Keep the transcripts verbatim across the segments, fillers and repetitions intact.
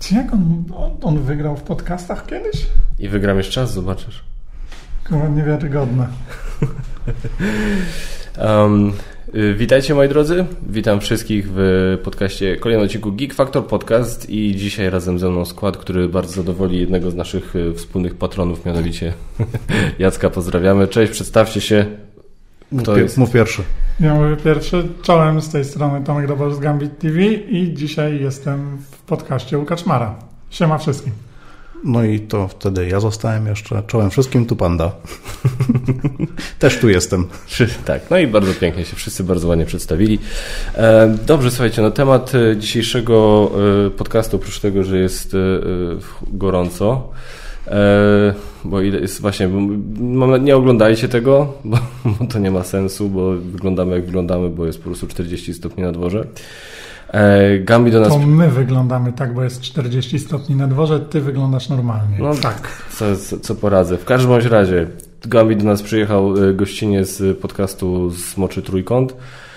Jak on, on, on wygrał w podcastach kiedyś? I wygram jeszcze raz, zobaczysz. Chyba niewiarygodne. um, witajcie moi drodzy, witam wszystkich w podcaście, kolejnym odcinku Geek Factor Podcast i dzisiaj razem ze mną skład, który bardzo zadowoli jednego z naszych wspólnych patronów, mianowicie Jacka, pozdrawiamy. Cześć, przedstawcie się. Kto mów, jest? Mów pierwszy. Ja mówię pierwszy. Czołem, z tej strony Tomek Dobor z Gambit T V i dzisiaj jestem w podcaście u Kaczmara. Siema wszystkim. No i to wtedy ja zostałem jeszcze czołem wszystkim, tu Panda. Też tu jestem. Tak, no i bardzo pięknie się wszyscy bardzo ładnie przedstawili. Dobrze, słuchajcie, no temat dzisiejszego podcastu, oprócz tego, że jest gorąco, bo jest właśnie, nie oglądajcie tego, bo, bo to nie ma sensu, bo wyglądamy jak wyglądamy, bo jest po prostu czterdzieści stopni na dworze. Gambi do nas... To my wyglądamy tak, bo jest czterdzieści stopni na dworze, ty wyglądasz normalnie. No tak. Co, co, co poradzę. W każdym bądź razie Gambi do nas przyjechał gościnnie z podcastu Smoczy Trójkąt.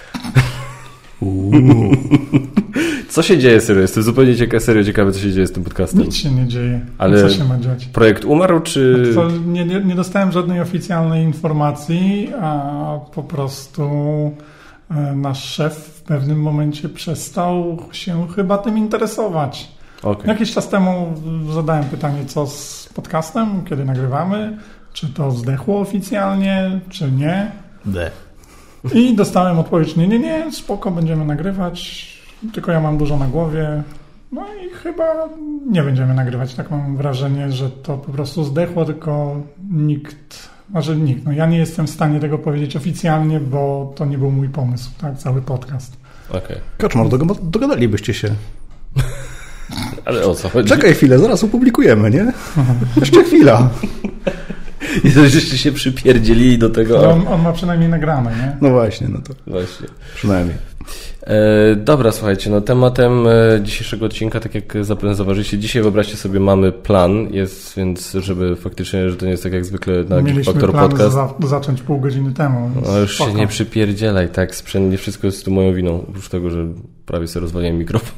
Co się dzieje, serio? Jestem zupełnie ciekawy, serio ciekawy, co się dzieje z tym podcastem. Nic się nie dzieje. Ale co się ma dziać? Projekt umarł, czy... To nie, nie, nie dostałem żadnej oficjalnej informacji, a po prostu nasz szef w pewnym momencie przestał się chyba tym interesować. Okay. Jakiś czas temu zadałem pytanie, co z podcastem, kiedy nagrywamy, czy to zdechło oficjalnie, czy nie. De. I dostałem odpowiedź, nie, nie, nie, spoko, będziemy nagrywać, tylko ja mam dużo na głowie. No i chyba nie będziemy nagrywać. Tak mam wrażenie, że to po prostu zdechło, tylko nikt, może nikt, no ja nie jestem w stanie tego powiedzieć oficjalnie, bo to nie był mój pomysł, tak, cały podcast. Okay. Kaczmar, dogadalibyście się. Ale o co chodzi? Czekaj chwilę, zaraz opublikujemy, nie? Jeszcze chwila. I to żeście się przypierdzielili do tego. No on, on ma przynajmniej nagrane, nie? No właśnie, no to właśnie. Przynajmniej. E, dobra, słuchajcie, no tematem e, dzisiejszego odcinka, tak jak zapewne zauważyliście, dzisiaj wyobraźcie sobie, mamy plan, jest, więc żeby faktycznie, że to nie jest tak jak zwykle na Geek Factor Podcast. Mieliśmy plan zacząć pół godziny temu. No już spoko. się nie przypierdzielaj, tak, sprzęt, nie wszystko jest tu moją winą, oprócz tego, że prawie sobie rozwaliłem mikrofon.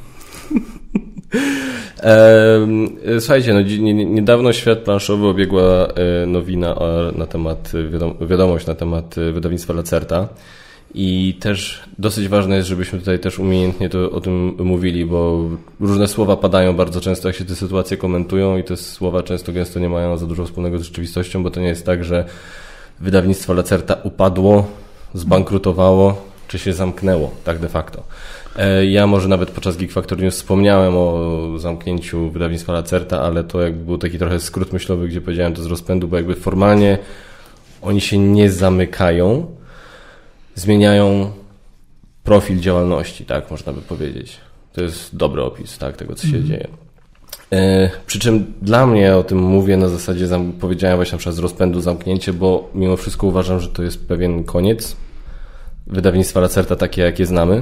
E, słuchajcie, no, niedawno świat planszowy obiegła e, nowina na temat, wiadom- wiadomość na temat wydawnictwa Lacerta i też dosyć ważne jest, żebyśmy tutaj też umiejętnie to, o tym mówili, bo różne słowa padają bardzo często, jak się te sytuacje komentują i te słowa często gęsto nie mają za dużo wspólnego z rzeczywistością, bo to nie jest tak, że wydawnictwo Lacerta upadło, zbankrutowało, czy się zamknęło, tak de facto. Ja może nawet podczas Geek Factor News wspomniałem o zamknięciu wydawnictwa Lacerta, ale to jakby był taki trochę skrót myślowy, gdzie powiedziałem to z rozpędu, bo jakby formalnie oni się nie zamykają, zmieniają profil działalności, tak można by powiedzieć. To jest dobry opis, tak, tego, co się mm. dzieje. E, przy czym dla mnie o tym mówię na zasadzie, zam- powiedziałem właśnie na przykład z rozpędu zamknięcie, bo mimo wszystko uważam, że to jest pewien koniec wydawnictwa Lacerta takie, jakie znamy.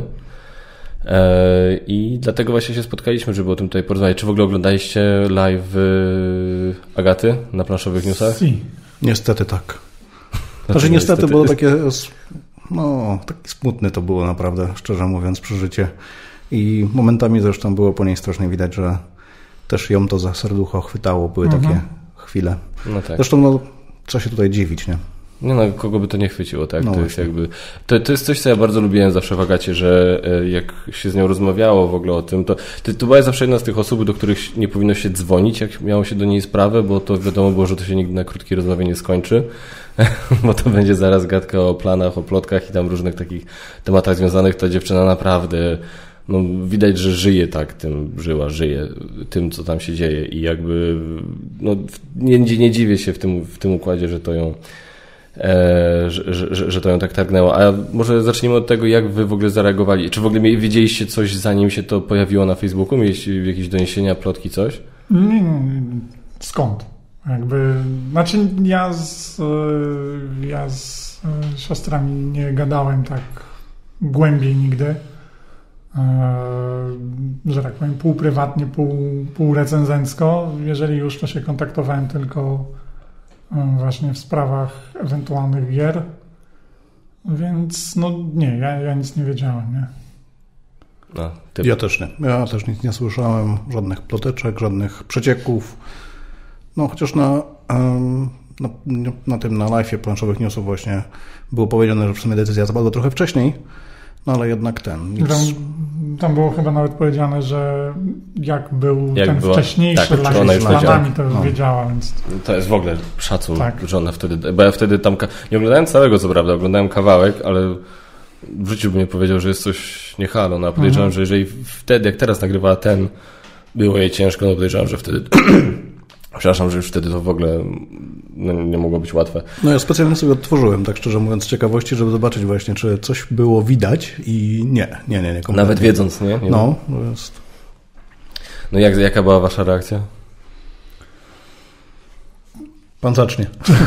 I dlatego właśnie się spotkaliśmy, żeby o tym tutaj porozmawiać. Czy w ogóle oglądaliście live Agaty na planszowych newsach? Si. Niestety tak. Znaczy niestety, niestety było takie, no, taki smutny to było naprawdę, szczerze mówiąc, przeżycie. I momentami zresztą było po niej strasznie widać, że też ją to za serducho chwytało. Były mhm. takie chwile. No tak. Zresztą, no, co się tutaj dziwić, nie? Nie no, kogo by to nie chwyciło, tak? No to jest jakby. To, to jest coś, co ja bardzo lubiłem zawsze w Agacie, że jak się z nią rozmawiało w ogóle o tym, to, to, to była zawsze jedna z tych osób, do których nie powinno się dzwonić, jak miało się do niej sprawę, bo to wiadomo było, że to się nigdy na krótkiej rozmowie nie skończy, bo to będzie zaraz gadka o planach, o plotkach i tam różnych takich tematach związanych. Ta dziewczyna naprawdę, no widać, że żyje tak tym, żyła, żyje tym, co tam się dzieje i jakby, no nie, nie dziwię się w tym, w tym układzie, że to ją E, że, że, że to ją tak targnęło. A może zacznijmy od tego, jak wy w ogóle zareagowali. Czy w ogóle wiedzieliście coś, zanim się to pojawiło na Facebooku? Mieliście jakieś doniesienia, plotki, coś? Skąd? Jakby, znaczy ja z, ja z siostrami nie gadałem tak głębiej nigdy. Że tak powiem, pół prywatnie, pół, pół recenzencko. Jeżeli już, to się kontaktowałem tylko właśnie w sprawach ewentualnych gier, więc no nie, ja, ja nic nie wiedziałem, nie? A, ty... Ja też nie. Ja też nic nie słyszałem, żadnych ploteczek, żadnych przecieków. No chociaż na, na, na tym, na live'ie planszowych newsów właśnie było powiedziane, że w sumie decyzja zapadła trochę wcześniej, no ale jednak ten... Nic... Tam, tam było chyba nawet powiedziane, że jak był jak ten była, wcześniejszy tak, live z planami, to już no. wiedziała, więc... To jest w ogóle szacun, tak. że ona wtedy... Bo ja wtedy tam... Nie oglądałem całego, co prawda, oglądałem kawałek, ale w życiu bym nie powiedział, że jest coś nie halo. No, podejrzewam, mhm. że jeżeli wtedy, jak teraz nagrywała ten, było jej ciężko, no podejrzewam, że wtedy... Przepraszam, że już wtedy to w ogóle no, nie mogło być łatwe. No ja specjalnie sobie odtworzyłem, tak szczerze mówiąc, z ciekawości, żeby zobaczyć właśnie, czy coś było widać i nie, nie, nie. nie Nawet wiedząc, nie? nie no, to jest... No jak, jaka była wasza reakcja? Pan zacznie.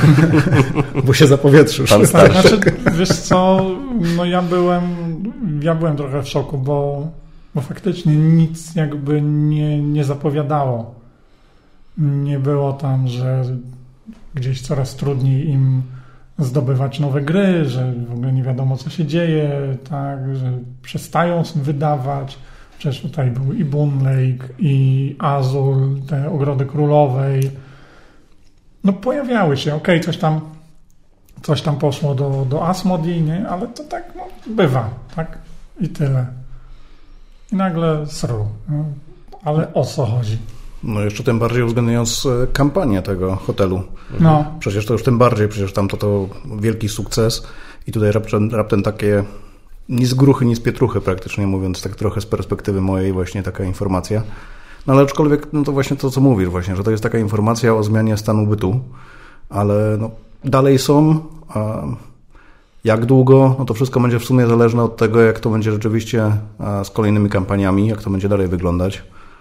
Bo się zapowietrzysz. Pan tak, znaczy, wiesz co, no ja byłem, ja byłem trochę w szoku, bo, bo faktycznie nic jakby nie, nie zapowiadało. Nie było tam, że gdzieś coraz trudniej im zdobywać nowe gry, że w ogóle nie wiadomo, co się dzieje, tak, że przestają wydawać. Przecież tutaj był i Boon Lake, i Azul, te Ogrody Królowej. No pojawiały się, okej, okay, coś tam coś tam poszło do, do Asmodee, nie? Ale to tak no, bywa, tak? I tyle. I nagle sru. No, ale o co chodzi? No jeszcze tym bardziej uwzględniając kampanię tego hotelu. No. Przecież to już tym bardziej, przecież tam to, to wielki sukces i tutaj raptem, raptem takie ni z gruchy, ni z pietruchy praktycznie mówiąc, tak trochę z perspektywy mojej właśnie taka informacja. No ale aczkolwiek, no to właśnie to, co mówisz właśnie, że to jest taka informacja o zmianie stanu bytu, ale no, dalej są, a jak długo, no to wszystko będzie w sumie zależne od tego, jak to będzie rzeczywiście z kolejnymi kampaniami, jak to będzie dalej wyglądać.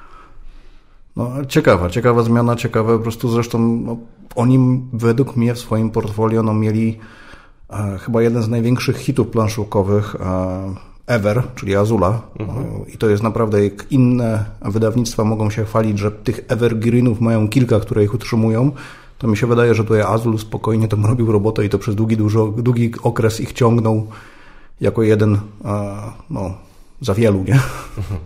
No, ciekawa, ciekawa zmiana, ciekawe po prostu zresztą no, oni według mnie w swoim portfolio no, mieli e, chyba jeden z największych hitów planszówkowych e, ever, czyli Azula. Mhm. E, I to jest naprawdę, jak inne wydawnictwa mogą się chwalić, że tych evergreenów mają kilka, które ich utrzymują, to mi się wydaje, że tutaj Azul spokojnie tam robił robotę i to przez długi, dużo, długi okres ich ciągnął jako jeden, e, no, za wielu, nie? Mhm.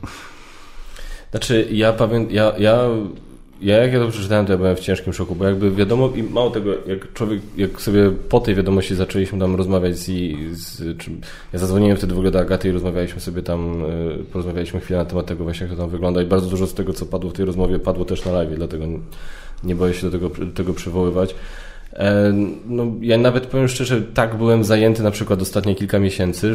Znaczy, ja pamiętam, ja, ja, ja jak ja to przeczytałem, to ja byłem w ciężkim szoku, bo jakby wiadomo, i mało tego, jak człowiek, jak sobie po tej wiadomości zaczęliśmy tam rozmawiać z, z czy, ja zadzwoniłem wtedy w ogóle do Agaty i rozmawialiśmy sobie tam, porozmawialiśmy chwilę na temat tego właśnie, jak to tam wygląda i bardzo dużo z tego, co padło w tej rozmowie, padło też na live, dlatego nie boję się do tego, do tego przywoływać. No, ja nawet powiem szczerze, tak byłem zajęty na przykład ostatnie kilka miesięcy,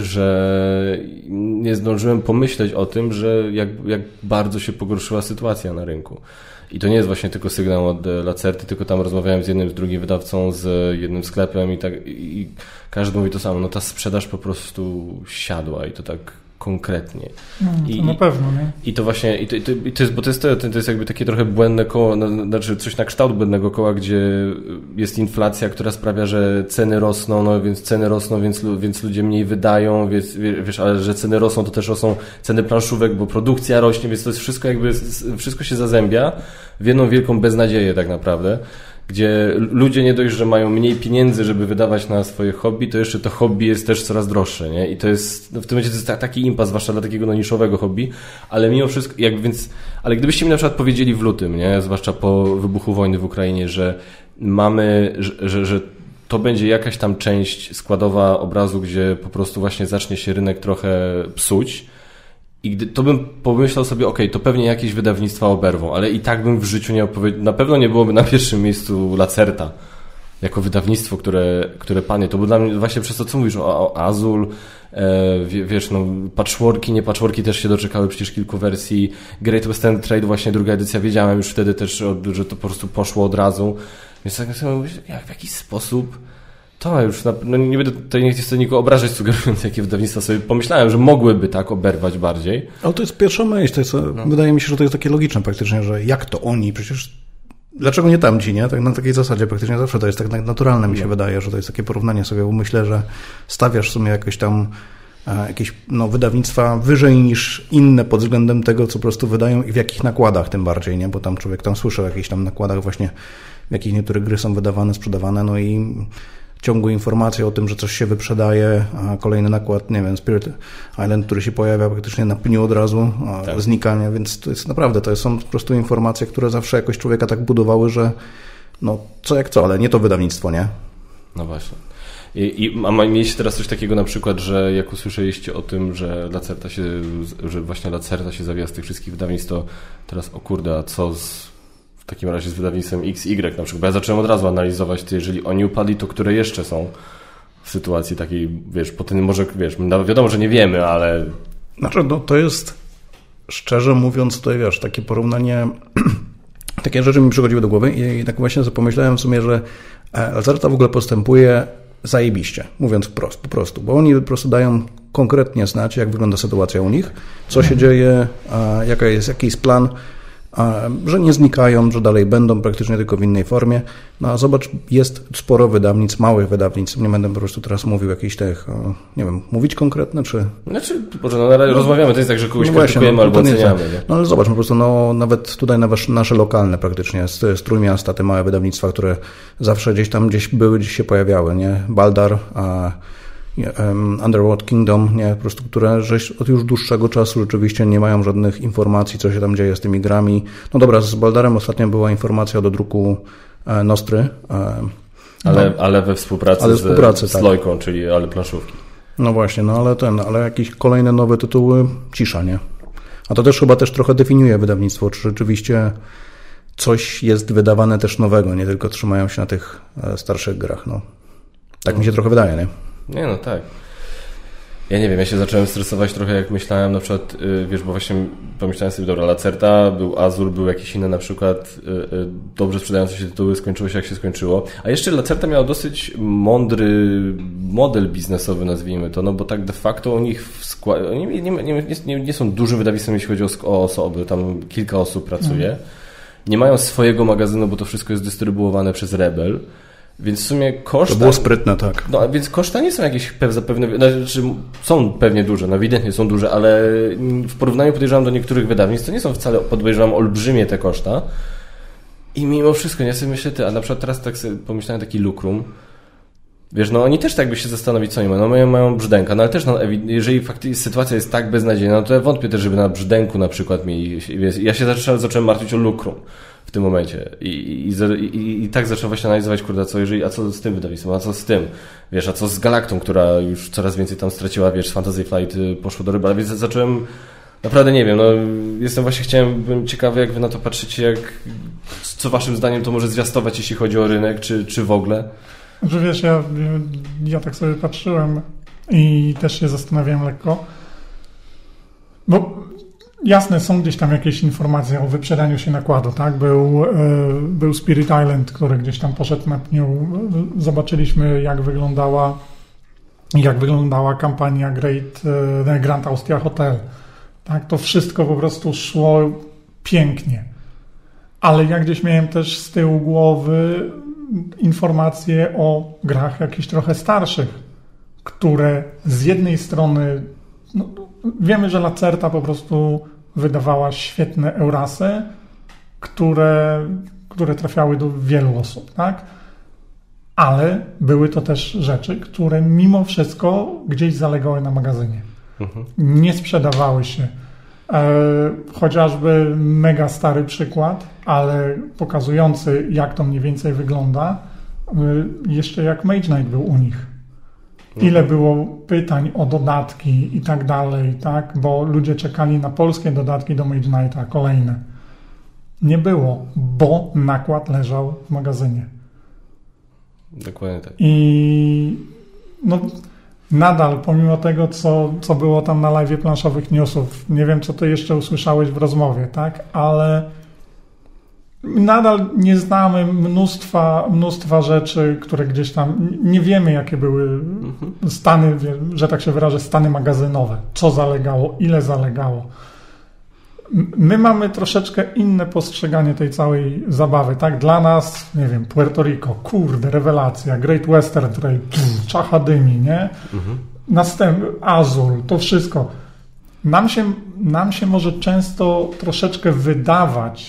że nie zdążyłem pomyśleć o tym, że jak, jak bardzo się pogorszyła sytuacja na rynku. I to nie jest właśnie tylko sygnał od Lacerty, tylko tam rozmawiałem z jednym, z drugim wydawcą, z jednym sklepem i tak i każdy mówi to samo. No ta sprzedaż po prostu siadła i to tak konkretnie. Mm, I, na pewno, nie? I to właśnie, i to, i to, i to jest, bo to jest, to, to jest jakby takie trochę błędne koło, no, znaczy coś na kształt błędnego koła, gdzie jest inflacja, która sprawia, że ceny rosną, no więc ceny rosną, więc, więc ludzie mniej wydają, więc, wiesz, ale że ceny rosną, to też rosną ceny planszówek, bo produkcja rośnie, więc to jest wszystko jakby, wszystko się zazębia w jedną wielką beznadzieję tak naprawdę. Gdzie ludzie nie dość, że mają mniej pieniędzy, żeby wydawać na swoje hobby, to jeszcze to hobby jest też coraz droższe, nie? I to jest, no w tym momencie to jest taki impas, zwłaszcza dla takiego no, niszowego hobby, ale mimo wszystko, jak więc, ale gdybyście mi na przykład powiedzieli w lutym, nie? Zwłaszcza po wybuchu wojny w Ukrainie, że mamy, że, że, że to będzie jakaś tam część składowa obrazu, gdzie po prostu właśnie zacznie się rynek trochę psuć, i gdy, to bym pomyślał sobie, okej, okay, to pewnie jakieś wydawnictwa oberwą, ale i tak bym w życiu nie opowiedział, na pewno nie byłoby na pierwszym miejscu Lacerta jako wydawnictwo, które, które panie, to było dla mnie właśnie przez to, co mówisz o, o Azul, e, wiesz, no patchworki, nie patchworki też się doczekały przecież kilku wersji, Great Western Trade właśnie druga edycja, wiedziałem już wtedy też, że to po prostu poszło od razu, więc tak sobie mówię, jak w jakiś sposób to już, no nie będę tutaj nie chcę nikogo obrażać, sugerując, jakie wydawnictwa sobie pomyślałem, że mogłyby tak oberwać bardziej. Ale to jest pierwsza myśl, to jest, no. Wydaje mi się, że to jest takie logiczne praktycznie, że jak to oni, przecież dlaczego nie tamci, nie? Tak na takiej zasadzie praktycznie zawsze to jest tak naturalne, mi się no. wydaje, że to jest takie porównanie sobie, bo myślę, że stawiasz w sumie jakoś tam jakieś no, wydawnictwa wyżej niż inne pod względem tego, co po prostu wydają i w jakich nakładach tym bardziej, nie? Bo tam człowiek tam słyszy o jakichś tam nakładach właśnie, w jakich niektóre gry są wydawane, sprzedawane, no i ciągu informacje o tym, że coś się wyprzedaje, a kolejny nakład, nie wiem, Spirit Island, który się pojawia praktycznie na pniu od razu, tak. znikanie, więc to jest naprawdę, to są po prostu informacje, które zawsze jakoś człowieka tak budowały, że no co jak co, ale nie to wydawnictwo, nie? No właśnie. I, i, a mieliście teraz coś takiego na przykład, że jak usłyszeliście o tym, że Lacerta się, że właśnie Lacerta się zawija z tych wszystkich wydawnictw, to teraz o kurde, a co z, w takim razie z wydawnictwem X Y na przykład? Bo ja zacząłem od razu analizować, to jeżeli oni upadli, to które jeszcze są w sytuacji takiej, wiesz, po tym może, wiesz, wiadomo, że nie wiemy, ale... Znaczy, no, to jest, szczerze mówiąc, to wiesz, takie porównanie, takie rzeczy mi przychodziły do głowy i tak właśnie sobie pomyślałem w sumie, że Lacerta w ogóle postępuje zajebiście, mówiąc wprost, po prostu, bo oni po prostu dają konkretnie znać, jak wygląda sytuacja u nich, co się dzieje, a jaka jest, jaki jest plan, a, że nie znikają, że dalej będą praktycznie tylko w innej formie. No a zobacz, jest sporo wydawnictw, małych wydawnictw, nie będę po prostu teraz mówił jakichś tych, nie wiem, mówić konkretne, czy... Znaczy, Boże, no, no rozmawiamy, to jest tak, że kogoś no krytykujemy no, albo oceniamy. Nie? No ale zobacz, po prostu, no nawet tutaj nawet nasze lokalne praktycznie, z, z Trójmiasta, te małe wydawnictwa, które zawsze gdzieś tam gdzieś były, gdzieś się pojawiały, nie? Baldar, a Um, Underworld Kingdom, nie, po prostu, które żeś od już dłuższego czasu rzeczywiście nie mają żadnych informacji, co się tam dzieje z tymi grami. No dobra, z Baldarem ostatnio była informacja do druku e, Nostry. E, ale, no, ale we współpracy, ale współpracy z, tak. z Lojką, czyli ale planszówki. No właśnie, no ale ten, ale jakieś kolejne nowe tytuły, cisza, nie? A to też chyba też trochę definiuje wydawnictwo, czy rzeczywiście coś jest wydawane też nowego, nie tylko trzymają się na tych starszych grach, no. Tak no. mi się trochę wydaje, nie? Nie, no tak. Ja nie wiem, ja się zacząłem stresować trochę, jak myślałem na przykład, yy, wiesz, bo właśnie pomyślałem sobie, dobra, Lacerta, był Azul, był jakiś inny na przykład yy, dobrze sprzedające się tytuły, skończyło się jak się skończyło. A jeszcze Lacerta miała dosyć mądry model biznesowy, nazwijmy to, no bo tak de facto u nich w skład... Oni nie, nie, nie, nie są dużym wydawnictwem, jeśli chodzi o, o osoby, tam kilka osób pracuje. Mm. Nie mają swojego magazynu, bo to wszystko jest dystrybuowane przez Rebel. Więc w sumie koszta... To było sprytne, tak. No, więc koszta nie są jakieś zapewne... Znaczy, są pewnie duże, no ewidentnie są duże, ale w porównaniu podejrzewam do niektórych wydawnictw, to nie są wcale, podejrzewam, olbrzymie te koszta. I mimo wszystko, ja sobie myślę, ty, a na przykład teraz tak sobie pomyślałem taki Lucrum. Wiesz, no oni też tak by się zastanowić, co oni mają. No mają, mają brzdęka, no ale też, no, jeżeli faktycznie sytuacja jest tak beznadziejna, no to ja wątpię też, żeby na brzdęku na przykład mieli... Ja się zacząłem, zacząłem martwić o Lucrum w tym momencie. I, i, i, i tak zacząłem właśnie analizować, kurde, co jeżeli, a co z tym wydawnictwem, a co z tym, wiesz, a co z Galaktą, która już coraz więcej tam straciła, wiesz, z Fantasy Flight poszło do ryba, więc zacząłem, naprawdę nie wiem, no jestem właśnie, chciałem, byłem ciekawy, jak wy na to patrzycie, jak, co waszym zdaniem to może zwiastować, jeśli chodzi o rynek, czy, czy w ogóle? Że wiesz, ja, ja tak sobie patrzyłem i też się zastanawiałem lekko, bo jasne, są gdzieś tam jakieś informacje o wyprzedaniu się nakładu, tak? Był, był Spirit Island, który gdzieś tam poszedł na pniu. Zobaczyliśmy, jak wyglądała jak wyglądała kampania Great, Grand Austria Hotel. Tak? To wszystko po prostu szło pięknie. Ale ja gdzieś miałem też z tyłu głowy informacje o grach jakichś trochę starszych, które z jednej strony no, wiemy, że Lacerta po prostu wydawała świetne Eurasy, które, które trafiały do wielu osób, tak? Ale były to też rzeczy, które mimo wszystko gdzieś zalegały na magazynie. Mhm. Nie sprzedawały się. E, chociażby mega stary przykład, ale pokazujący, jak to mniej więcej wygląda, e, jeszcze jak Mage Knight był u nich. Ile było pytań o dodatki i tak dalej, tak? Bo ludzie czekali na polskie dodatki do Mage Knighta, kolejne. Nie było, bo nakład leżał w magazynie. Dokładnie tak. I no, nadal, pomimo tego, co, co było tam na live'ie planszowych newsów, nie wiem, co ty jeszcze usłyszałeś w rozmowie, tak? Ale nadal nie znamy mnóstwa, mnóstwa rzeczy, które gdzieś tam, nie wiemy, jakie były stany, że tak się wyrażę, stany magazynowe. Co zalegało, ile zalegało. My mamy troszeczkę inne postrzeganie tej całej zabawy, tak? Dla nas, nie wiem, Puerto Rico, kurde, rewelacja, Great Western Trail, czacha dymi, nie? Mhm. Następ, Azul, to wszystko. Nam się, nam się może często troszeczkę wydawać,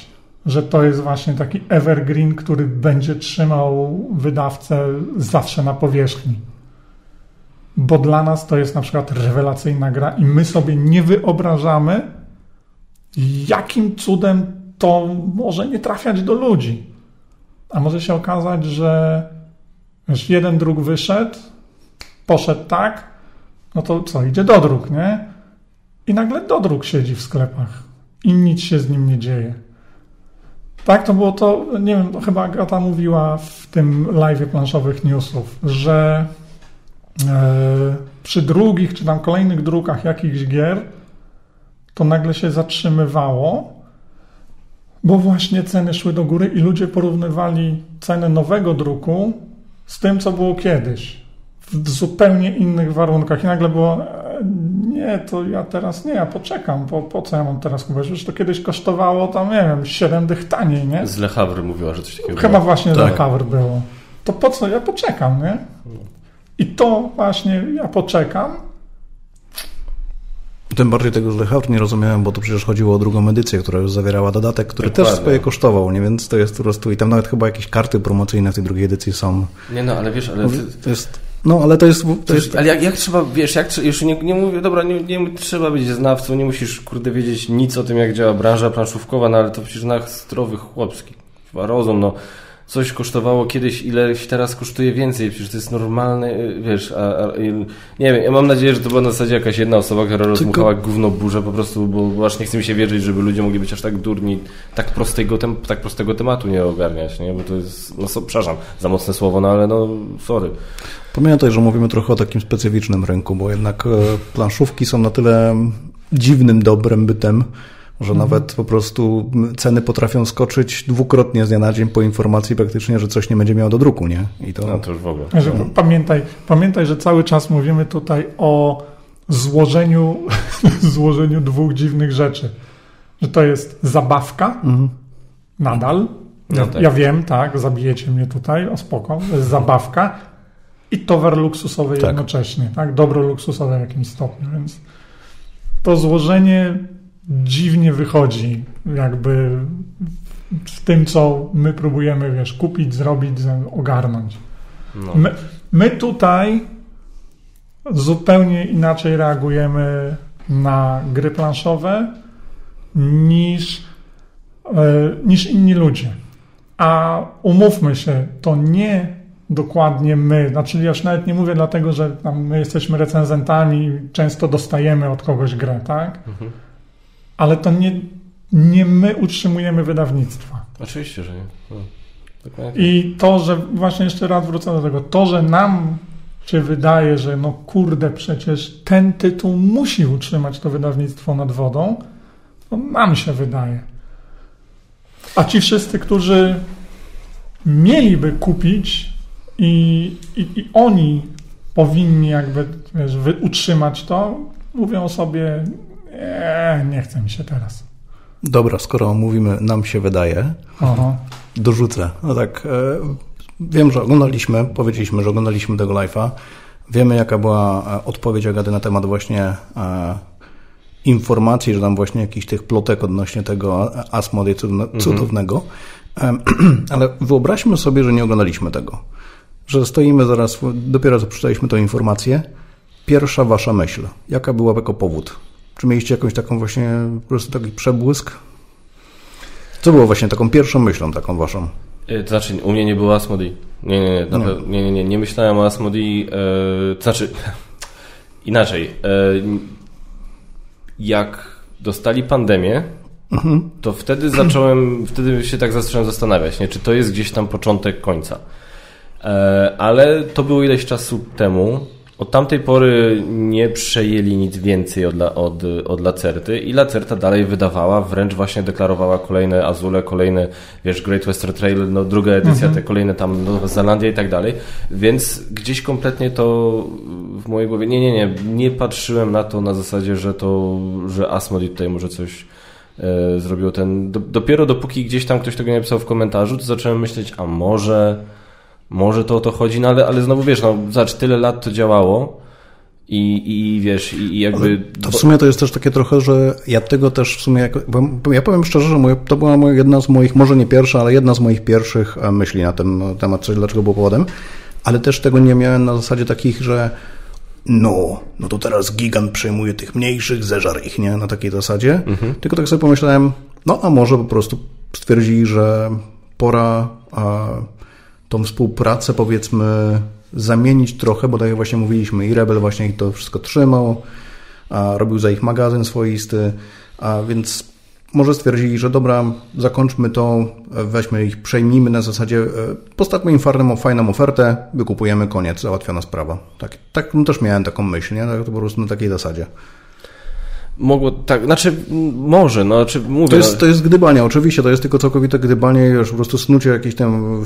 że to jest właśnie taki evergreen, który będzie trzymał wydawcę zawsze na powierzchni. Bo dla nas to jest na przykład rewelacyjna gra i my sobie nie wyobrażamy, jakim cudem to może nie trafiać do ludzi. A może się okazać, że wiesz, jeden druk wyszedł, poszedł tak, no to co, idzie dodruk, nie? I nagle dodruk siedzi w sklepach i nic się z nim nie dzieje. Tak, to było to, nie wiem, chyba Agata mówiła w tym live'ie planszowych newsów, że e, przy drugich czy tam kolejnych drukach jakichś gier to nagle się zatrzymywało, bo właśnie ceny szły do góry i ludzie porównywali cenę nowego druku z tym, co było kiedyś, w zupełnie innych warunkach i nagle było, nie, to ja teraz nie, ja poczekam, po, po co ja mam teraz kupować? Już to kiedyś kosztowało tam, nie wiem, siedem dych taniej, nie? Z Le Havre mówiła, że coś takiego Chyba było. właśnie tak. z Le Havre było. To po co? Ja poczekam, nie? I to właśnie, ja poczekam. Tym bardziej tego z Le Havre nie rozumiałem, bo to przecież chodziło o drugą edycję, która już zawierała dodatek, który Dokładnie. też swoje kosztował, nie? Więc to jest po prostu, i tam nawet chyba jakieś karty promocyjne w tej drugiej edycji są. Nie no, ale wiesz, ale... Ty... To jest... No, ale to jest... To jest... Ale jak, jak trzeba, wiesz, jak już nie, nie mówię, dobra, nie, nie trzeba być znawcą, nie musisz, kurde, wiedzieć nic o tym, jak działa branża planszówkowa, no ale to przecież na zdrowych chłopski. Chyba rozum, no. Coś kosztowało kiedyś, ileś teraz kosztuje więcej, przecież to jest normalne, wiesz, a, a, nie wiem, ja mam nadzieję, że to była na zasadzie jakaś jedna osoba, która rozmuchała Tylko... gówno burzę po prostu, bo, bo aż nie chce mi się wierzyć, żeby ludzie mogli być aż tak durni, tak prostego, tem, tak prostego tematu nie ogarniać, nie, bo to jest, no so, przepraszam, za mocne słowo, no ale no, sorry. Pamiętaj, że mówimy trochę o takim specyficznym rynku, bo jednak planszówki są na tyle dziwnym dobrem bytem, że mhm. nawet po prostu ceny potrafią skoczyć dwukrotnie z dnia na dzień po informacji praktycznie, że coś nie będzie miało do druku, nie? I to... No to już w ogóle. Że, pamiętaj, pamiętaj, że cały czas mówimy tutaj o złożeniu, złożeniu dwóch dziwnych rzeczy. Że to jest zabawka, mhm. nadal. Ja, no tak. ja wiem, tak, zabijecie mnie tutaj, o spoko, to jest zabawka i towar luksusowy tak. jednocześnie, tak? Dobro luksusowe w jakimś stopniu, więc to złożenie dziwnie wychodzi jakby w tym, co my próbujemy, wiesz, kupić, zrobić, ogarnąć. No. My, my tutaj zupełnie inaczej reagujemy na gry planszowe niż, niż inni ludzie. A umówmy się, to nie dokładnie my, znaczy ja już nawet nie mówię dlatego, że tam my jesteśmy recenzentami i często dostajemy od kogoś grę, tak? Mhm. Ale to nie, nie my utrzymujemy wydawnictwa. Oczywiście, że nie. No, I to, że właśnie jeszcze raz wrócę do tego, to, że nam się wydaje, że no kurde, przecież ten tytuł musi utrzymać to wydawnictwo nad wodą, to nam się wydaje. A ci wszyscy, którzy mieliby kupić i, i, i oni powinni jakby, wiesz, utrzymać to, mówią sobie, nie, nie chce mi się teraz. Dobra, skoro mówimy, nam się wydaje, Aha. dorzucę. No tak, e, wiem, że oglądaliśmy, powiedzieliśmy, że oglądaliśmy tego live'a. Wiemy, jaka była odpowiedź Agaty na temat właśnie e, informacji, że tam właśnie jakichś tych plotek odnośnie tego Asmodee cudownego. Mhm. E, ale wyobraźmy sobie, że nie oglądaliśmy tego. Że stoimy zaraz, dopiero co przeczytaliśmy tę informację. Pierwsza wasza myśl. Jaka była jako powód? Czy mieliście jakąś taką właśnie, po prostu taki przebłysk? Co było właśnie taką pierwszą myślą, taką waszą? To znaczy, u mnie nie było Asmodee. Nie, nie, nie, nie, nie, nie, nie, nie myślałem o Asmodee. Yy, to znaczy, inaczej. Yy, jak dostali pandemię, mhm. to wtedy zacząłem, wtedy się tak zacząłem zastanawiać, nie, czy to jest gdzieś tam początek końca. Yy, ale to było ileś czasu temu. Od tamtej pory nie przejęli nic więcej od, od, od Lacerty i Lacerta dalej wydawała, wręcz właśnie deklarowała kolejne Azule, kolejne, wiesz, Great Western Trail, no druga edycja, mhm. te kolejne tam Nowa Zelandia i tak dalej, więc gdzieś kompletnie to w mojej głowie, nie, nie, nie, nie patrzyłem na to na zasadzie, że to, że Asmodee tutaj może coś e, zrobił ten, do, dopiero dopóki gdzieś tam ktoś tego nie napisał w komentarzu, to zacząłem myśleć, a może... Może to o to chodzi, no ale, ale znowu wiesz, no zacz tyle lat to działało I, i wiesz, i jakby... Ale to w sumie to jest też takie trochę, że ja tego też w sumie, jako, bo ja powiem szczerze, że moje, to była moja, jedna z moich, może nie pierwsza, ale jedna z moich pierwszych myśli na ten temat, coś dlaczego było powodem, ale też tego nie miałem na zasadzie takich, że no, no to teraz gigant przejmuje tych mniejszych, zeżar ich, nie? Na takiej zasadzie. Mhm. Tylko tak sobie pomyślałem, no a może po prostu stwierdzili, że pora a, tą współpracę, powiedzmy, zamienić trochę, bo tak jak właśnie mówiliśmy, i Rebel właśnie ich to wszystko trzymał, a robił za ich magazyn swoisty, a więc może stwierdzili, że dobra, zakończmy to, weźmy ich, przejmijmy na zasadzie, postawmy im farmą fajną ofertę, wykupujemy, koniec, załatwiona sprawa. Tak, tak no też miałem taką myśl, nie? To po prostu na takiej zasadzie. Mogło, tak, znaczy może, no, znaczy mówię... To jest, to jest gdybanie, oczywiście, to jest tylko całkowite gdybanie, już po prostu snucie jakichś tam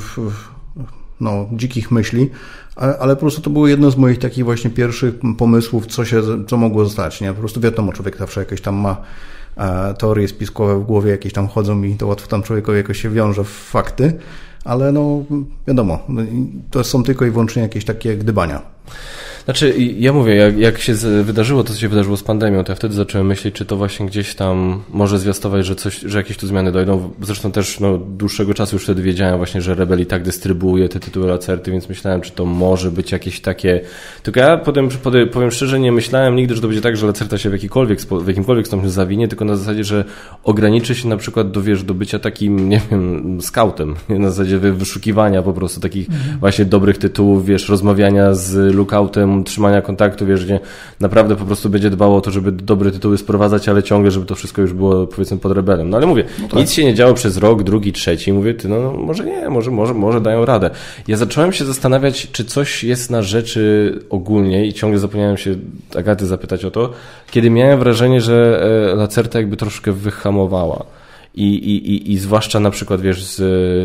no, dzikich myśli, ale, ale po prostu to było jedno z moich takich właśnie pierwszych pomysłów, co się, co mogło zostać, nie? Po prostu wiadomo, człowiek zawsze jakieś tam ma e, teorie spiskowe w głowie, jakieś tam chodzą i to łatwo tam człowiekowi jakoś się wiąże w fakty, ale no wiadomo, to są tylko i wyłącznie jakieś takie gdybania. Znaczy, ja mówię, jak, jak się wydarzyło to, co się wydarzyło z pandemią, to ja wtedy zacząłem myśleć, czy to właśnie gdzieś tam może zwiastować, że coś, że jakieś tu zmiany dojdą. Zresztą też no, dłuższego czasu już wtedy wiedziałem właśnie, że Rebel i tak dystrybuuje te tytuły Lacerty, więc myślałem, czy to może być jakieś takie... Tylko ja potem, powiem szczerze, nie myślałem nigdy, że to będzie tak, że Lacerta się w, jakikolwiek, w jakimkolwiek stopniu zawinie, tylko na zasadzie, że ograniczy się na przykład do, wiesz, do bycia takim, nie wiem, scoutem. Na zasadzie wyszukiwania po prostu takich mhm. właśnie dobrych tytułów, wiesz, rozmawiania z lookoutem, trzymania kontaktu, wiesz, gdzie naprawdę po prostu będzie dbało o to, żeby dobre tytuły sprowadzać, ale ciągle, żeby to wszystko już było, powiedzmy, pod Rebelem. No ale mówię, no tak. Nic się nie działo przez rok, drugi, trzeci. Mówię, ty, no, no może nie, może, może, może dają radę. Ja zacząłem się zastanawiać, czy coś jest na rzeczy ogólnie i ciągle zapomniałem się Agaty zapytać o to, kiedy miałem wrażenie, że Lacerta jakby troszkę wyhamowała. I, i, i, i zwłaszcza na przykład, wiesz, z,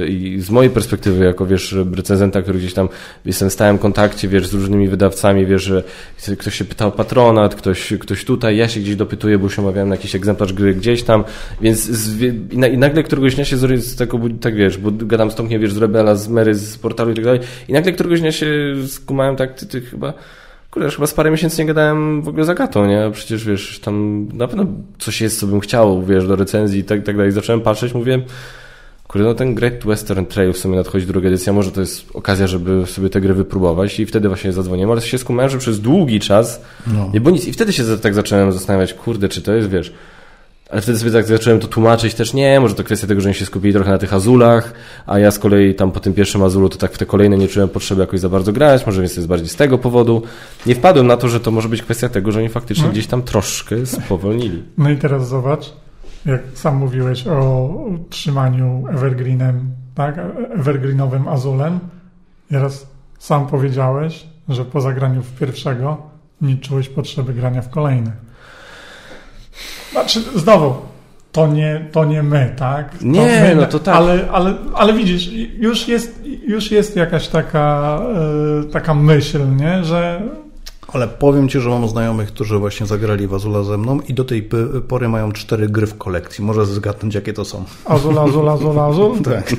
z mojej perspektywy, jako, wiesz, recenzenta, który gdzieś tam jestem w stałym kontakcie, wiesz, z różnymi wydawcami, wiesz, że ktoś się pytał o patronat, ktoś, ktoś tutaj, ja się gdzieś dopytuję, bo już omawiałem na jakiś egzemplarz gry gdzieś tam, więc z, i, na, i nagle któregoś dnia się z tego, tak wiesz, bo gadam z Tomkiem, wiesz, z Rebela, z Mary, z portalu i tak dalej, i nagle któregoś dnia się skumałem, tak, ty, ty chyba... Kurde, już chyba z parę miesięcy nie gadałem w ogóle z Agatą, nie? Przecież, wiesz, tam na pewno coś jest, co bym chciał, wiesz, do recenzji i tak, tak dalej. Zacząłem patrzeć, mówię, kurde, no ten Great Western Trail w sumie nadchodzi druga edycja, może to jest okazja, żeby sobie te gry wypróbować i wtedy właśnie zadzwoniłem, ale się skumałem, że przez długi czas no. nie było nic i wtedy się tak zacząłem zastanawiać, kurde, czy to jest, wiesz... Ale wtedy sobie tak zacząłem to tłumaczyć też, nie, może to kwestia tego, że oni się skupili trochę na tych Azulach, a ja z kolei tam po tym pierwszym Azulu to tak w te kolejne nie czułem potrzeby jakoś za bardzo grać, może więc to jest bardziej z tego powodu. Nie wpadłem na to, że to może być kwestia tego, że oni faktycznie no. gdzieś tam troszkę spowolnili. No i teraz zobacz, jak sam mówiłeś o utrzymaniu Evergreenem, tak, Evergreenowym Azulem, teraz sam powiedziałeś, że po zagraniu w pierwszego nie czułeś potrzeby grania w kolejne. Znaczy, znowu, to nie, to nie my, tak? To nie, my, no to tak. Ale, ale, ale widzisz, już jest, już jest jakaś taka, yy, taka myśl, nie? Że... Ale powiem Ci, że mam znajomych, którzy właśnie zagrali w Azula ze mną i do tej pory mają cztery gry w kolekcji. Może zgadnąć, jakie to są. Azul, Azul, Azul, Azul? Tak.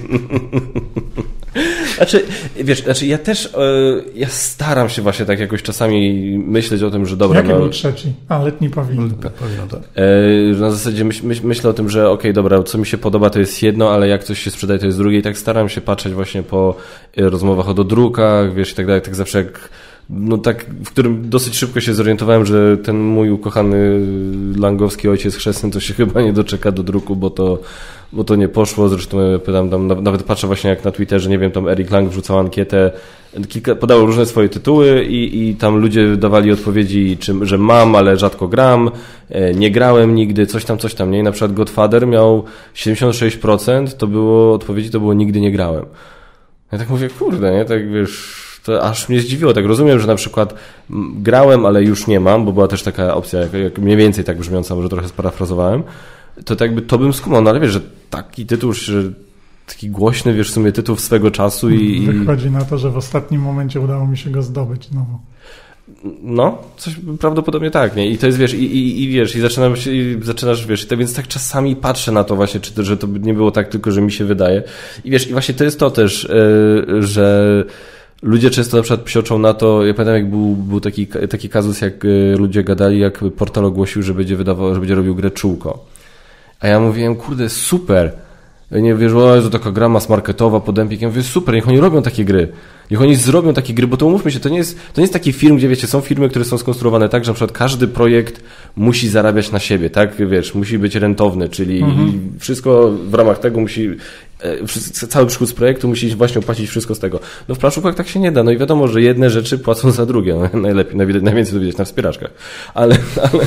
Znaczy, wiesz, znaczy ja też, yy, ja staram się właśnie tak jakoś czasami myśleć o tym, że dobra... Jaki no, był trzeci? A, letni pawilon. Pawilon, tak. Yy, na zasadzie myśl, myśl, myślę o tym, że okej, okay, dobra, co mi się podoba to jest jedno, ale jak coś się sprzedaje to jest drugie i tak staram się patrzeć właśnie po rozmowach o dodrukach, wiesz, i tak dalej, tak zawsze jak... No tak, w którym dosyć szybko się zorientowałem, że ten mój ukochany langowski ojciec chrzestny to się chyba nie doczeka do druku, bo to, bo to nie poszło. Zresztą pytam tam, nawet patrzę właśnie jak na Twitterze, nie wiem, tam Eric Lang wrzucał ankietę, kilka, podało różne swoje tytuły i, i tam ludzie dawali odpowiedzi, czy, że mam, ale rzadko gram, nie grałem nigdy, coś tam, coś tam, nie? I na przykład Godfather miał siedemdziesiąt sześć procent, to było odpowiedzi, to było nigdy nie grałem. Ja tak mówię, kurde, nie? Tak wiesz... To aż mnie zdziwiło. Tak rozumiem, że na przykład grałem, ale już nie mam, bo była też taka opcja, jak, jak mniej więcej tak brzmiąca, może trochę sparafrazowałem, to tak jakby to bym skumał, no ale wiesz, że taki tytuł, że taki głośny, wiesz, w sumie tytuł swego czasu i... Wychodzi na to, że w ostatnim momencie udało mi się go zdobyć znowu. No, coś prawdopodobnie tak, nie? I to jest, wiesz, i, i, i wiesz, i zaczynasz, i zaczynasz, wiesz, i to, więc tak czasami patrzę na to właśnie, czy to, że to nie było tak tylko, że mi się wydaje. I wiesz, i właśnie to jest to też, yy, że ludzie często na przykład psioczą na to, ja pamiętam jak był, był taki, taki kazus, jak ludzie gadali, jak portal ogłosił, że będzie wydawał, że będzie robił grę Czółko. A ja mówiłem, kurde, super. Ja nie wierzyłem, że taka gra mass-marketowa pod Empik. Ja mówię, super, niech oni robią takie gry. Niech oni zrobią takie gry, bo to umówmy się, to nie jest, to nie jest taki film, gdzie wiecie, są firmy, które są skonstruowane tak, że na przykład każdy projekt musi zarabiać na siebie, tak? Wiesz, musi być rentowny, czyli mhm. wszystko w ramach tego musi, cały przychód z projektu musi właśnie opłacić wszystko z tego. No w planszówkach tak się nie da. No i wiadomo, że jedne rzeczy płacą za drugie. No, najlepiej, najwięcej to widać na wspieraczkach. Ale, ale,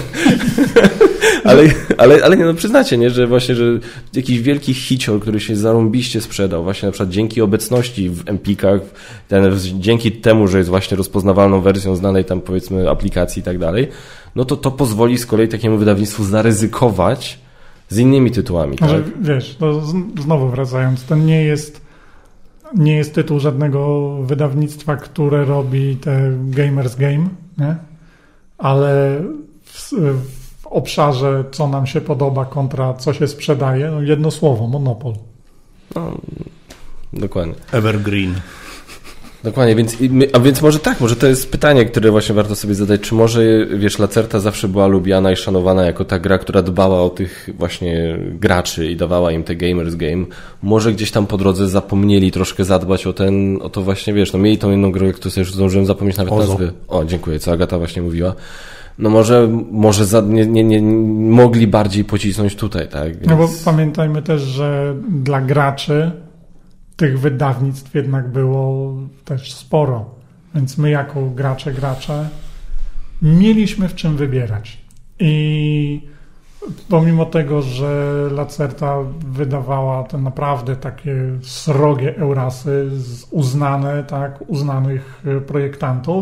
ale, ale, ale nie, no przyznacie, nie, że właśnie, że jakiś wielki hicior, który się zarąbiście sprzedał, właśnie na przykład dzięki obecności w Empikach, ten, dzięki temu, że jest właśnie rozpoznawalną wersją znanej tam powiedzmy aplikacji i tak dalej, no to to pozwoli z kolei takiemu wydawnictwu zaryzykować z innymi tytułami. Tak? Ale wiesz, to znowu wracając, to nie jest nie jest tytuł żadnego wydawnictwa, które robi te Gamers Game, nie? Ale w, w obszarze co nam się podoba kontra co się sprzedaje, no jedno słowo, monopol. No, dokładnie. Evergreen. Dokładnie, więc, a więc może tak, może to jest pytanie, które właśnie warto sobie zadać, czy może, wiesz, Lacerta zawsze była lubiana i szanowana jako ta gra, która dbała o tych właśnie graczy i dawała im te Gamers Game, może gdzieś tam po drodze zapomnieli troszkę zadbać o ten, o to właśnie, wiesz, no mieli tą jedną grę, którą sobie już zdążyłem zapomnieć nawet Ozo. nazwy. O, dziękuję, co Agata właśnie mówiła. No może, może za, nie, nie, nie, mogli bardziej pocisnąć tutaj, tak? Więc... No bo pamiętajmy też, że dla graczy tych wydawnictw jednak było też sporo. Więc my jako gracze, gracze mieliśmy w czym wybierać. I pomimo tego, że Lacerta wydawała te naprawdę takie srogie Eurasy uznane, tak, uznanych projektantów,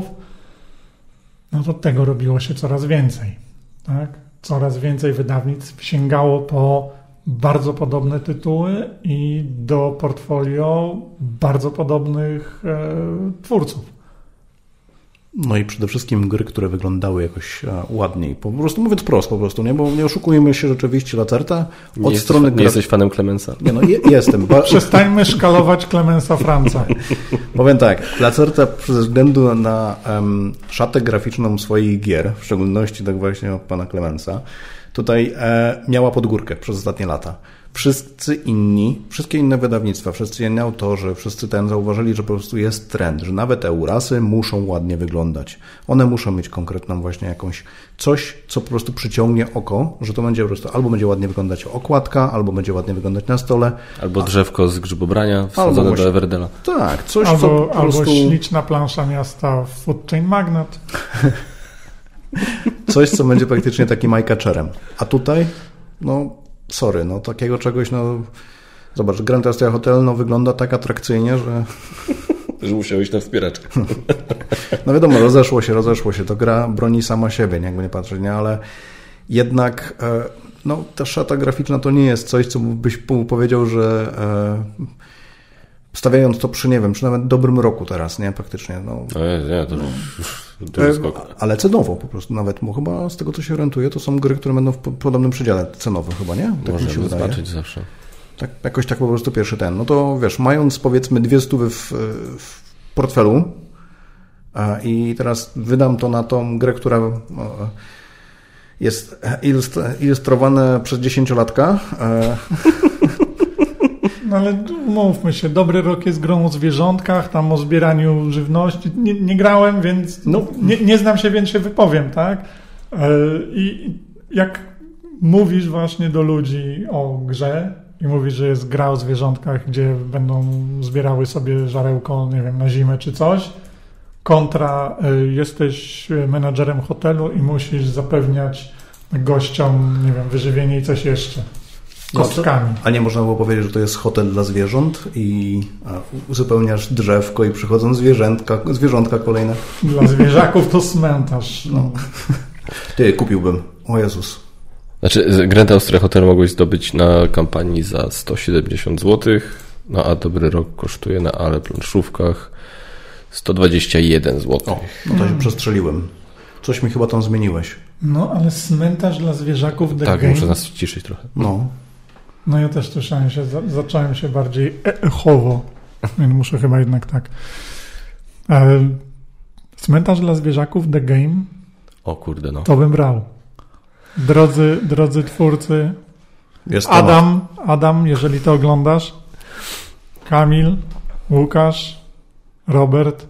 no to tego robiło się coraz więcej. Tak? Coraz więcej wydawnictw sięgało po bardzo podobne tytuły i do portfolio bardzo podobnych e, twórców. No i przede wszystkim gry, które wyglądały jakoś e, ładniej. Po prostu mówiąc prosto, po prostu, nie? Bo nie oszukujmy się rzeczywiście, Lacerta od nie strony... Jesteś, nie jesteś fanem Clemensa. Nie, no je, jestem. Ba... Przestańmy szkalować Clemensa Franca. Powiem tak, Lacerta ze względu na um, szatę graficzną swoich gier, w szczególności tak właśnie od pana Clemensa, tutaj e, miała podgórkę przez ostatnie lata. Wszyscy inni, wszystkie inne wydawnictwa, wszyscy inni autorzy, wszyscy ten zauważyli, że po prostu jest trend, że nawet Eurasy muszą ładnie wyglądać. One muszą mieć konkretną właśnie jakąś coś, co po prostu przyciągnie oko, że to będzie po prostu albo będzie ładnie wyglądać okładka, albo będzie ładnie wyglądać na stole. Albo drzewko z grzybobrania wsadzone do Everdela. Tak, coś, albo, co po prostu... Albo śliczna plansza miasta Food Chain Magnate. Coś, co będzie praktycznie takim eye-catcherem. A tutaj, no sorry, no takiego czegoś, no zobacz, Grand Austria Hotel no, wygląda tak atrakcyjnie, że... że musiał iść na wspieraczkę. No wiadomo, rozeszło się, rozeszło się, to gra broni sama siebie, nie, jakby nie patrzeć, nie, ale jednak no ta szata graficzna to nie jest coś, co byś powiedział, że stawiając to przy, nie wiem, przy nawet dobrym roku teraz, nie, praktycznie, no. No nie, nie, to już... Ale cenowo po prostu nawet, bo chyba z tego co się orientuję, to są gry, które będą w podobnym przedziale cenowym chyba, nie? Tak możemy zobaczyć zawsze. Tak, jakoś tak po prostu pierwszy ten. No to wiesz, mając powiedzmy dwie stówy w, w portfelu a, i teraz wydam to na tą grę, która o, jest ilustrowana przez dziesięciolatka. E, No ale mówmy się, dobry rok jest grą o zwierzątkach, tam o zbieraniu żywności. Nie, nie grałem, więc no, nie, nie znam się, więc się wypowiem, tak? I jak mówisz właśnie do ludzi o grze i mówisz, że jest gra o zwierzątkach, gdzie będą zbierały sobie żarełko, nie wiem, na zimę czy coś, kontra jesteś menadżerem hotelu i musisz zapewniać gościom, nie wiem, wyżywienie i coś jeszcze. Kostkami. A nie można było powiedzieć, że to jest hotel dla zwierząt i uzupełniasz drzewko i przychodzą zwierzętka, zwierzątka kolejne. Dla zwierzaków to cmentarz. No. Ty, kupiłbym. O Jezus. Znaczy, Grand Austria Hotel mogłeś zdobyć na kampanii za sto siedemdziesiąt złotych, no a dobry rok kosztuje na ale planszówkach sto dwadzieścia jeden złotych. O, no to się przestrzeliłem. Coś mi chyba tam zmieniłeś. No, ale cmentarz dla zwierzaków... Tak, game. Muszę nas ciszyć trochę. No. No ja też słyszałem się, zacząłem się bardziej echowo, więc muszę chyba jednak tak. E, cmentarz dla zwierzaków, The Game. O kurde, no. To bym brał. Drodzy, drodzy twórcy, Jest Adam, Adam, jeżeli to oglądasz, Kamil, Łukasz, Robert.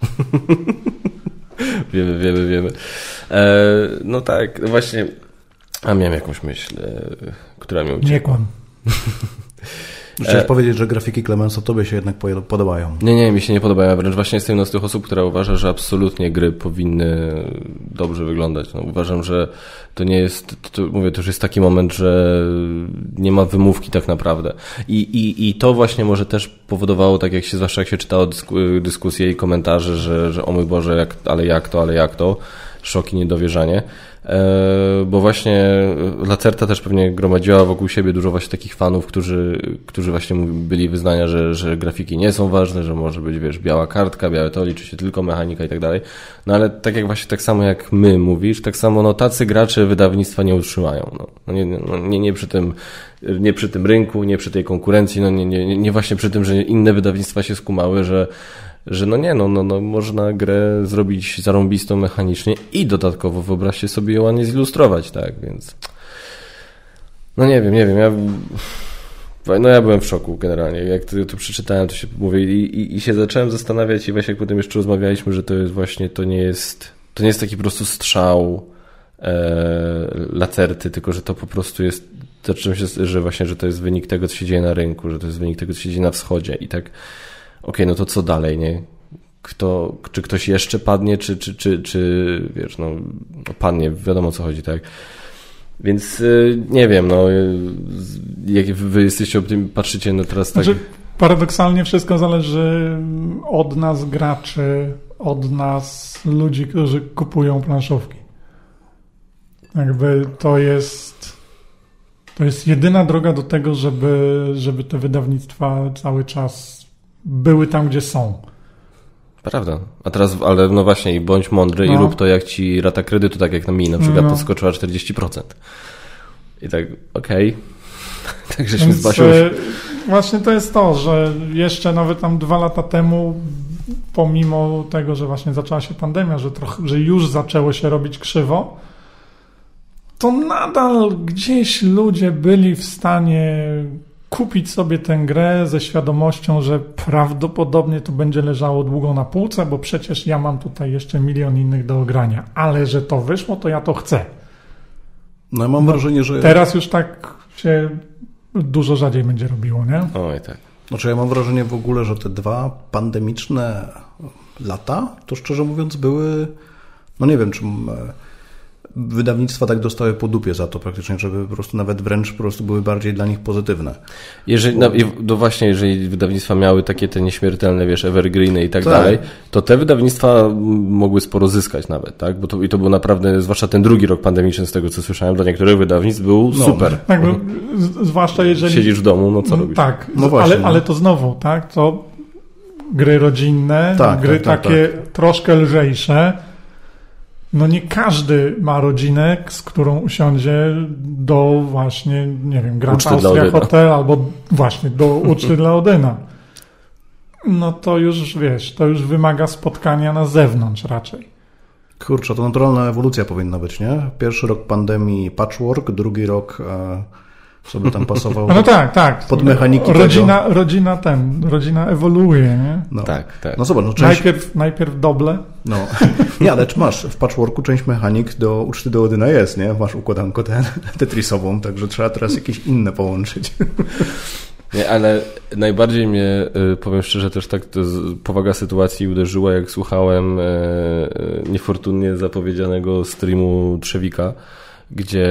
wiemy, wiemy, wiemy. E, no tak, właśnie. A miałem jakąś myśl, e, która mi uciekła. Nie kłam. Chciałeś E... powiedzieć, że grafiki Clemence'a tobie się jednak podobają. Nie, nie, mi się nie podobają. Ja wręcz właśnie jestem jedną z tych osób, która uważa, że absolutnie gry powinny dobrze wyglądać. No, uważam, że to nie jest, to, mówię, to już jest taki moment, że nie ma wymówki tak naprawdę. I, i, i to właśnie może też powodowało, tak jak się, zwłaszcza jak się czytało dysku, dyskusje i komentarze, że, że o mój Boże, jak, ale jak to, ale jak to, szok i niedowierzanie. Bo właśnie Lacerta też pewnie gromadziła wokół siebie dużo właśnie takich fanów, którzy, którzy właśnie byli wyznania, że, że grafiki nie są ważne, że może być, wiesz, biała kartka, białe to, liczy się tylko mechanika i tak dalej. No ale tak jak właśnie tak samo jak my mówisz, tak samo no tacy gracze wydawnictwa nie utrzymają. No, no nie, no, nie, nie przy tym, nie przy tym rynku, nie przy tej konkurencji, no nie, nie, nie właśnie przy tym, że inne wydawnictwa się skumały, że że no nie, no, no, no można grę zrobić zarąbistą mechanicznie i dodatkowo wyobraźcie sobie ją ładnie zilustrować, tak, więc no nie wiem, nie wiem, ja no ja byłem w szoku generalnie, jak to, to przeczytałem, to się mówię i, i, i się zacząłem zastanawiać i właśnie jak potem jeszcze rozmawialiśmy, że to jest właśnie, to nie jest, to nie jest taki po prostu strzał e, Lacerty, tylko że to po prostu jest, to czymś jest, że właśnie, że to jest wynik tego, co się dzieje na rynku, że to jest wynik tego, co się dzieje na wschodzie i tak. Okej, okay, no to co dalej, nie? Kto, czy ktoś jeszcze padnie, czy, czy, czy, czy wiesz, no padnie, wiadomo o co chodzi, tak? Więc nie wiem, no jak wy jesteście optym, patrzycie no teraz tak... Znaczy, paradoksalnie wszystko zależy od nas graczy, od nas ludzi, którzy kupują planszówki. Jakby to jest to jest jedyna droga do tego, żeby, żeby te wydawnictwa cały czas były tam, gdzie są. Prawda. A teraz, ale no właśnie, bądź mądry no. i rób to, jak ci rata kredytu, tak jak na mi na przykład, no. podskoczyła czterdzieści procent. I tak, okej. Okay. tak żeśmy z Basią już... Właśnie to jest to, że jeszcze nawet tam dwa lata temu, pomimo tego, że właśnie zaczęła się pandemia, że, trochę, że już zaczęło się robić krzywo, to nadal gdzieś ludzie byli w stanie kupić sobie tę grę ze świadomością, że prawdopodobnie to będzie leżało długo na półce, bo przecież ja mam tutaj jeszcze milion innych do ogrania, ale że to wyszło, to ja to chcę. No ja mam no, wrażenie, że... Teraz już tak się dużo rzadziej będzie robiło, nie? Oj, tak. Znaczy ja mam wrażenie w ogóle, że te dwa pandemiczne lata, to szczerze mówiąc były, no nie wiem, czy wydawnictwa tak dostały po dupie za to praktycznie, żeby po prostu nawet wręcz po prostu były bardziej dla nich pozytywne. Jeżeli, no, no właśnie, jeżeli wydawnictwa miały takie te nieśmiertelne, wiesz, evergreeny i tak, tak dalej, to te wydawnictwa mogły sporo zyskać nawet, tak? Bo to, i to był naprawdę, zwłaszcza ten drugi rok pandemiczny, z tego co słyszałem, dla niektórych wydawnictw był no, super. Tak, bo, zwłaszcza jeżeli... Siedzisz w domu, no co no, robisz? Tak, no właśnie, ale, no. ale to znowu, tak? To gry rodzinne, tak, gry tak, tak, takie tak. troszkę lżejsze. No nie każdy ma rodzinę, z którą usiądzie do właśnie, nie wiem, Grand Austria Hotel albo właśnie do uczty dla Odyna. No to już, wiesz, to już wymaga spotkania na zewnątrz raczej. Kurczę, to naturalna ewolucja powinna być, nie? Pierwszy rok pandemii patchwork, drugi rok e, sobie tam pasował. No tak, tak. Pod mechaniki rodzina, tego. rodzina ten, rodzina ewoluuje, nie? No. Tak, tak. No zobacz, no część... Najpierw, najpierw doble. No. Nie, ale czy masz w patchworku część mechanik do uczty do Odyna jest, nie? Masz układankę ten, tetrisową, także trzeba teraz jakieś inne połączyć. Nie, ale najbardziej mnie, powiem szczerze, też tak to powaga sytuacji uderzyła, jak słuchałem niefortunnie zapowiedzianego streamu Trzewika, gdzie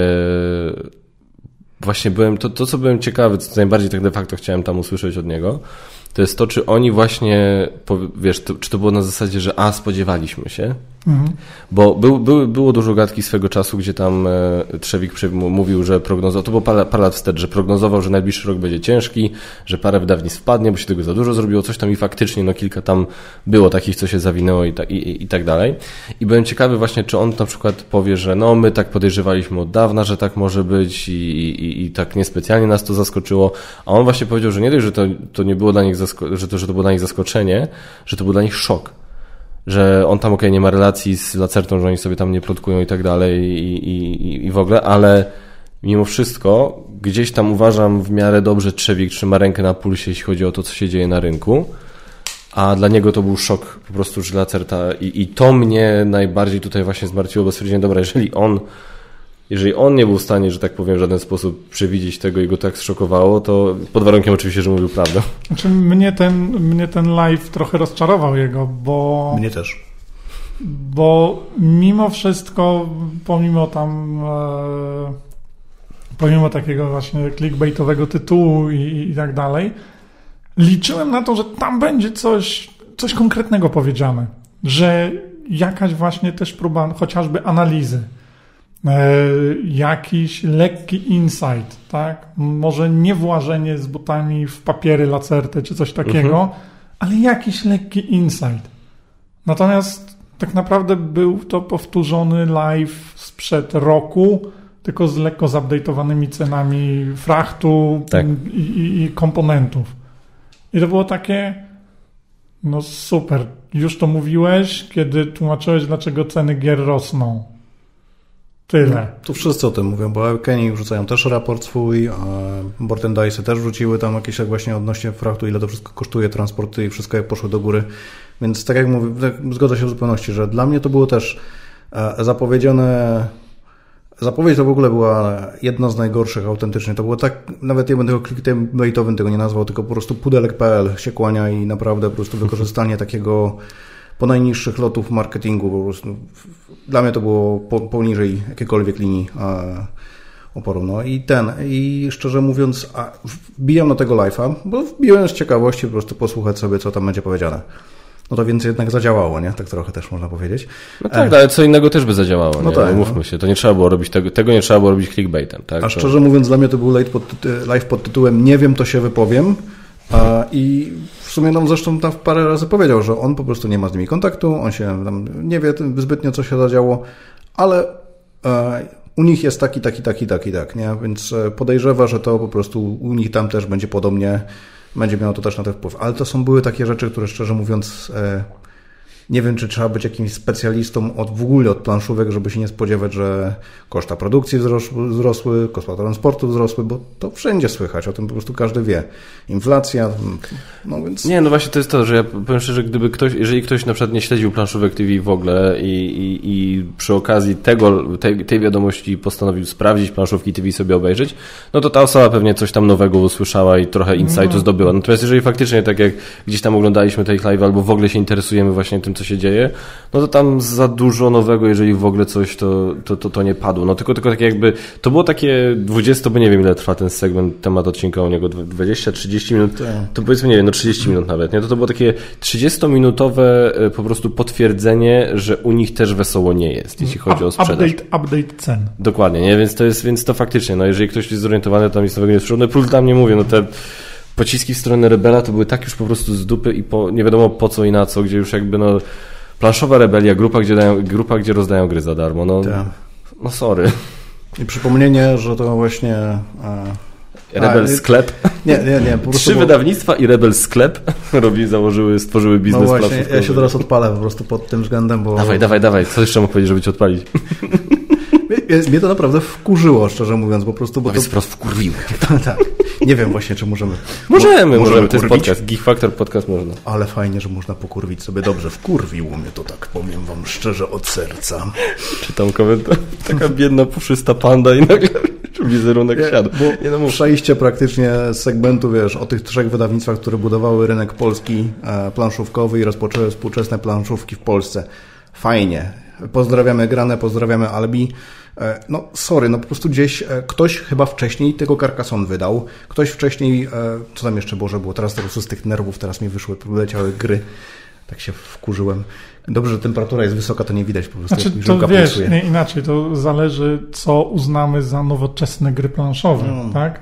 właśnie byłem, to, to co byłem ciekawy, co najbardziej tak de facto chciałem tam usłyszeć od niego, to jest to, czy oni właśnie, wiesz, to, czy to było na zasadzie, że a, spodziewaliśmy się, mhm. bo był, był, było dużo gadki swego czasu, gdzie tam e, Trzewik mówił, że prognozował, to było parę, parę lat wstecz, że prognozował, że najbliższy rok będzie ciężki, że parę wydawnictw wpadnie, bo się tego za dużo zrobiło, coś tam i faktycznie, no kilka tam było takich, co się zawinęło i, ta, i, i, i tak dalej. I byłem ciekawy właśnie, czy on na przykład powie, że no my tak podejrzewaliśmy od dawna, że tak może być i, i, i tak niespecjalnie nas to zaskoczyło, a on właśnie powiedział, że nie dość, że to, to nie było dla nich zasko- że to, że to było dla nich zaskoczenie, że to był dla nich szok. że on tam okej, okay, nie ma relacji z Lacertą, że oni sobie tam nie plotkują i tak dalej i, i, i w ogóle, ale mimo wszystko gdzieś tam uważam w miarę dobrze Trzewik trzyma rękę na pulsie, jeśli chodzi o to, co się dzieje na rynku, a dla niego to był szok po prostu, że Lacerta i, i to mnie najbardziej tutaj właśnie zmartwiło, bo stwierdziłem, dobra, jeżeli on jeżeli on nie był w stanie, że tak powiem, w żaden sposób przewidzieć tego i go tak zszokowało, to pod warunkiem oczywiście, że mówił prawdę. Znaczy mnie ten, mnie ten live trochę rozczarował jego, bo... Mnie też. Bo mimo wszystko, pomimo tam... E, pomimo takiego właśnie clickbaitowego tytułu i, i tak dalej, liczyłem na to, że tam będzie coś, coś konkretnego powiedziane. Że jakaś właśnie też próba chociażby analizy. Jakiś lekki insight, tak? Może nie włażenie z butami w papiery Lacerty czy coś takiego, mhm. ale jakiś lekki insight. Natomiast tak naprawdę był to powtórzony live sprzed roku, tylko z lekko zupdate'owanymi cenami frachtu tak. i, i, i komponentów. I to było takie, no super, już to mówiłeś, kiedy tłumaczyłeś, dlaczego ceny gier rosną. Tyle. No, tu wszyscy o tym mówią, bo Kenny wrzucają też raport swój, a Board and Dice też wrzuciły tam jakieś właśnie odnośnie frachtu, ile to wszystko kosztuje, transporty i wszystko jak poszły do góry. Więc tak jak mówię, tak, zgodzę się w zupełności, że dla mnie to było też zapowiedziane. Zapowiedź to w ogóle była jedna z najgorszych autentycznie. To było tak, nawet ja bym tego clickbaitowym tego nie nazwał, tylko po prostu pudelek kropka pe el się kłania i naprawdę po prostu wykorzystanie takiego po najniższych lotów marketingu po prostu. Dla mnie to było po, poniżej jakiejkolwiek linii a, oporu. No i ten, i szczerze mówiąc, a, wbijam na tego live'a, bo wbiłem z ciekawości po prostu posłuchać sobie, co tam będzie powiedziane. No to więc jednak zadziałało, nie? Tak trochę też można powiedzieć. No tak, e... ale co innego też by zadziałało, no nie? Tak, mówmy no. się, to nie trzeba było robić tego, tego nie trzeba było robić clickbaitem, tak? A szczerze to... mówiąc, dla mnie to był live pod, live pod tytułem Nie wiem, to się wypowiem. A, I w sumie nam zresztą tam parę razy powiedział, że on po prostu nie ma z nimi kontaktu, on się tam nie wie zbytnio, co się zadziało, ale e, u nich jest taki, taki, taki, taki, tak, nie? Więc podejrzewa, że to po prostu u nich tam też będzie podobnie, będzie miało to też na to wpływ. Ale to są były takie rzeczy, które szczerze mówiąc e, nie wiem, czy trzeba być jakimś specjalistą od, w ogóle od planszówek, żeby się nie spodziewać, że koszta produkcji wzrosły, wzrosły, koszta transportu wzrosły, bo to wszędzie słychać, o tym po prostu każdy wie. Inflacja, no więc... Nie, no właśnie to jest to, że ja powiem szczerze, gdyby ktoś, jeżeli ktoś na przykład nie śledził planszówek T V w ogóle i, i, i przy okazji tego, tej, tej wiadomości postanowił sprawdzić planszówki T V sobie obejrzeć, no to ta osoba pewnie coś tam nowego usłyszała i trochę insightu zdobyła. Natomiast jeżeli faktycznie tak jak gdzieś tam oglądaliśmy tej live albo w ogóle się interesujemy właśnie tym, co się dzieje, no to tam za dużo nowego, jeżeli w ogóle coś, to, to, to, to nie padło. No tylko, tylko tak jakby, to było takie dwadzieścia, bo nie wiem ile trwa ten segment, temat odcinka o niego, dwadzieścia trzydzieści minut, to powiedzmy, nie wiem, no trzydzieści minut nawet, nie? To to było takie trzydziestominutowe po prostu potwierdzenie, że u nich też wesoło nie jest, jeśli chodzi o sprzedaż. Update, update cen. Dokładnie, nie? Więc to jest, więc to faktycznie, no jeżeli ktoś jest zorientowany, to tam nic nowego nie sprzedaje. Plus tam nie mówię, no te pociski w stronę Rebela to były tak już po prostu z dupy i po, nie wiadomo po co i na co, gdzie już jakby no planszowa rebelia, grupa, gdzie dają, grupa, gdzie rozdają gry za darmo, no, no sorry. I przypomnienie, że to właśnie... A... Rebel A, Sklep. Nie, nie, nie. Po Trzy bo... wydawnictwa i Rebel Sklep robi, założyły, stworzyły biznes. No właśnie, ja się teraz odpalę po prostu pod tym względem, bo... Dawaj, dawaj, dawaj. Co jeszcze mógł powiedzieć, żeby cię odpalić? Mnie to naprawdę wkurzyło, szczerze mówiąc, po prostu... Bo to wprost wkurwiły. Tak. Nie wiem właśnie, czy możemy... Możemy, Mo- możemy. To jest podcast. Geek Factor podcast można. Ale fajnie, że można pokurwić sobie dobrze. Wkurwiło mnie to, tak powiem wam szczerze, od serca. Czytam komentarz. Taka biedna, puszysta panda i nagle wizerunek nie, siadł. Bo nie, no, przejście praktycznie z segmentu, wiesz, o tych trzech wydawnictwach, które budowały rynek polski e, planszówkowy i rozpoczęły współczesne planszówki w Polsce. Fajnie. Pozdrawiamy Granę, pozdrawiamy Albi. No sorry, no po prostu gdzieś ktoś chyba wcześniej tego Carcassonne wydał, ktoś wcześniej, co tam jeszcze Boże było, teraz po prostu z tych nerwów teraz mi wyszły, leciały gry, tak się wkurzyłem. Dobrze, że temperatura jest wysoka, to nie widać po prostu. Znaczy, to wiesz, nie, inaczej, to zależy co uznamy za nowoczesne gry planszowe, hmm. tak?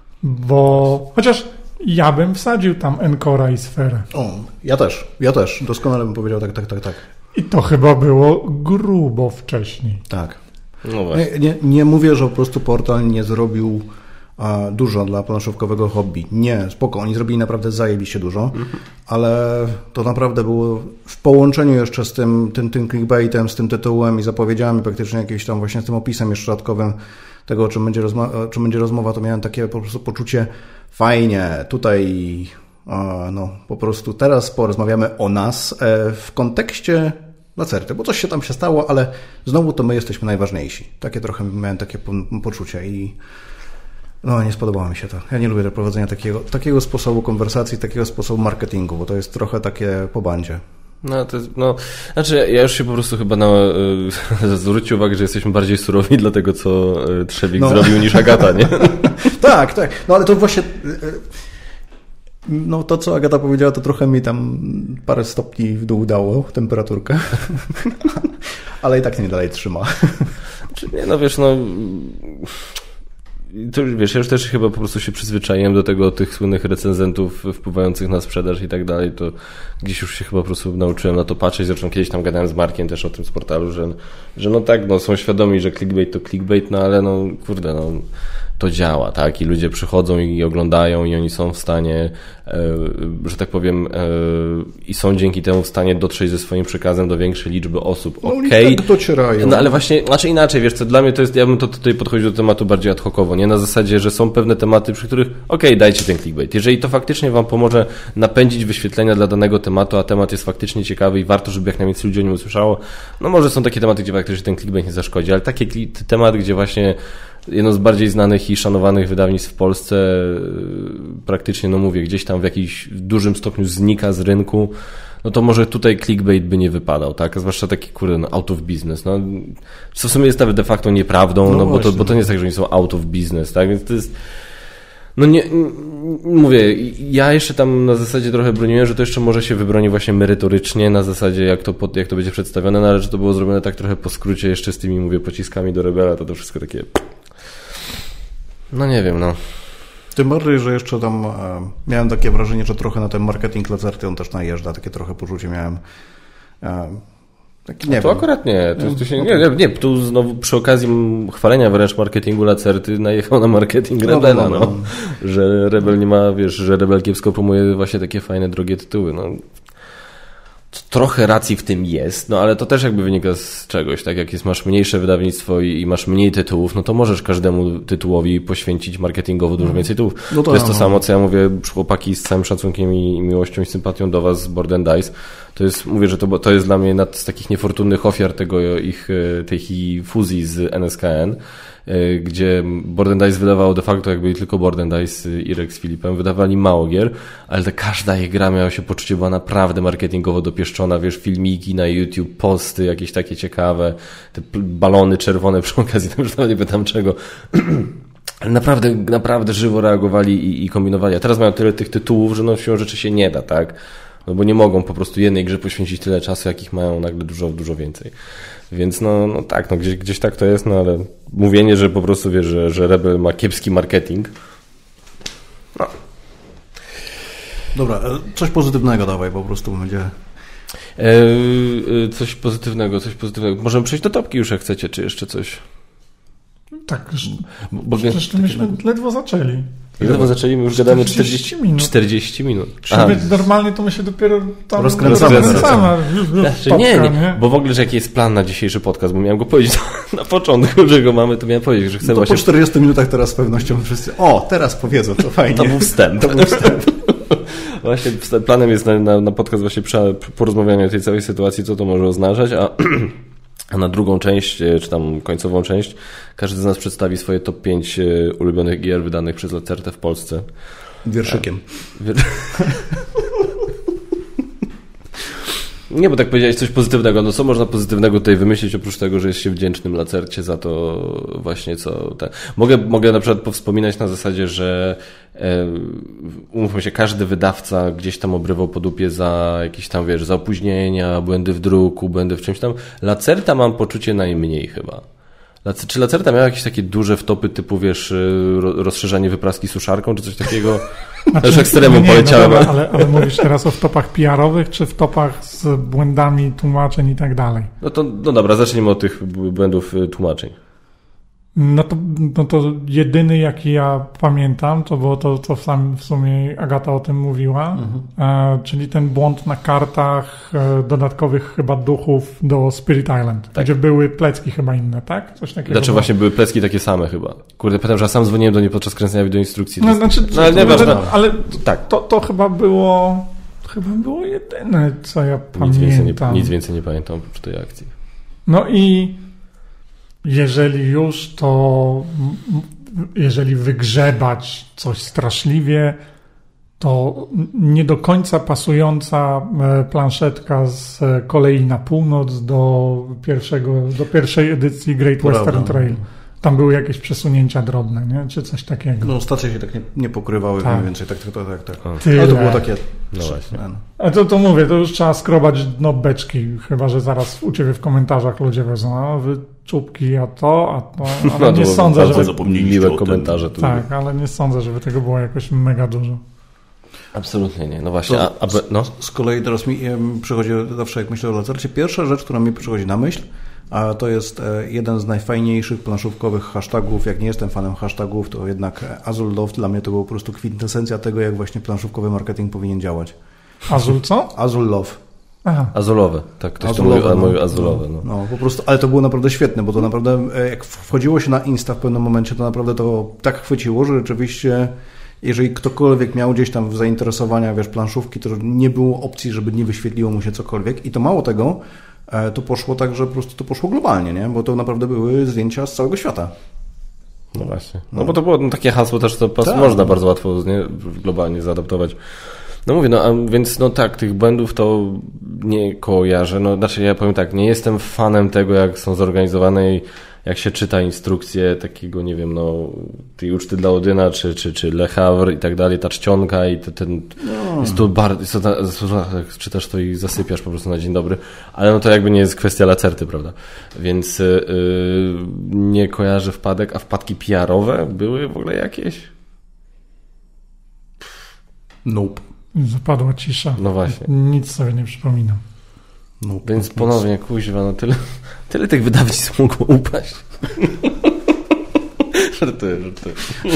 Bo chociaż ja bym wsadził tam Encora i Sferę. O, ja też, ja też, doskonale bym powiedział tak, tak, tak, tak. I to chyba było grubo wcześniej. Tak. No nie, nie, nie mówię, że po prostu portal nie zrobił dużo dla planszówkowego hobby. Nie, spoko, oni zrobili naprawdę zajebiście dużo, mhm. ale to naprawdę było w połączeniu jeszcze z tym, tym, tym clickbaitem, z tym tytułem i zapowiedziami, praktycznie jakimś tam właśnie z tym opisem jeszcze dodatkowym tego, o czym będzie, rozma- o czym będzie rozmowa, to miałem takie po prostu poczucie fajnie, tutaj no po prostu teraz porozmawiamy o nas w kontekście Lacerty, bo coś się tam się stało, ale znowu to my jesteśmy najważniejsi. Takie trochę miałem takie poczucie i no nie spodobało mi się to. Ja nie lubię prowadzenia takiego, takiego sposobu konwersacji, takiego sposobu marketingu, bo to jest trochę takie po bandzie. No, to jest, no, znaczy ja już się po prostu chyba na, y, zwrócił uwagę, że jesteśmy bardziej surowi dla tego, co Trzewik no. zrobił niż Agata, nie? tak, tak. No ale to właśnie no to, co Agata powiedziała, to trochę mi tam parę stopni w dół dało temperaturkę, ale i tak nie dalej trzyma. Nie, no wiesz, no to już wiesz, ja już też chyba po prostu się przyzwyczaiłem do tego, tych słynnych recenzentów wpływających na sprzedaż i tak dalej, to gdzieś już się chyba po prostu nauczyłem na to patrzeć, zresztą kiedyś tam gadałem z Markiem też o tym z portalu, że, że no tak, no są świadomi, że clickbait to clickbait, no ale no kurde, no to działa, tak? I ludzie przychodzą i oglądają i oni są w stanie, e, że tak powiem, e, i są dzięki temu w stanie dotrzeć ze swoim przekazem do większej liczby osób. No Okej. Okay. Tak docierają. No ale właśnie, znaczy inaczej, wiesz co, dla mnie to jest, ja bym to tutaj podchodził do tematu bardziej ad hocowo, nie? Na zasadzie, że są pewne tematy, przy których okej, okay, dajcie ten clickbait. Jeżeli to faktycznie wam pomoże napędzić wyświetlenia dla danego tematu, a temat jest faktycznie ciekawy i warto, żeby jak najwięcej ludzi o nim usłyszało, no może są takie tematy, gdzie faktycznie ten clickbait nie zaszkodzi, ale taki temat, gdzie właśnie jedno z bardziej znanych i szanowanych wydawnictw w Polsce praktycznie, no mówię, gdzieś tam w jakimś dużym stopniu znika z rynku, no to może tutaj clickbait by nie wypadał, tak? A zwłaszcza taki, kurde, no, out of business, no. Co w sumie jest nawet de facto nieprawdą, no, no bo, to, bo to nie jest tak, że oni są out of business, tak? Więc to jest... No nie, mówię, ja jeszcze tam na zasadzie trochę broniłem, że to jeszcze może się wybroni właśnie merytorycznie, na zasadzie jak to, jak to będzie przedstawione, no ale że to było zrobione tak trochę po skrócie jeszcze z tymi, mówię, pociskami do Rebela, to to wszystko takie... No nie wiem, no. Tym bardziej, że jeszcze tam e, miałem takie wrażenie, że trochę na ten marketing Lacerty on też najeżdża, takie trochę poczucie miałem. E, taki, nie to wiem. akurat nie. To, to się, nie, nie, nie. Tu znowu przy okazji chwalenia wręcz marketingu Lacerty najechał na marketing Rebela, no, no, no. Że Rebel nie ma, wiesz, że Rebel kiepsko promuje właśnie takie fajne, drogie tytuły, no. Trochę racji w tym jest, no ale to też jakby wynika z czegoś, tak jak jest, masz mniejsze wydawnictwo i, i masz mniej tytułów, no to możesz każdemu tytułowi poświęcić marketingowo dużo więcej tytułów. No to, to jest to no. samo, co ja mówię, chłopaki, z całym szacunkiem i miłością i sympatią do was z Board and Dice. To jest, mówię, że to, to jest dla mnie nad z takich niefortunnych ofiar tego ich, tej ich fuzji z N S K N, gdzie Board and Dice wydawało de facto, jak byli tylko Board and Dice, Irek z Filipem, wydawali mało gier, ale ta każda ich gra miała się poczucie, była naprawdę marketingowo dopieszczona, wiesz, filmiki na YouTube, posty jakieś takie ciekawe, te balony czerwone przy okazji, tam już nie pytam czego. Ale naprawdę, naprawdę żywo reagowali i, i kombinowali. A teraz mają tyle tych tytułów, że no siłą rzeczy się nie da, tak? No bo nie mogą po prostu jednej grze poświęcić tyle czasu, jakich mają nagle dużo, dużo więcej. Więc no, no tak, no gdzieś, gdzieś tak to jest, no ale mówienie, że po prostu wiesz, że, że Rebel ma kiepski marketing. No. Dobra, coś pozytywnego dawaj, po prostu będzie... Eee, coś pozytywnego, coś pozytywnego. Możemy przejść do topki już, jak chcecie, czy jeszcze coś? Tak, bo przecież to myśmy ledwo zaczęli. Ledwo zaczęli, my już gadamy czterdzieści minut. czterdzieści minut. Normalnie to my się dopiero tam rozkręcamy. rozkręcamy. Znaczy, nie, nie, nie, bo w ogóle, że jaki jest plan na dzisiejszy podcast, bo miałem go powiedzieć na początku, że go mamy, to miałem powiedzieć, że chcemy no to właśnie... po czterdziestu minutach teraz z pewnością wszyscy, o, teraz powiedzą, to fajnie. To był wstęp. To był wstęp. Właśnie planem jest na, na, na podcast właśnie porozmawiania o tej całej sytuacji, co to może oznaczać, a... A na drugą część, czy tam końcową część, każdy z nas przedstawi swoje top pięć ulubionych gier wydanych przez Lacertę w Polsce. Wierszykiem. Wier... Nie, bo tak powiedziałeś coś pozytywnego. No co można pozytywnego tutaj wymyślić, oprócz tego, że jest się wdzięcznym Lacercie za to właśnie co... Te... Mogę, mogę na przykład powspominać na zasadzie, że e, umówmy się, każdy wydawca gdzieś tam obrywał po dupie za jakieś tam, wiesz, za opóźnienia, błędy w druku, błędy w czymś tam. Lacerta mam poczucie najmniej chyba. Czy Lacerta miała jakieś takie duże wtopy typu, wiesz, rozszerzanie wypraski suszarką, czy coś takiego? Znaczy, już ekstremum poleciałem. No dobra, ale, ale mówisz teraz o wtopach P R-owych, czy wtopach z błędami tłumaczeń i tak dalej? No to, no dobra, zacznijmy od tych błędów tłumaczeń. No to, no to jedyny, jaki ja pamiętam, to było to, co sam w sumie Agata o tym mówiła, mhm. e, czyli ten błąd na kartach e, dodatkowych chyba duchów do Spirit Island, tak. Gdzie były plecki chyba inne, tak? Coś takiego. Znaczy było. właśnie były plecki takie same chyba. Kurde, pamiętam, że ja sam dzwoniłem do niej podczas kręcenia wideoinstrukcji. No, znaczy, no ale nieważne. Ale tak. to, to chyba było chyba było jedyne, co ja pamiętam. Nic więcej nie, nic więcej nie pamiętam oprócz tej akcji. No i jeżeli już, to jeżeli wygrzebać coś straszliwie, to nie do końca pasująca planszetka z kolei na północ do pierwszego, do pierwszej edycji Great Western Prawda. Trail. Tam były jakieś przesunięcia drobne, nie? Czy coś takiego. No stacje się tak nie, nie pokrywały tak. mniej więcej, tak, tak, tak. tak. Ale to było takie... No właśnie. A to, to mówię, to już trzeba skrobać dno beczki, chyba że zaraz u ciebie w komentarzach ludzie wezmą, a wy czubki, a to, a to, ale no, nie sądzę, że... Zapomnieliście komentarze. Tu. Tak, ale nie sądzę, żeby tego było jakoś mega dużo. Absolutnie nie. No właśnie. To, a, a, no. Z kolei teraz mi przychodzi zawsze, jak myślę o lacercie, pierwsza rzecz, która mi przychodzi na myśl, a to jest jeden z najfajniejszych planszówkowych hashtagów. Jak nie jestem fanem hashtagów, to jednak Azul Love dla mnie to była po prostu kwintesencja tego, jak właśnie planszówkowy marketing powinien działać. Azul co? Azul Love. Aha. Azulowe, tak, ktoś to mówił, ale mówił azulowe. No. No, po prostu, ale to było naprawdę świetne, bo to naprawdę, jak wchodziło się na Insta w pewnym momencie, to naprawdę to tak chwyciło, że rzeczywiście, jeżeli ktokolwiek miał gdzieś tam w zainteresowania, wiesz, planszówki, to nie było opcji, żeby nie wyświetliło mu się cokolwiek i to mało tego, to poszło tak, że po prostu to poszło globalnie, nie? Bo to naprawdę były zdjęcia z całego świata. No właśnie. No, no bo to było no, takie hasło też, to pas, można bardzo łatwo nie, globalnie zaadaptować. No mówię, no a więc no tak, tych błędów to nie kojarzę. No znaczy ja powiem tak, nie jestem fanem tego, jak są zorganizowane i jak się czyta instrukcje takiego, nie wiem, no tej uczty dla Odyna, czy, czy, czy Le Havre i tak dalej, ta czcionka i ten, ten no. jest to bardzo, jak czytasz to i zasypiasz po prostu na dzień dobry, ale no to jakby nie jest kwestia lacerty, prawda? Więc yy, nie kojarzę wpadek, a wpadki P R owe były w ogóle jakieś? Nope. Zapadła cisza. No właśnie. Nic sobie nie przypominam. No, Więc ponownie, kuźwa, no tyle, tyle tych wydawnictw mogło upaść. Żartuję, żartuję.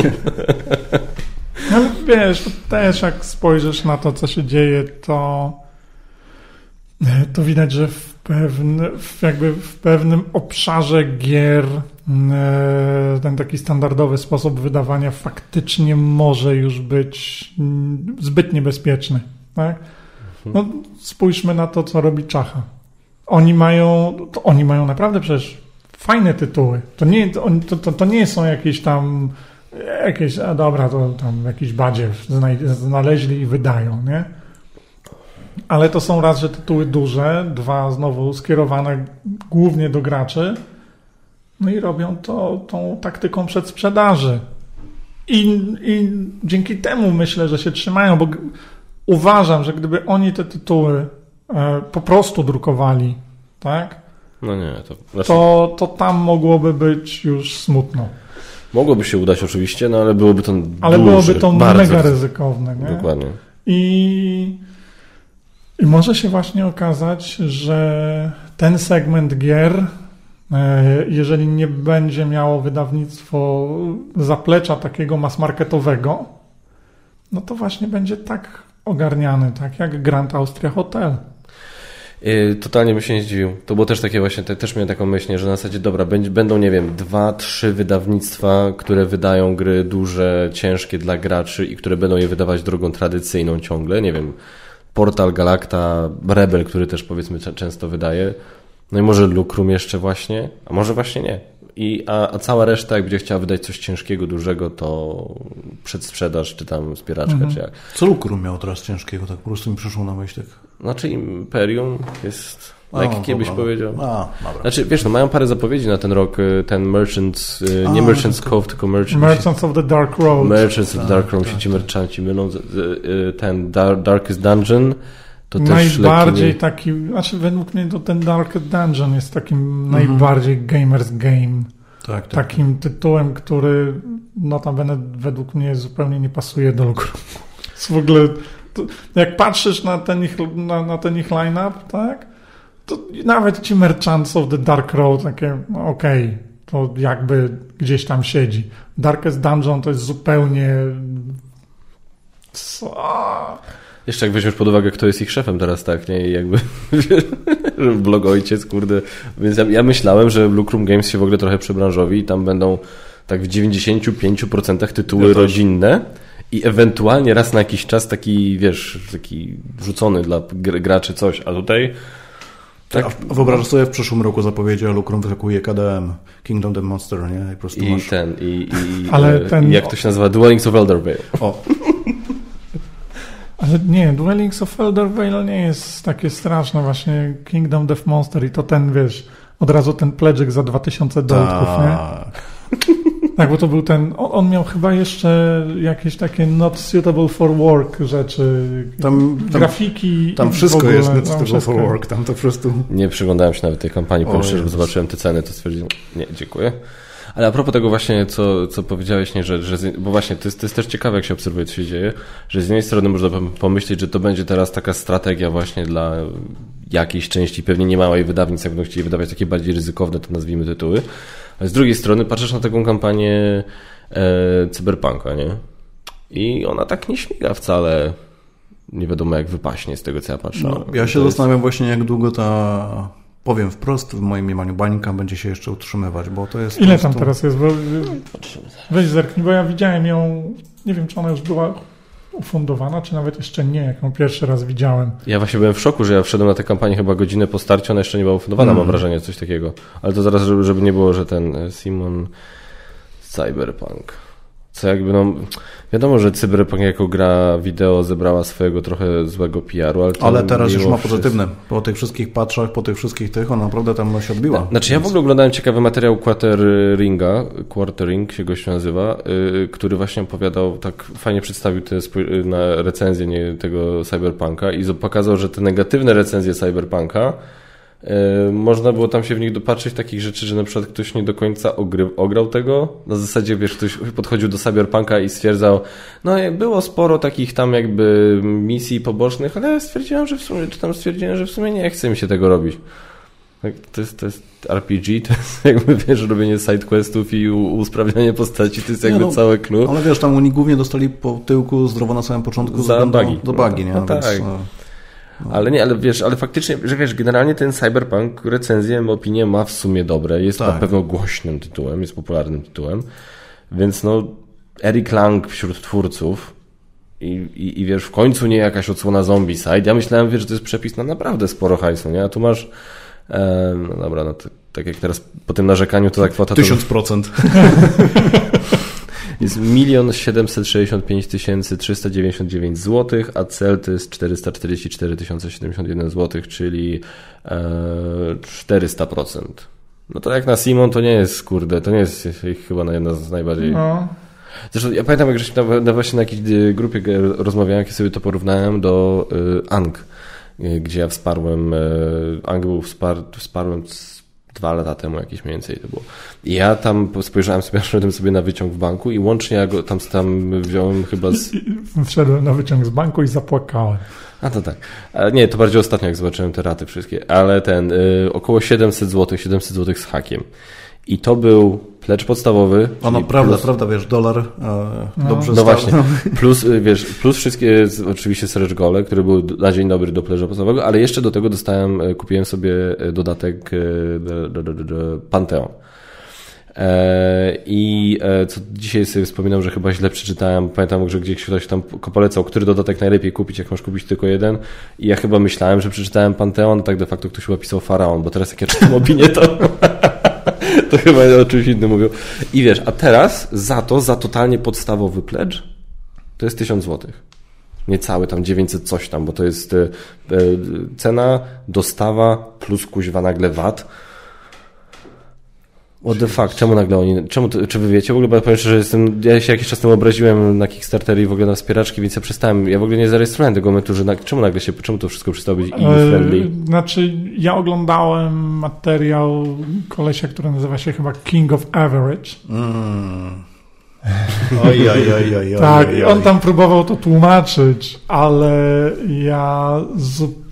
Ale wiesz, to też jak spojrzysz na to, co się dzieje, to to widać, że w, pewny, w, jakby w pewnym obszarze gier ten taki standardowy sposób wydawania faktycznie może już być zbyt niebezpieczny. Tak? No, spójrzmy na to, co robi Czacha. Oni mają, to oni mają naprawdę przecież fajne tytuły. To nie, to, to, to nie są jakieś tam jakieś, a dobra, to tam jakiś badziew znaleźli i wydają, nie? Ale to są raz, że tytuły duże, dwa znowu skierowane głównie do graczy, no i robią to tą taktyką przedsprzedaży. I, i dzięki temu myślę, że się trzymają, bo uważam, że gdyby oni te tytuły e, po prostu drukowali, tak? No nie, to... Znaczy... To, to tam mogłoby być już smutno. Mogłoby się udać oczywiście, no ale byłoby to Ale duży, byłoby to bardzo mega ryzykowne, nie? Dokładnie. I, I może się właśnie okazać, że ten segment gier, jeżeli nie będzie miało wydawnictwo zaplecza takiego mass-marketowego, no to właśnie będzie tak ogarniany, tak jak Grand Austria Hotel. Totalnie bym się nie zdziwił. To było też takie właśnie, te, też miałem taką myśl, że na zasadzie dobra, będzie, będą, nie wiem, dwa, trzy wydawnictwa, które wydają gry duże, ciężkie dla graczy i które będą je wydawać drogą tradycyjną ciągle, nie wiem, Portal, Galacta, Rebel, który też powiedzmy często wydaje, no i może Lucrum jeszcze właśnie, a może właśnie nie. I, a, a cała reszta, jak będzie chciała wydać coś ciężkiego, dużego, to przedsprzedaż, czy tam wspieraczka, mhm. czy jak. Co Lucrum miało teraz ciężkiego? Tak po prostu mi przyszło na myśl. Tak. Znaczy Imperium jest lekkie, byś powiedział. A, dobra. Znaczy, wiesz, no mają parę zapowiedzi na ten rok, ten Merchants, a, nie Merchants Cove, tylko Merchants. Merchants of the Dark Road. Merchants tak, of the Dark Road, się ci merchanci mylą. Ten Darkest Dungeon. To najbardziej też taki, znaczy według mnie to ten Darkest Dungeon jest takim mhm. najbardziej gamers game. Tak, tak, takim tak. tytułem, który notabene według mnie zupełnie nie pasuje do Lucrum. W ogóle, to, jak patrzysz na ten ich, na, na ten ich line-up, tak, to nawet ci Merchants of the Dark Road takie, no okej, okay, to jakby gdzieś tam siedzi. Darkest Dungeon to jest zupełnie... Co? Jeszcze jak weźmiesz pod uwagę, kto jest ich szefem teraz, tak, nie? I jakby blog ojciec, kurde. Więc ja, ja myślałem, że Lucrum Games się w ogóle trochę przebranżowi i tam będą tak w dziewięćdziesiąt pięć procent tytuły ja rodzinne i ewentualnie raz na jakiś czas taki, wiesz, taki rzucony dla graczy coś, a tutaj... Tak. A wyobrażasz sobie w przyszłym roku zapowiedzi, a Lucrum wyskakuje K D M, Kingdom the Monster, nie? I po prostu I masz... ten, i, i, Ale i ten... jak to się nazywa? Dwellings of Eldervale. O. Ale nie, Dwellings of Eldervale nie jest takie straszne, właśnie Kingdom Death Monster i to ten, wiesz, od razu ten pledżyk za dwa tysiące dolków, nie? Tak, bo to był ten, on, on miał chyba jeszcze jakieś takie not suitable for work rzeczy, tam, tam, grafiki. Tam wszystko ogóle, jest not tam suitable wszystko. for work, tam to po prostu... Nie przyglądałem się nawet tej kampanii, powiem szczerze, zobaczyłem te ceny, to stwierdziłem, nie, dziękuję. Ale a propos tego właśnie, co, co powiedziałeś, nie, że, że bo właśnie to jest, to jest też ciekawe, jak się obserwuje, co się dzieje, że z jednej strony można pomyśleć, że to będzie teraz taka strategia właśnie dla jakiejś części, pewnie niemałej wydawnictw, jak będą chcieli wydawać takie bardziej ryzykowne, to nazwijmy, tytuły, ale z drugiej strony patrzysz na taką kampanię e, Cyberpunka, nie? I ona tak nie śmiga wcale, nie wiadomo jak wypaśnie z tego, co ja patrzę. No, ja się zastanawiam jest... właśnie, jak długo ta... Powiem wprost, w moim mniemaniu bańka będzie się jeszcze utrzymywać, bo to jest... Ile prostu... tam teraz jest? Bo... Weź zerknij, bo ja widziałem ją, nie wiem, czy ona już była ufundowana, czy nawet jeszcze nie, jak ją pierwszy raz widziałem. Ja właśnie byłem w szoku, że ja wszedłem na tę kampanię chyba godzinę po starciu, ona jeszcze nie była ufundowana, mm. mam wrażenie, coś takiego. Ale to zaraz, żeby, żeby nie było, że ten Simon Cyberpunk... Co jakby, no, wiadomo, że Cyberpunk jako gra wideo zebrała swojego trochę złego P R u, ale, ale teraz już ma wszystko. pozytywne. Po tych wszystkich patrzach, po tych wszystkich tych, ona naprawdę tam się odbiła. Znaczy ja w ogóle oglądałem ciekawy materiał Quarteringa, Quartering się goś nazywa, yy, który właśnie opowiadał, tak fajnie przedstawił te spoj- na recenzję nie, tego Cyberpunka i pokazał, że te negatywne recenzje Cyberpunka można było tam się w nich dopatrzyć takich rzeczy, że na przykład ktoś nie do końca ogry, ograł tego. Na zasadzie, wiesz, ktoś podchodził do Cyberpunka i stwierdzał, no było sporo takich tam jakby misji pobocznych, ale stwierdziłem, że w sumie, czy tam stwierdziłem, że w sumie nie chce mi się tego robić. To jest, to jest R P G, to jest jakby, wiesz, robienie sidequestów i usprawnianie postaci, to jest jakby no, całe clue. Ale wiesz, tam oni głównie dostali po tyłku zdrowo na samym początku za bugi. Do bugi, nie? No, no, tak. No. No. Ale nie, ale wiesz, ale faktycznie, że wiesz, generalnie ten Cyberpunk recenzję, opinię ma w sumie dobre, jest tak. na pewno głośnym tytułem, jest popularnym tytułem, więc no Eric Lang wśród twórców i, i, i wiesz, w końcu nie jakaś odsłona Zombicide, ja myślałem, wiesz, że to jest przepis na naprawdę sporo hajsu, nie, a tu masz e, no dobra, no to, tak jak teraz po tym narzekaniu to ta kwota... Tysiąc procent. Jest milion siedemset sześćdziesiąt pięć tysięcy trzysta dziewięćdziesiąt dziewięć złotych, a cel to jest czterysta czterdzieści cztery tysiące siedemdziesiąt jeden złotych, czyli e, czterysta procent. No to jak na Simon to nie jest, kurde, to nie jest chyba jedna z najbardziej... No. Zresztą ja pamiętam, jak żeśmy na, na właśnie na jakiejś grupie rozmawiałem, jak sobie to porównałem do y, A N G, y, gdzie ja wsparłem, y, A N G był wspar, wsparłem dwa lata temu jakieś mniej więcej to było. I ja tam spojrzałem sobie, wszedłem sobie na wyciąg w banku i łącznie ja go tam, tam wziąłem chyba z... Wszedłem na wyciąg z banku i zapłakałem. A to tak. A nie, to bardziej ostatnio jak zobaczyłem te raty wszystkie, ale ten y, około siedemset złotych, siedemset złotych z hakiem. I to był pledge podstawowy. A no prawda, plus... prawda, wiesz, dolar e, no. dobrze No właśnie, plus, wiesz, plus wszystkie oczywiście stretch gole, które były na dzień dobry do pledge'a podstawowego, ale jeszcze do tego dostałem, kupiłem sobie dodatek do, do, do, do Pantheon. E, I e, co dzisiaj sobie wspominam, że chyba źle przeczytałem, pamiętam, że gdzieś ktoś tam polecał, który dodatek najlepiej kupić, jak masz kupić tylko jeden, i ja chyba myślałem, że przeczytałem Pantheon, tak de facto ktoś chyba pisał Faraon, bo teraz jak ja czytam opinię, to to chyba o czymś innym mówią. I wiesz, a teraz za to, za totalnie podstawowy pledge to jest tysiąc złotych. Niecały tam dziewięćset coś tam, bo to jest e, cena, dostawa plus kuźwa nagle V A T. What the fuck, czemu nagle oni, czemu to, czy wy wiecie? W ogóle bo ja powiem, że jestem, ja się jakiś czas temu obraziłem na Kickstarter i w ogóle na wspieraczki, więc ja przestałem, ja w ogóle nie zarejestrowałem tego momentu, że na, czemu nagle się, czemu to wszystko przestało być E U-friendly? Yy, znaczy, ja oglądałem materiał kolesia, który nazywa się chyba King of Average. Mm. Oj, oj, oj, oj, tak, oj, oj. i on tam próbował to tłumaczyć, ale ja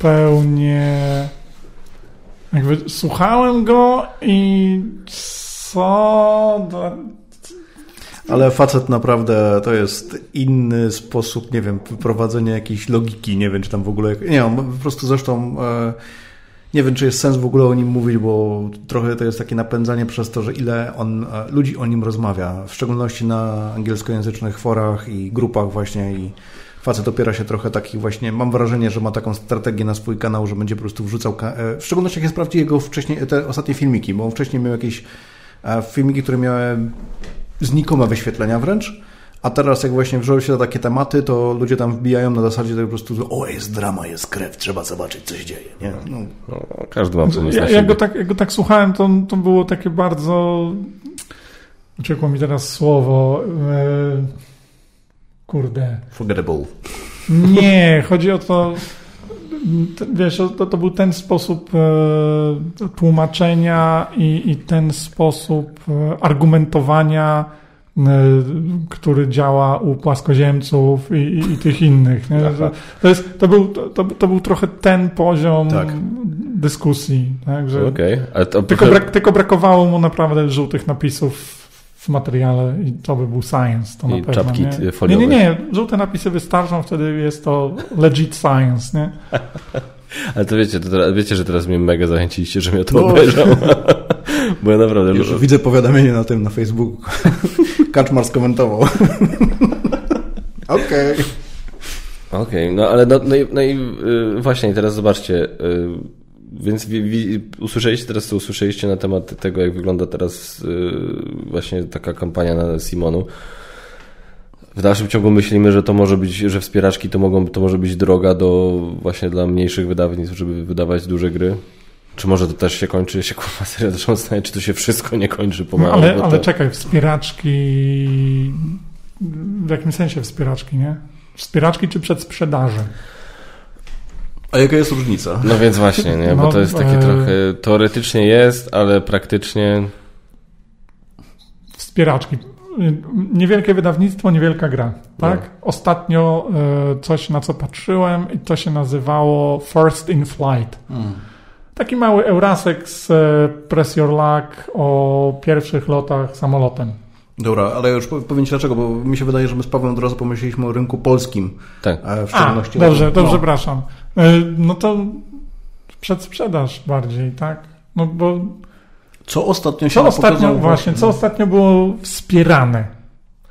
zupełnie jakby słuchałem go i co? Do... Ale facet naprawdę to jest inny sposób, nie wiem, prowadzenia jakiejś logiki, nie wiem, czy tam w ogóle... Nie, on po prostu zresztą... E, nie wiem, czy jest sens w ogóle o nim mówić, bo trochę to jest takie napędzanie przez to, że ile on, ludzi o nim rozmawia, w szczególności na angielskojęzycznych forach i grupach właśnie i facet opiera się trochę takich właśnie, mam wrażenie, że ma taką strategię na swój kanał, że będzie po prostu wrzucał, w szczególności jak sprawdzi jego wcześniej, te ostatnie filmiki, bo on wcześniej miał jakieś filmiki, które miały znikome wyświetlenia wręcz, a teraz jak właśnie wziął się na takie tematy, to ludzie tam wbijają na zasadzie tak po prostu, o jest drama, jest krew, trzeba zobaczyć, co się dzieje. Nie? No. No, każdy ma coś ja, jak, go tak, jak go tak słuchałem, to, to było takie bardzo... Uciekło mi teraz słowo. E... Kurde. Forgettable. Nie, chodzi o to... Wiesz, to, to był ten sposób e, tłumaczenia i, i ten sposób e, argumentowania, który działa u płaskoziemców i, i, i tych innych. Nie? To, jest, to, był, to, to był trochę ten poziom tak. dyskusji. Tak? Że okay. Ale to... tylko, brak, tylko brakowało mu naprawdę żółtych napisów w materiale i to by był science. To I na pewno, czapki nie? foliowe. Nie, nie, nie. Żółte napisy wystarczą, wtedy jest to legit science. Nie? Ale to wiecie, to teraz, wiecie, że teraz mnie mega zachęciliście, żebym ja to no. obejrzał. Bo ja naprawdę... Już lubię. Widzę powiadomienie na tym, na Facebooku. Kaczmar skomentował. Okej. Okej, okay, no ale no, no, i, no i yy, właśnie teraz zobaczcie, yy, więc wi, wi, usłyszeliście teraz, co usłyszeliście na temat tego, jak wygląda teraz yy, właśnie taka kampania na Simonu. W dalszym ciągu myślimy, że to może być, że wspieraczki to mogą, to może być droga do właśnie dla mniejszych wydawnictw, żeby wydawać duże gry. Czy może to też się kończy, się kurwa serio zaczną stać, czy to się wszystko nie kończy pomału? No ale, to... ale czekaj, wspieraczki... W jakim sensie wspieraczki, nie? Wspieraczki czy przedsprzedaże? A jaka jest różnica? No więc właśnie, nie? Bo no, to jest takie e... trochę... Teoretycznie jest, ale praktycznie... Wspieraczki. Niewielkie wydawnictwo, niewielka gra, tak? No. Ostatnio e, coś, na co patrzyłem i to się nazywało First in Flight. Hmm. Taki mały Eurasek z Press Your Luck o pierwszych lotach samolotem. Dobra, ale już powiem Ci dlaczego, bo mi się wydaje, że my z Pawłem od razu pomyśleliśmy o rynku polskim. Tak. W szczególności. A, dobrze, to no. przepraszam. No to przedsprzedaż bardziej, tak? No bo... Co ostatnio się co ostatnio, właśnie, co ostatnio było wspierane?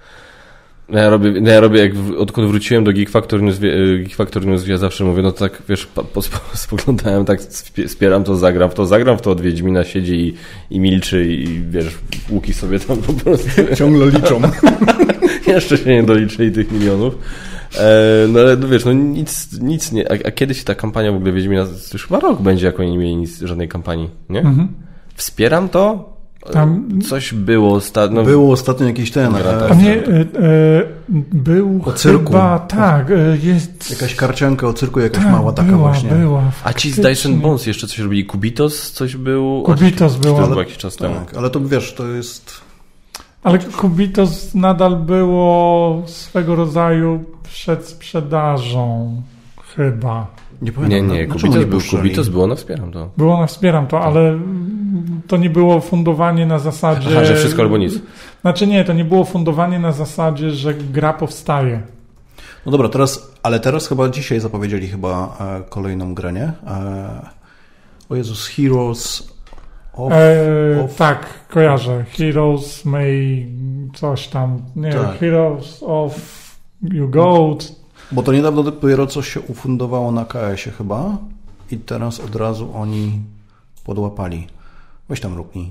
Ja robię, ja robię jak w, odkąd wróciłem do Geek Factor News, Geek Factor News, ja zawsze mówię, no to tak, wiesz, po, po, spoglądałem, tak wspieram to, zagram w to, zagram w to, od Wiedźmina siedzi i, i milczy i, wiesz, łuki sobie tam po prostu... Ciągle liczą. Jeszcze się nie doliczyli tych milionów. E, no ale, no wiesz, no nic, nic nie... A, a kiedy się ta kampania w ogóle Wiedźmina, to już chyba rok będzie, jak oni nie mieli nic, żadnej kampanii, nie? Mhm. Wspieram to? Tam coś było ostatnio. No, było ostatnio jakiś ten. A nie, e, e, był o cyrku. Chyba, tak. Jest... Jakaś karcianka o cyrku, jakaś tak, mała taka była, właśnie. Była, a ci z Dyson Bones jeszcze coś robili? Kubitos coś był? Kubitos było. To był jakiś czas tak, temu. Ale to wiesz, to jest... Ale Kubitos nadal było swego rodzaju przedsprzedażą. Chyba. Nie, nie, nie. Kubitos, był, Kubitos było na Wspieram to. Było na Wspieram to, ale to nie było fundowanie na zasadzie... Aha, że wszystko albo nic. Znaczy nie, to nie było fundowanie na zasadzie, że gra powstaje. No dobra, teraz, ale teraz chyba dzisiaj zapowiedzieli chyba e, kolejną grę, nie? E, o Jezus, Heroes of, e, of... Tak, kojarzę. Heroes may coś tam. Nie, tak. Heroes of You Go... Bo to niedawno dopiero coś się ufundowało na K S-ie chyba i teraz od razu oni podłapali. Weź tam ruknij.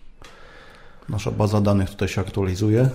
Nasza baza danych tutaj się aktualizuje.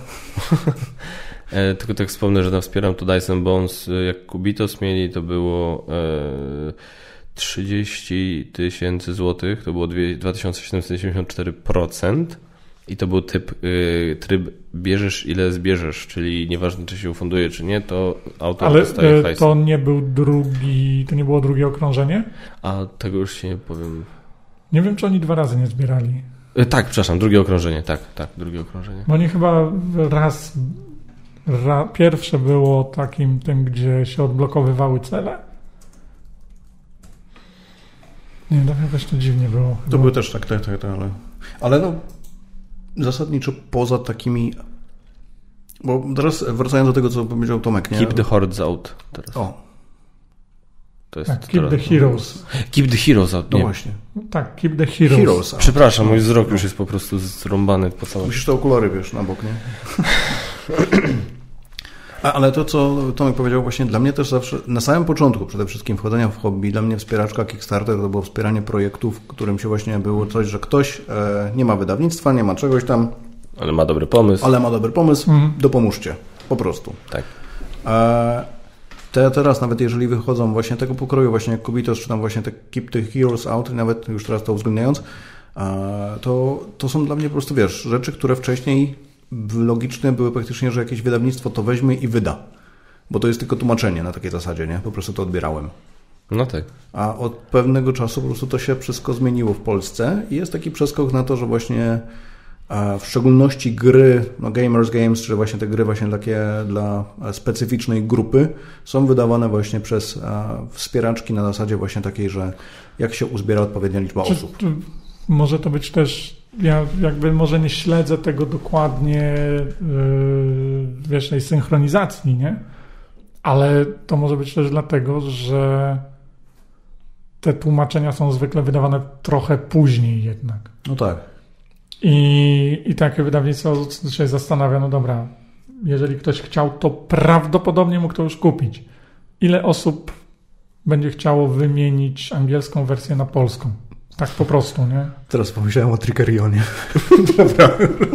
e, tylko tak wspomnę, że tam wspieram to Dyson Bones. Jak Kubitos mieli, to było e, trzydzieści tysięcy złotych. To było dwa tysiące siedemset siedemdziesiąt cztery procent. I to był typ, y, tryb bierzesz ile zbierzesz, czyli nieważne czy się ufunduje czy nie, to autor ale dostaje hajs. To nie był drugi, to nie było drugie okrążenie? A tego już się nie powiem. Nie wiem, czy oni dwa razy nie zbierali. Y, tak, przepraszam, drugie okrążenie, tak, tak, drugie okrążenie. Bo oni chyba raz, ra, pierwsze było takim tym, gdzie się odblokowywały cele. Nie, to jakoś to dziwnie było. To były też tak, tak, tak, tak, ale... Ale no... zasadniczo poza takimi... Bo teraz wracając do tego, co powiedział Tomek, nie? Keep the hordes out. Teraz. O. To jest tak, keep teraz... the heroes. Keep the heroes out. No właśnie. Tak, keep the heroes. heroes Przepraszam, mój wzrok już jest po prostu zrąbany po całym... Musisz te okulary, wiesz, na bok, nie? A, ale to, co Tomek powiedział, właśnie dla mnie też zawsze, na samym początku przede wszystkim wchodzenia w hobby, dla mnie wspieraczka Kickstarter to było wspieranie projektów, w którym się właśnie było coś, że ktoś e, nie ma wydawnictwa, nie ma czegoś tam. Ale ma dobry pomysł. Ale ma dobry pomysł, mhm. dopomóżcie. Po prostu. Tak. E, te teraz, nawet jeżeli wychodzą właśnie tego pokroju, właśnie jak Kubitos, czy tam właśnie te Keep the Heroes Out, nawet już teraz to uwzględniając, e, to, to są dla mnie po prostu, wiesz, rzeczy, które wcześniej logiczne były praktycznie, że jakieś wydawnictwo to weźmie i wyda. Bo to jest tylko tłumaczenie na takiej zasadzie, nie? Po prostu to odbierałem. No tak. A od pewnego czasu po prostu to się wszystko zmieniło w Polsce i jest taki przeskok na to, że właśnie w szczególności gry, no Gamers Games, czy właśnie te gry właśnie takie dla specyficznej grupy są wydawane właśnie przez wspieraczki na zasadzie właśnie takiej, że jak się uzbiera odpowiednia liczba czy, osób. Czy może to być też, ja jakby może nie śledzę tego dokładnie, yy, wiesz, tej synchronizacji, nie? Ale to może być też dlatego, że te tłumaczenia są zwykle wydawane trochę później jednak. No tak. I, i takie wydawnictwo się zastanawia, no dobra, jeżeli ktoś chciał, to prawdopodobnie mógł to już kupić. Ile osób będzie chciało wymienić angielską wersję na polską? Tak po prostu, nie? Teraz pomyślałem o Trickerionie. Dobra.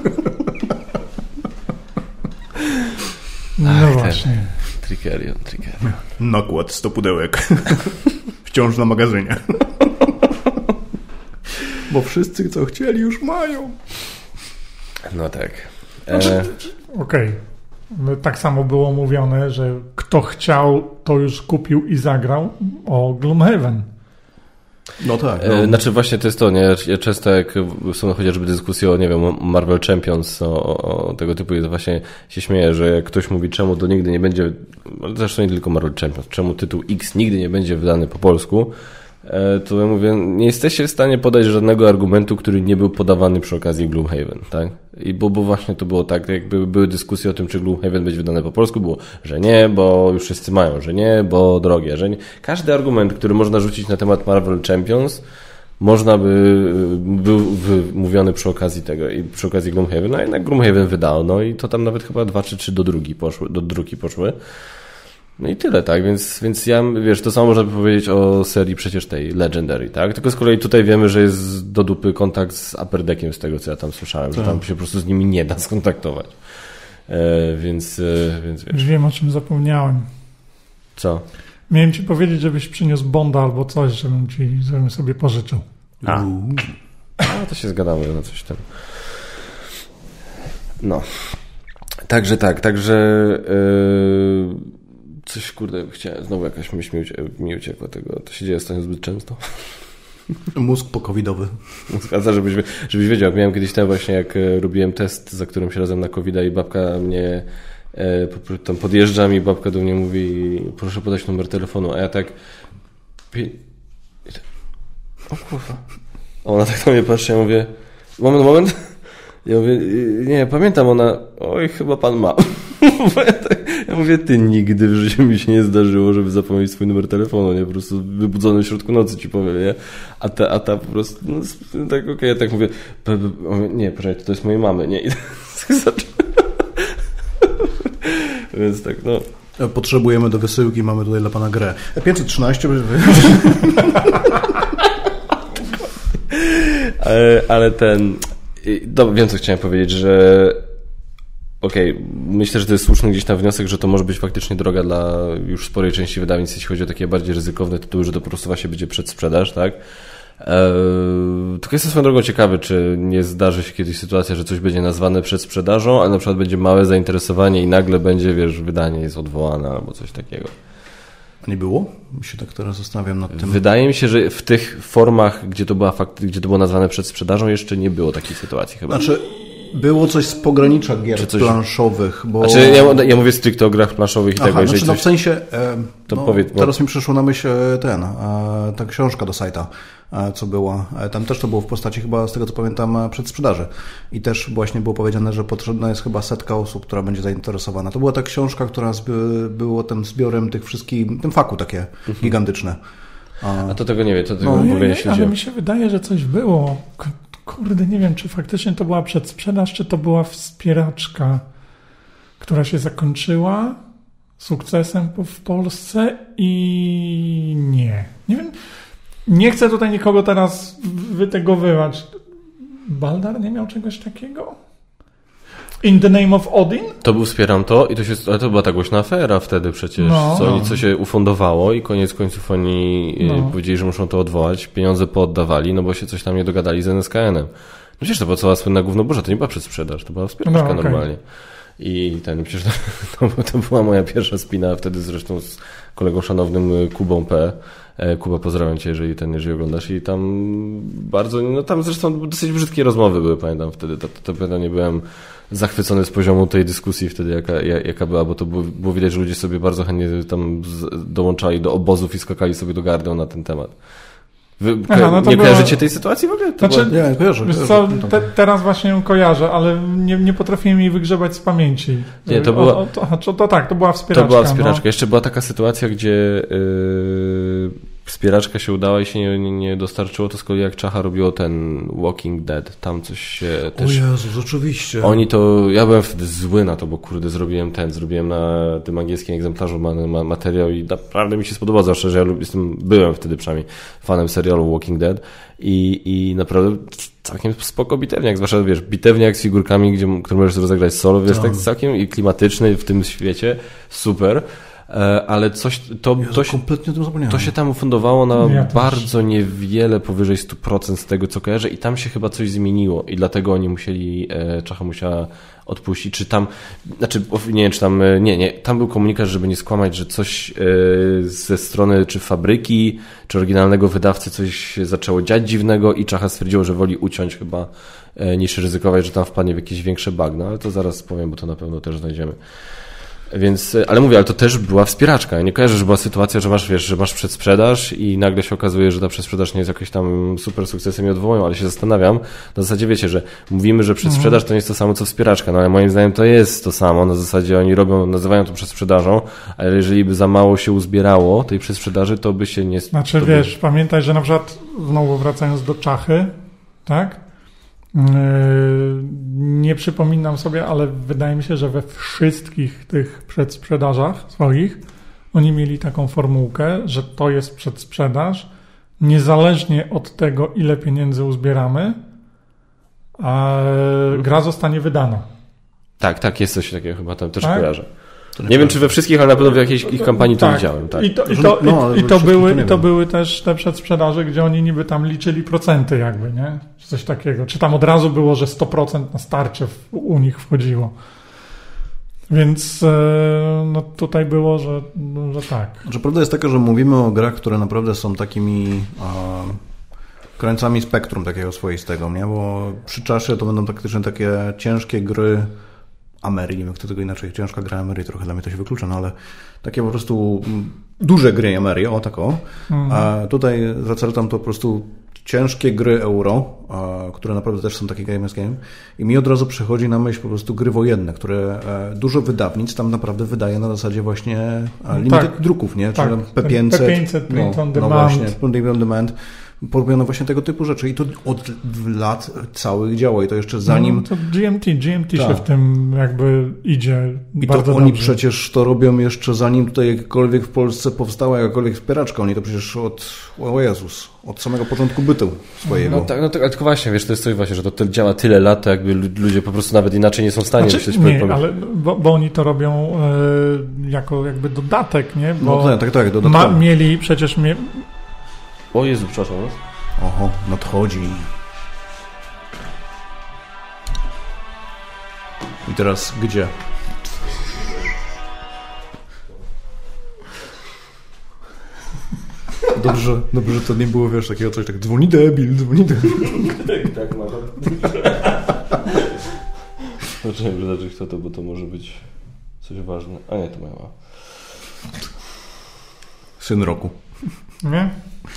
No Ach, właśnie. Trickerion, Trickerion. Nakład sto pudełek. Wciąż na magazynie. Bo wszyscy, co chcieli, już mają. No tak. Znaczy, e... Okej. Okay. Tak samo było mówione, że kto chciał, to już kupił i zagrał o Gloomhaven. No tak. No. E, znaczy właśnie to jest to, nie? Ja często jak są chociażby dyskusje o, nie wiem, Marvel Champions, o, o tego typu, to właśnie się śmieję, że jak ktoś mówi, czemu to nigdy nie będzie, zresztą nie tylko Marvel Champions, czemu tytuł X nigdy nie będzie wydany po polsku, e, to ja mówię, nie jesteście w stanie podać żadnego argumentu, który nie był podawany przy okazji Gloomhaven, tak? I bo, bo właśnie to było tak, jakby były dyskusje o tym, czy Gloomhaven będzie wydane po polsku, było, że nie, bo już wszyscy mają, że nie, bo drogie, że nie. Każdy argument, który można rzucić na temat Marvel Champions, można by był wymówiony przy okazji tego i przy okazji Gloomhaven, no jednak Gloomhaven wydał, no i to tam nawet chyba dwa czy trzy do drugi poszły, do druki poszły. No i tyle, tak, więc, więc ja, wiesz, to samo można by powiedzieć o serii przecież tej Legendary, tak, tylko z kolei tutaj wiemy, że jest do dupy kontakt z Upper Deckiem, z tego co ja tam słyszałem, tak. Że tam się po prostu z nimi nie da skontaktować, e, więc, e, więc wiesz. Już wiem, o czym zapomniałem. Co? Miałem ci powiedzieć, żebyś przyniósł Bonda albo coś, żebym ci, żebym sobie pożyczył. A, A to się zgadamy na coś tam. No. Także tak, także yy... coś, kurde, chciałem, znowu jakaś myśl mi, ucie, mi uciekła tego. To się dzieje ostatnio zbyt często. Mózg pokowidowy. A za, żebyś, żebyś wiedział, miałem kiedyś ten właśnie, jak robiłem test za którymś razem na kowida i babka mnie e, tam podjeżdżam i babka do mnie mówi, proszę podać numer telefonu, a ja tak pie... o kurwa. A ona tak na mnie patrzy, ja mówię, moment, moment. Ja mówię, nie, pamiętam, ona, oj, chyba pan ma. Ja mówię, ty nigdy w życiu mi się nie zdarzyło, żeby zapomnieć swój numer telefonu, nie? Po prostu wybudzony w środku nocy ci powiem, nie? A ta, a ta po prostu, no, tak okej, okay, ja tak mówię, nie, proszę, to jest mojej mamy, nie? I tak więc tak, no. Potrzebujemy do wysyłki, mamy tutaj dla pana grę. pięćset trzynaście ale, ale ten... Dobra, wiem, co chciałem powiedzieć, że okej, okay, myślę, że to jest słuszny gdzieś tam wniosek, że to może być faktycznie droga dla już sporej części wydawnictw, jeśli chodzi o takie bardziej ryzykowne tytuły, że to po prostu właśnie będzie przedsprzedaż, tak? Eee, tylko jestem swoją drogą ciekawy, czy nie zdarzy się kiedyś sytuacja, że coś będzie nazwane przedsprzedażą, a na przykład będzie małe zainteresowanie i nagle będzie, wiesz, wydanie jest odwołane albo coś takiego. Nie było? Się tak teraz zastanawiam nad tym. Wydaje mi się, że w tych formach, gdzie to, była fakt, gdzie to było nazwane przed sprzedażą, jeszcze nie było takiej sytuacji chyba. Znaczy, Było coś z pogranicza gier coś... planszowych, bo... Znaczy, ja, ja mówię stricte o grach planszowych i Aha, tego, jeżeli znaczy, coś... no w sensie, e, to no, powiedz, bo... teraz mi przyszło na myśl ten, e, ta książka do sajta, e, co była. E, tam też to było w postaci chyba, z tego co pamiętam, przedsprzedaży. I też właśnie było powiedziane, że potrzebna jest chyba setka osób, która będzie zainteresowana. To była ta książka, która zby, było tym zbiorem tych wszystkich, tym faku takie mhm. gigantyczne. A, A to tego nie wiem, to tego no, w ogóle nie śledziłem. Ale mi się wydaje, że coś było. Kurde, nie wiem, czy faktycznie to była przedsprzedaż, czy to była wspieraczka, która się zakończyła sukcesem w Polsce i nie. Nie wiem, nie chcę tutaj nikogo teraz wytegowywać. Baldar nie miał czegoś takiego? In the name of Odin? To był Wspieram to i to się, ale to była ta głośna afera wtedy przecież, no, co, oni, co się ufundowało i koniec końców oni no. powiedzieli, że muszą to odwołać, pieniądze pooddawali, no bo się coś tam nie dogadali z N S K N-em. No przecież to była cała słynna gównoburza, to nie była przedsprzedaż, to była wspieraczka no, okay. normalnie. I ten, przecież to, to była moja pierwsza spina, wtedy zresztą z kolegą szanownym Kubą P. Kuba, pozdrawiam Cię, jeżeli ten, jeżeli oglądasz i tam bardzo, no tam zresztą dosyć brzydkie rozmowy były, pamiętam wtedy, to, to, to nie byłem zachwycony z poziomu tej dyskusji wtedy, jaka, jaka była, bo to było, było widać, że ludzie sobie bardzo chętnie tam z, dołączali do obozów i skakali sobie do gardeł na ten temat. Wy Aha, no nie było... kojarzycie tej sytuacji w ogóle? To znaczy, było... Nie, kojarzę. kojarzę. Co, te, teraz właśnie ją kojarzę, ale nie, nie potrafiłem jej wygrzebać z pamięci. Nie, to była... O, o, to, to, to tak, to była wspieraczka. To była wspieraczka. No. Jeszcze była taka sytuacja, gdzie yy, wspieraczka się udała i się nie, nie, nie dostarczyło, to z kolei jak Czacha robiło ten Walking Dead, tam coś się też... O Jezus, oczywiście. Oni to... Ja byłem wtedy zły na to, bo kurde, zrobiłem ten, zrobiłem na tym angielskim egzemplarzu ma, ma, materiał i naprawdę mi się spodobał, zwłaszcza, że ja jestem, byłem wtedy przynajmniej fanem serialu Walking Dead i, i naprawdę całkiem spoko bitewniak, zwłaszcza, wiesz, bitewniak z figurkami, gdzie, który możesz rozegrać solo, wiesz, tak całkiem i klimatyczny w tym świecie, super. Ale coś, to, Jezu, to, się, to się tam ufundowało na ja bardzo niewiele powyżej sto procent z tego, co kojarzę i tam się chyba coś zmieniło i dlatego oni musieli, Czacha musiała odpuścić, czy tam, znaczy, nie wiem, czy tam, nie, nie, tam był komunikat, żeby nie skłamać, że coś ze strony, czy fabryki, czy oryginalnego wydawcy coś zaczęło dziać dziwnego i Czacha stwierdziło, że woli uciąć chyba, niż ryzykować, że tam wpadnie w jakieś większe bagna, ale to zaraz powiem, bo to na pewno też znajdziemy. Więc, ale mówię, ale to też była wspieraczka. Ja nie kojarzę, że była sytuacja, że masz, wiesz, że masz przedsprzedaż i nagle się okazuje, że ta przedsprzedaż nie jest jakoś tam super sukcesem i odwołują, ale się zastanawiam. Na zasadzie wiecie, że mówimy, że przedsprzedaż to nie jest to samo co wspieraczka, no ale moim zdaniem to jest to samo. Na zasadzie oni robią, nazywają to przedsprzedażą, ale jeżeli by za mało się uzbierało tej przedsprzedaży, to by się nie... Znaczy wiesz, by... pamiętaj, że na przykład znowu wracając do Czachy, tak? Nie przypominam sobie, ale wydaje mi się, że we wszystkich tych przedsprzedażach swoich oni mieli taką formułkę, że to jest przedsprzedaż niezależnie od tego, ile pieniędzy uzbieramy, a gra zostanie wydana. Tak, tak, jest coś takiego, chyba tam też tak? kojarzę. Nie, nie wiem, czy we wszystkich, ale na pewno w jakiejś ich kampanii to tak. widziałem. Tak. I to, i to, no, i, i to, były, to, to były też te przedsprzedaże, gdzie oni niby tam liczyli procenty jakby, nie? Czy coś takiego. Czy tam od razu było, że sto procent na starcie w, u nich wchodziło. Więc no, tutaj było, że, że tak. Znaczy, prawda jest taka, że mówimy o grach, które naprawdę są takimi a, krańcami spektrum takiego swoistego, nie? Bo przy Czasie to będą praktycznie takie ciężkie gry Amerii, nie wiem kto tego inaczej, ciężka gra Amerii, trochę dla mnie to się wyklucza, no ale takie po prostu duże gry Amerii, o tak o. Mhm. A tutaj za Celtą to po prostu ciężkie gry euro, a, które naprawdę też są takie game game i mi od razu przychodzi na myśl po prostu gry wojenne, które e, dużo wydawnic tam naprawdę wydaje na zasadzie właśnie a, limited tak. druków, nie? Tak. Czyli P pięćset, P pięćset print no, on demand. No właśnie, print on demand. Porobiono właśnie tego typu rzeczy i to od lat całych działa i to jeszcze zanim... No, to G M T, G M T tak. się w tym jakby idzie I bardzo to oni dobrze. przecież to robią jeszcze zanim tutaj jakkolwiek w Polsce powstała jakakolwiek wspieraczka. Oni to przecież od, o Jezus, od samego początku bytu swojego. No tak, no tak, ale tylko właśnie, wiesz, to jest coś właśnie, że to, to działa tyle lat, to jakby ludzie po prostu nawet inaczej nie są w stanie znaczy, myśleć. Nie, po... ale bo, bo oni to robią y, jako jakby dodatek, nie? Bo no tak, tak, tak dodatkowo. Ma, mieli przecież... Mie... O Jezu, przepraszam. Oho, nadchodzi. I teraz gdzie? Dobrze, dobrze, że to nie było, wiesz, takiego coś tak dzwoni debil, dzwoni debil. Tak, tak, ma to. Zacząłem wydarzyć kto to, bo to może być coś ważne. A nie, to moja mama. Syn roku. Nie?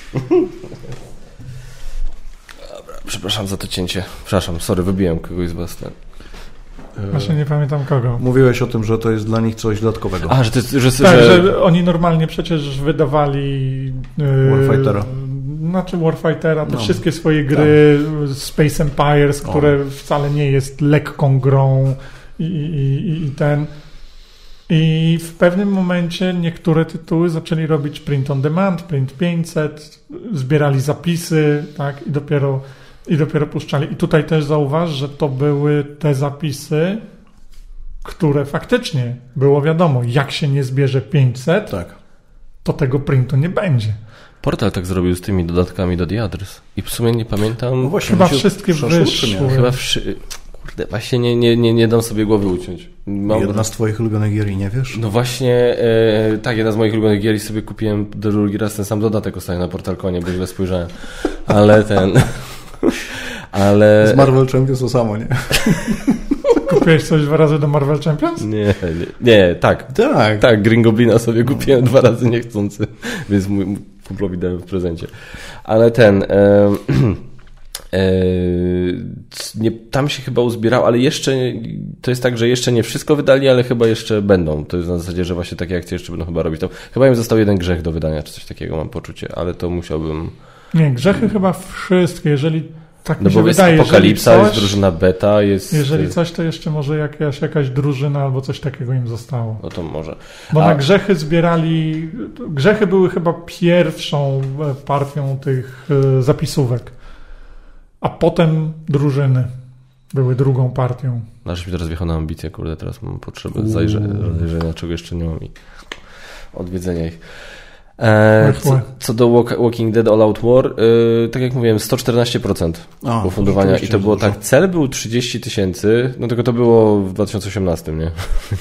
Dobra, przepraszam za to cięcie. Przepraszam, sorry, wybiłem kogoś z was. Ten. Właśnie nie pamiętam kogo. Mówiłeś o tym, że to jest dla nich coś dodatkowego. A, że to jest, że, Tak, że... że oni normalnie przecież wydawali yy, Warfightera. Znaczy Warfightera, te no. wszystkie swoje gry, tak. Space Empires, które o. wcale nie jest lekką grą i, i, i ten... I w pewnym momencie niektóre tytuły zaczęli robić print on demand, print pięćset, zbierali zapisy, tak, i dopiero, i dopiero puszczali. I tutaj też zauważ, że to były te zapisy, które faktycznie było wiadomo, jak się nie zbierze pięćset, tak. to tego printu nie będzie. Portal tak zrobił z tymi dodatkami do The Others. I w sumie nie pamiętam... No właśnie, chyba wszystkie wyszły. Chyba wszy... Kurde, właśnie nie, nie, nie, nie dam sobie głowy uciąć. Mam... Jedna z twoich ulubionych gier, nie wiesz? No właśnie, e, tak, jedna z moich ulubionych gier i sobie kupiłem do drugi raz ten sam dodatek ostatnio na PortalConie, bo źle spojrzałem. Ale ten... ale... Z Marvel Champions to samo, nie? Kupiłeś coś dwa razy do Marvel Champions? Nie, nie, nie tak. Tak. Tak, Green Goblina sobie kupiłem dwa razy niechcący, więc mój, mój kumplowi dałem w prezencie. Ale ten... E, Nie, tam się chyba uzbierał, ale jeszcze to jest tak, że jeszcze nie wszystko wydali, ale chyba jeszcze będą. To jest na zasadzie, że właśnie takie akcje jeszcze będą chyba robić. To chyba im został jeden grzech do wydania, czy coś takiego, mam poczucie, ale to musiałbym... Nie, grzechy chyba wszystkie, jeżeli tak mi no się bo jest wydaje, Apokalipsa, coś, jest drużyna beta, jest... Jeżeli coś, to jeszcze może jakaś, jakaś drużyna albo coś takiego im zostało. No to może. Bo A... na grzechy zbierali... Grzechy były chyba pierwszą partią tych zapisówek. A potem drużyny były drugą partią. Nasz mi teraz wjechał na ambicje, kurde, teraz mam potrzebę zajrzenia, zajrzenia czego jeszcze nie mam i odwiedzenia ich. E, co, co do walk, Walking Dead All Out War, e, tak jak mówiłem, sto czternaście procent ufundowania i to było dużo. Tak, cel był trzydzieści tysięcy, no tylko to było w dwa tysiące osiemnastym, nie?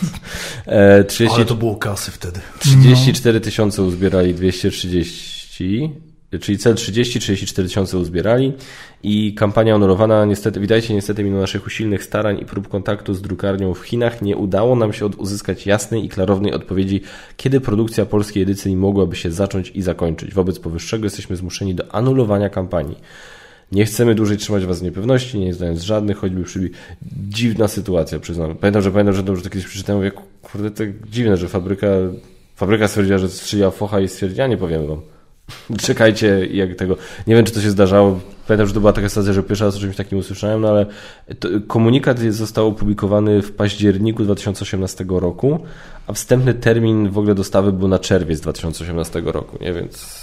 E, trzydzieści Ale to było kasy wtedy. trzydzieści cztery tysiące uzbierali dwieście trzydzieści, czyli cel trzydzieści, trzydzieści cztery tysiące uzbierali i kampania honorowana niestety, witajcie, niestety mimo naszych usilnych starań i prób kontaktu z drukarnią w Chinach nie udało nam się uzyskać jasnej i klarownej odpowiedzi, kiedy produkcja polskiej edycji mogłaby się zacząć i zakończyć. Wobec powyższego jesteśmy zmuszeni do anulowania kampanii. Nie chcemy dłużej trzymać was w niepewności, nie zdając żadnych, choćby przybi... Dziwna sytuacja, przyznam. Pamiętam, że pamiętam, że to już kiedyś przeczytałem, mówię, kurde, to dziwne, że fabryka, fabryka stwierdziła, że strzeliła focha i stwierdziła, nie powiem wam. Czekajcie, jak tego. Nie wiem, czy to się zdarzało. Pamiętam, że to była taka sytuacja, że pierwszy raz o czymś takim usłyszałem, no ale to, komunikat został opublikowany w październiku dwa tysiące osiemnastego roku, a wstępny termin w ogóle dostawy był na czerwiec dwa tysiące osiemnastego roku, nie? Więc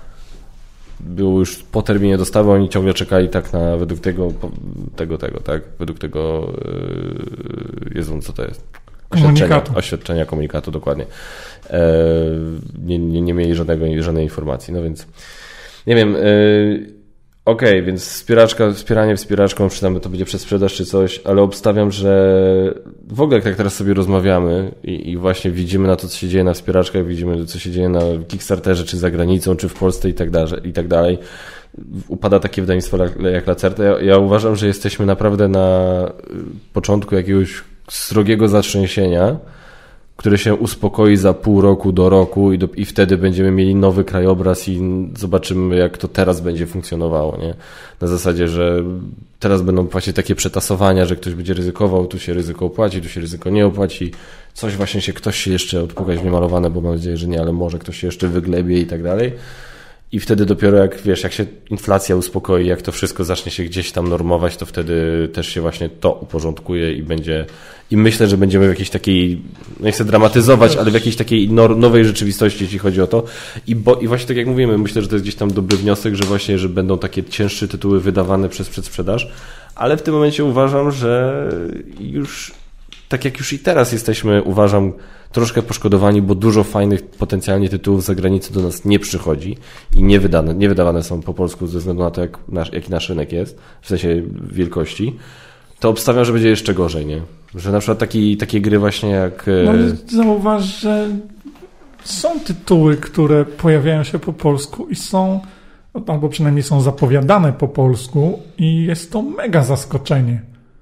było już po terminie dostawy, oni ciągle czekali tak na według tego, tego, tego, tak? Według tego, yy, Jezu, co to jest? Oświadczenia, oświadczenia komunikatu, dokładnie. E, nie, nie, nie mieli żadnego, żadnej informacji, no więc nie wiem. E, Okej, okay, więc wspieraczka, wspieranie wspieraczką, przynajmniej to będzie przez sprzedaż czy coś, ale obstawiam, że w ogóle jak tak teraz sobie rozmawiamy i, i właśnie widzimy na to, co się dzieje na wspieraczkach, widzimy, co się dzieje na Kickstarterze, czy za granicą, czy w Polsce i tak dalej, i tak dalej. Upada takie wydawnictwo jak Lacerta. Ja, ja uważam, że jesteśmy naprawdę na początku jakiegoś srogiego zatrzęsienia, które się uspokoi za pół roku do roku i, do, i wtedy będziemy mieli nowy krajobraz i zobaczymy, jak to teraz będzie funkcjonowało, nie? Na zasadzie, że teraz będą właśnie takie przetasowania, że ktoś będzie ryzykował, tu się ryzyko opłaci, tu się ryzyko nie opłaci, coś właśnie się, ktoś się jeszcze odpukać w niemalowane, bo mam nadzieję, że nie, ale może ktoś się jeszcze wyglebie i tak dalej. I wtedy dopiero jak, wiesz, jak się inflacja uspokoi, jak to wszystko zacznie się gdzieś tam normować, to wtedy też się właśnie to uporządkuje i będzie, i myślę, że będziemy w jakiejś takiej, no nie chcę dramatyzować, ale w jakiejś takiej nowej rzeczywistości, jeśli chodzi o to. I, bo, i właśnie tak jak mówimy, myślę, że to jest gdzieś tam dobry wniosek, że właśnie, że będą takie cięższe tytuły wydawane przez przedsprzedaż, ale w tym momencie uważam, że już, tak jak już i teraz jesteśmy, uważam, troszkę poszkodowani, bo dużo fajnych potencjalnie tytułów z zagranicy do nas nie przychodzi i nie wydane, nie wydawane są po polsku ze względu na to, jak nasz, jaki nasz rynek jest, w sensie wielkości, to obstawiam, że będzie jeszcze gorzej, nie? Że na przykład taki, takie gry właśnie jak... No zauważ, że są tytuły, które pojawiają się po polsku i są, albo przynajmniej są zapowiadane po polsku i jest to mega zaskoczenie.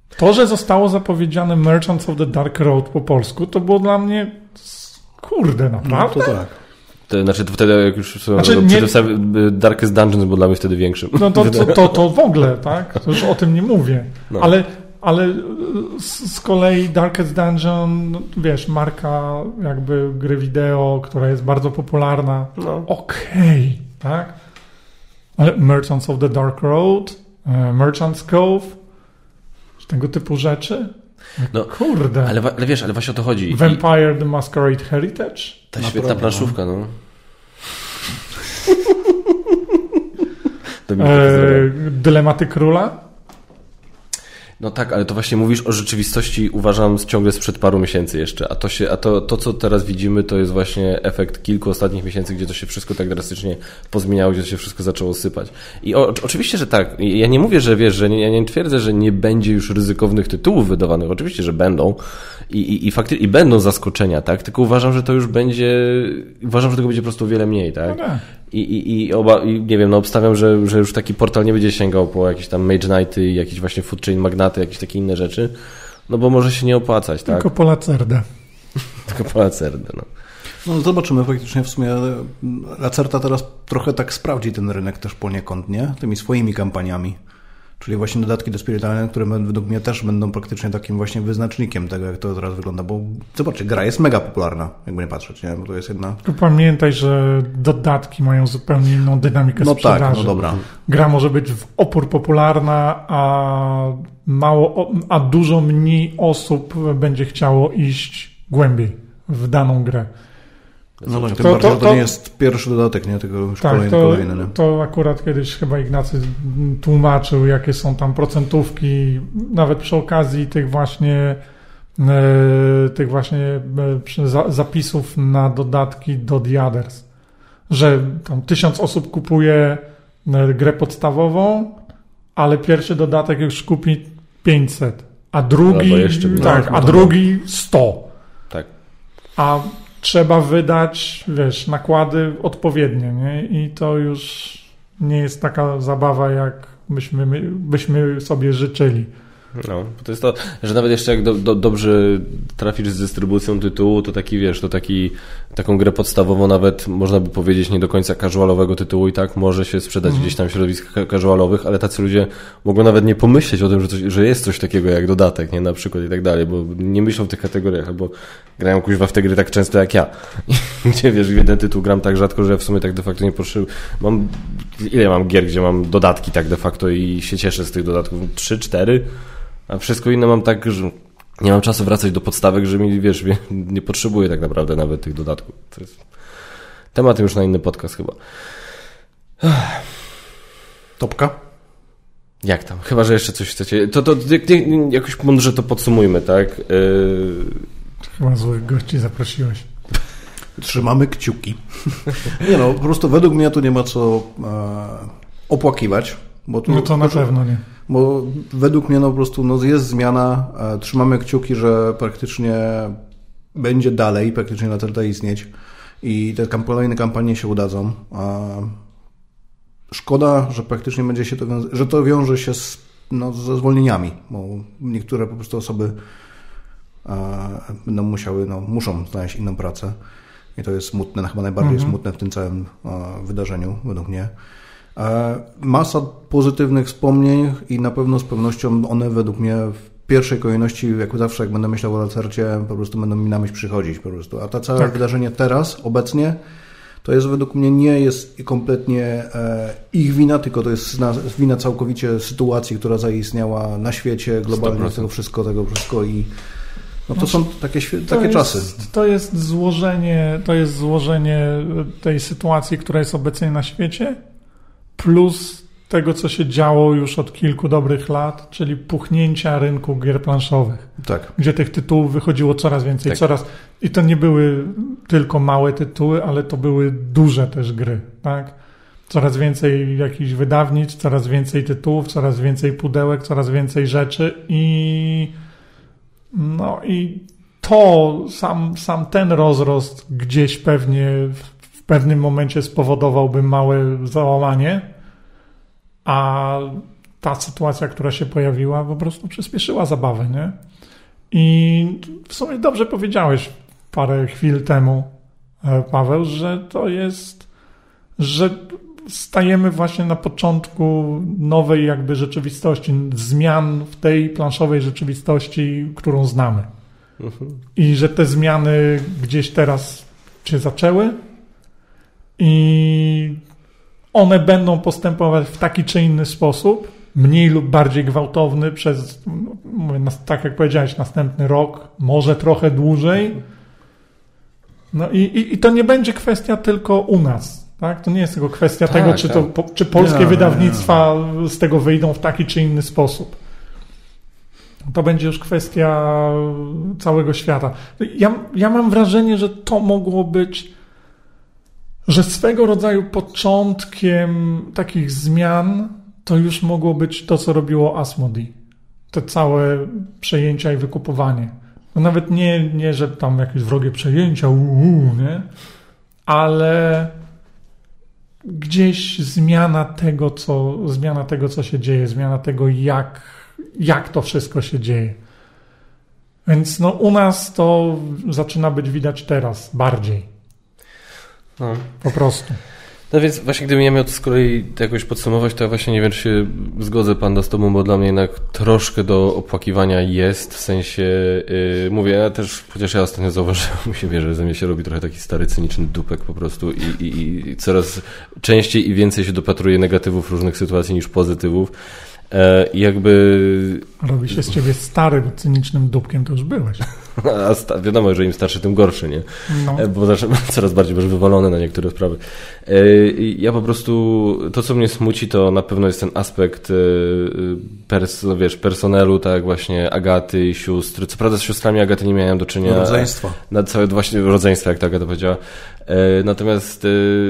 To, że zostało zapowiedziane Merchants of the Dark Road po polsku, to było dla mnie kurde, naprawdę? No to tak. To znaczy to wtedy jak już znaczy, no, nie... Darkest Dungeons był dla mnie wtedy większym. No to, to, to, to w ogóle, tak? To już o tym nie mówię. No. Ale, ale z, z kolei Darkest Dungeon, no, wiesz, marka jakby gry wideo, która jest bardzo popularna. No. Okej, okay, tak? Ale Merchants of the Dark Road, Merchant's Cove, tego typu rzeczy. No, kurde. Ale, ale wiesz, ale właśnie o to chodzi. Vampire the Masquerade Heritage? Ta świetna planszówka, no. eee, Dylematy Króla? No tak, ale to właśnie mówisz o rzeczywistości, uważam, ciągle sprzed paru miesięcy jeszcze, a to się, a to, to co teraz widzimy, to jest właśnie efekt kilku ostatnich miesięcy, gdzie to się wszystko tak drastycznie pozmieniało, gdzie to się wszystko zaczęło sypać. I o, oczywiście, że tak. Ja nie mówię, że wiesz, że nie, ja nie twierdzę, że nie będzie już ryzykownych tytułów wydawanych. Oczywiście, że będą i, i, i faktycznie i będą zaskoczenia, tak? Tylko uważam, że to już będzie, uważam, że tego będzie po prostu o wiele mniej, tak? No I, i, i, oba, i nie wiem, no obstawiam, że, że już taki portal nie będzie sięgał po jakieś tam Mage Knighty i jakieś właśnie Food Chain Magnaty, jakieś takie inne rzeczy, no bo może się nie opłacać, tak? Tylko po Lacerdę. Tylko po Lacerdę, no. No zobaczymy, faktycznie w sumie Lacerta teraz trochę tak sprawdzi ten rynek też poniekąd, nie? Tymi swoimi kampaniami. Czyli właśnie dodatki do Spirit Island, które według mnie też będą praktycznie takim właśnie wyznacznikiem tego, jak to teraz wygląda, bo zobaczcie, gra jest mega popularna, jakby nie patrzeć, nie? Bo to jest jedna... Tylko pamiętaj, że dodatki mają zupełnie inną dynamikę no sprzedaży. Tak, no dobra. Gra może być w opór popularna, a mało, a dużo mniej osób będzie chciało iść głębiej w daną grę. No tak, tym to, bardziej, to, to, to nie jest pierwszy dodatek, nie? Tylko już tak, kolejny, to, kolejny. Nie? To akurat kiedyś chyba Ignacy tłumaczył, jakie są tam procentówki, nawet przy okazji tych właśnie e, tych właśnie e, za, zapisów na dodatki do The Others, że tam tysiąc osób kupuje grę podstawową, ale pierwszy dodatek już kupi pięćset, a drugi, jeszcze, tak, no, a drugi sto. Tak. A trzeba wydać, wiesz, nakłady odpowiednie, nie? I to już nie jest taka zabawa, jak byśmy, my, byśmy sobie życzyli. No, to jest to, że nawet jeszcze jak do, do, dobrze trafisz z dystrybucją tytułu, to taki, wiesz, to taki, taką grę podstawową nawet, można by powiedzieć, nie do końca casualowego tytułu i tak może się sprzedać mm. gdzieś tam w środowiskach casualowych, ale tacy ludzie mogą nawet nie pomyśleć o tym, że, coś, że jest coś takiego jak dodatek, nie, na przykład i tak dalej, bo nie myślą w tych kategoriach, albo grają kuźwa w te gry tak często jak ja. Gdzie, wiesz, w jeden tytuł gram tak rzadko, że ja w sumie tak de facto nie potrzebuję. Mam, ile mam gier, gdzie mam dodatki tak de facto i się cieszę z tych dodatków? Trzy, cztery? A wszystko inne mam tak, że nie mam czasu wracać do podstawek, że mi, wiesz, nie potrzebuję tak naprawdę nawet tych dodatków. To jest temat już na inny podcast chyba. Topka? Jak tam? Chyba, że jeszcze coś chcecie. To, to jakoś mądrze to podsumujmy, tak? Yy... Chyba złych gości zaprosiłeś. Trzymamy kciuki. Nie no, po prostu według mnie tu nie ma co e, opłakiwać. Bo tu, no to na pewno nie. Bo według mnie no po prostu no jest zmiana, e, trzymamy kciuki, że praktycznie będzie dalej, praktycznie na tyle istnieć i te kamp- kolejne kampanie się udadzą. E, szkoda, że praktycznie będzie się to wiąza- że to wiąże się z, no, ze zwolnieniami, bo niektóre po prostu osoby e, będą musiały, no, muszą znaleźć inną pracę i to jest smutne, chyba najbardziej mhm. smutne w tym całym e, wydarzeniu według mnie. Masa pozytywnych wspomnień i na pewno z pewnością one według mnie w pierwszej kolejności, jak zawsze, jak będę myślał o Lacercie, po prostu będą mi na myśl przychodzić po prostu. A to całe tak. wydarzenie teraz, obecnie, to jest według mnie nie jest kompletnie e, ich wina, tylko to jest wina całkowicie sytuacji, która zaistniała na świecie, globalnie, tego wszystko, tego wszystko i no to są takie, takie to jest, czasy. To jest złożenie, to jest złożenie tej sytuacji, która jest obecnie na świecie, plus tego, co się działo już od kilku dobrych lat, czyli puchnięcia rynku gier planszowych. Tak. Gdzie tych tytułów wychodziło coraz więcej. Tak. Coraz, i to nie były tylko małe tytuły, ale to były duże też gry. Tak? Coraz więcej jakichś wydawnictw, coraz więcej tytułów, coraz więcej pudełek, coraz więcej rzeczy i no i to, sam, sam ten rozrost gdzieś pewnie w, w pewnym momencie spowodowałby małe załamanie, a ta sytuacja, która się pojawiła, po prostu przyspieszyła zabawę, nie? I w sumie dobrze powiedziałeś parę chwil temu, Paweł, że to jest, że stajemy właśnie na początku nowej jakby rzeczywistości, zmian w tej planszowej rzeczywistości, którą znamy. Mhm. I że te zmiany gdzieś teraz się zaczęły i one będą postępować w taki czy inny sposób, mniej lub bardziej gwałtowny przez, mówię, tak jak powiedziałeś, następny rok, może trochę dłużej. No i, i, i to nie będzie kwestia tylko u nas. Tak? To nie jest tylko kwestia tak, tego, czy, tak. to, czy polskie ja, wydawnictwa ja. z tego wyjdą w taki czy inny sposób. To będzie już kwestia całego świata. Ja, ja mam wrażenie, że to mogło być, że swego rodzaju początkiem takich zmian to już mogło być to, co robiło Asmodee. Te całe przejęcia i wykupowanie. No nawet nie, nie, że tam jakieś wrogie przejęcia, uu, nie? Ale gdzieś zmiana tego, co, zmiana tego, co się dzieje, zmiana tego, jak, jak to wszystko się dzieje. Więc no, u nas to zaczyna być widać teraz bardziej. No. Po prostu. No więc właśnie gdybym ja miał to z kolei jakoś podsumować, to ja właśnie nie wiem, czy się zgodzę, Panda, z tobą, bo dla mnie jednak troszkę do opłakiwania jest, w sensie, yy, mówię, ja też, chociaż ja ostatnio zauważyłem u siebie, że ze mnie się robi trochę taki stary, cyniczny dupek po prostu i, i, i coraz częściej i więcej się dopatruję negatywów różnych sytuacji niż pozytywów. I jakby... Robi się z ciebie stary, bo cynicznym dupkiem to już byłeś. A sta- wiadomo, że im starszy, tym gorszy, nie? No. Bo zawsze coraz bardziej będziesz wywalony na niektóre sprawy. Ja po prostu, to co mnie smuci, to na pewno jest ten aspekt pers- wiesz, personelu, tak właśnie Agaty i sióstr. Co prawda z siostrami Agaty nie miałem do czynienia. Rodzeństwa. Na całe właśnie rodzeństwa, jak ta Agata powiedziała. Natomiast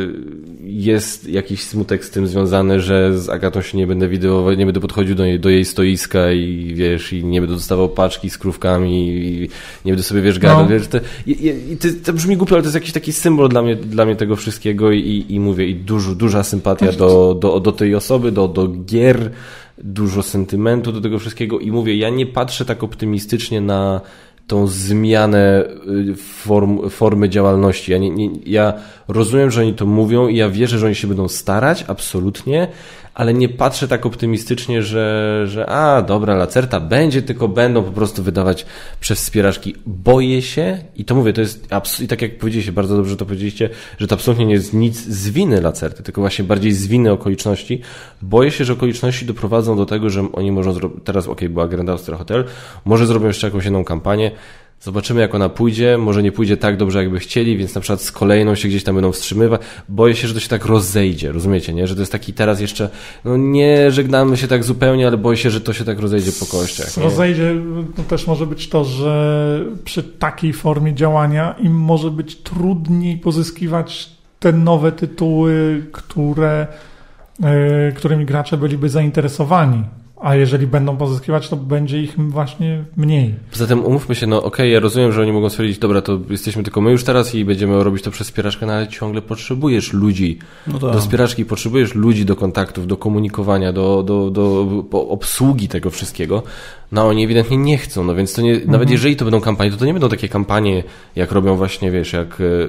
jest jakiś smutek z tym związany, że z Agatą się nie będę widywał, nie będę podchodził do jej, do jej stoiska i wiesz, i nie będę dostawał paczki z krówkami i nie będę sobie, wiesz, gadał. No. Wiesz, to, i, i, to, to brzmi głupio, ale to jest jakiś taki symbol dla mnie, dla mnie tego wszystkiego i, i mówię, i dużo, duża sympatia do, do, do tej osoby, do, do gier, dużo sentymentu do tego wszystkiego i mówię, ja nie patrzę tak optymistycznie na tą zmianę form, formy działalności. Ja, nie, nie, ja rozumiem, że oni to mówią i ja wierzę, że oni się będą starać, absolutnie, ale nie patrzę tak optymistycznie, że, że a, dobra, Lacerta będzie, tylko będą po prostu wydawać przez wspieraczki. Boję się i to mówię, to jest abs- i tak jak powiedzieliście, bardzo dobrze to powiedzieliście, że to absolutnie nie jest nic z winy Lacerty, tylko właśnie bardziej z winy okoliczności. Boję się, że okoliczności doprowadzą do tego, że oni możą zrobić, teraz okej, okay, była Grand Austria Hotel, może zrobią jeszcze jakąś inną kampanię. Zobaczymy, jak ona pójdzie. Może nie pójdzie tak dobrze, jakby chcieli, więc na przykład z kolejną się gdzieś tam będą wstrzymywać. Boję się, że to się tak rozejdzie, rozumiecie, nie? Że to jest taki teraz jeszcze, no nie żegnamy się tak zupełnie, ale boję się, że to się tak rozejdzie po kościach. Nie? Rozejdzie, to też może być to, że przy takiej formie działania im może być trudniej pozyskiwać te nowe tytuły, które, yy, którymi gracze byliby zainteresowani. A jeżeli będą pozyskiwać, to będzie ich właśnie mniej. Poza tym umówmy się, no okej, okay, ja rozumiem, że oni mogą stwierdzić, dobra, to jesteśmy tylko my już teraz i będziemy robić to przez wspieraczkę, no ale ciągle potrzebujesz ludzi no tak. do wspieraczki, potrzebujesz ludzi do kontaktów, do komunikowania, do, do, do, do obsługi tego wszystkiego. No oni ewidentnie nie chcą, no więc to nie, mhm. nawet jeżeli to będą kampanie, to to nie będą takie kampanie, jak robią właśnie, wiesz, jak yy,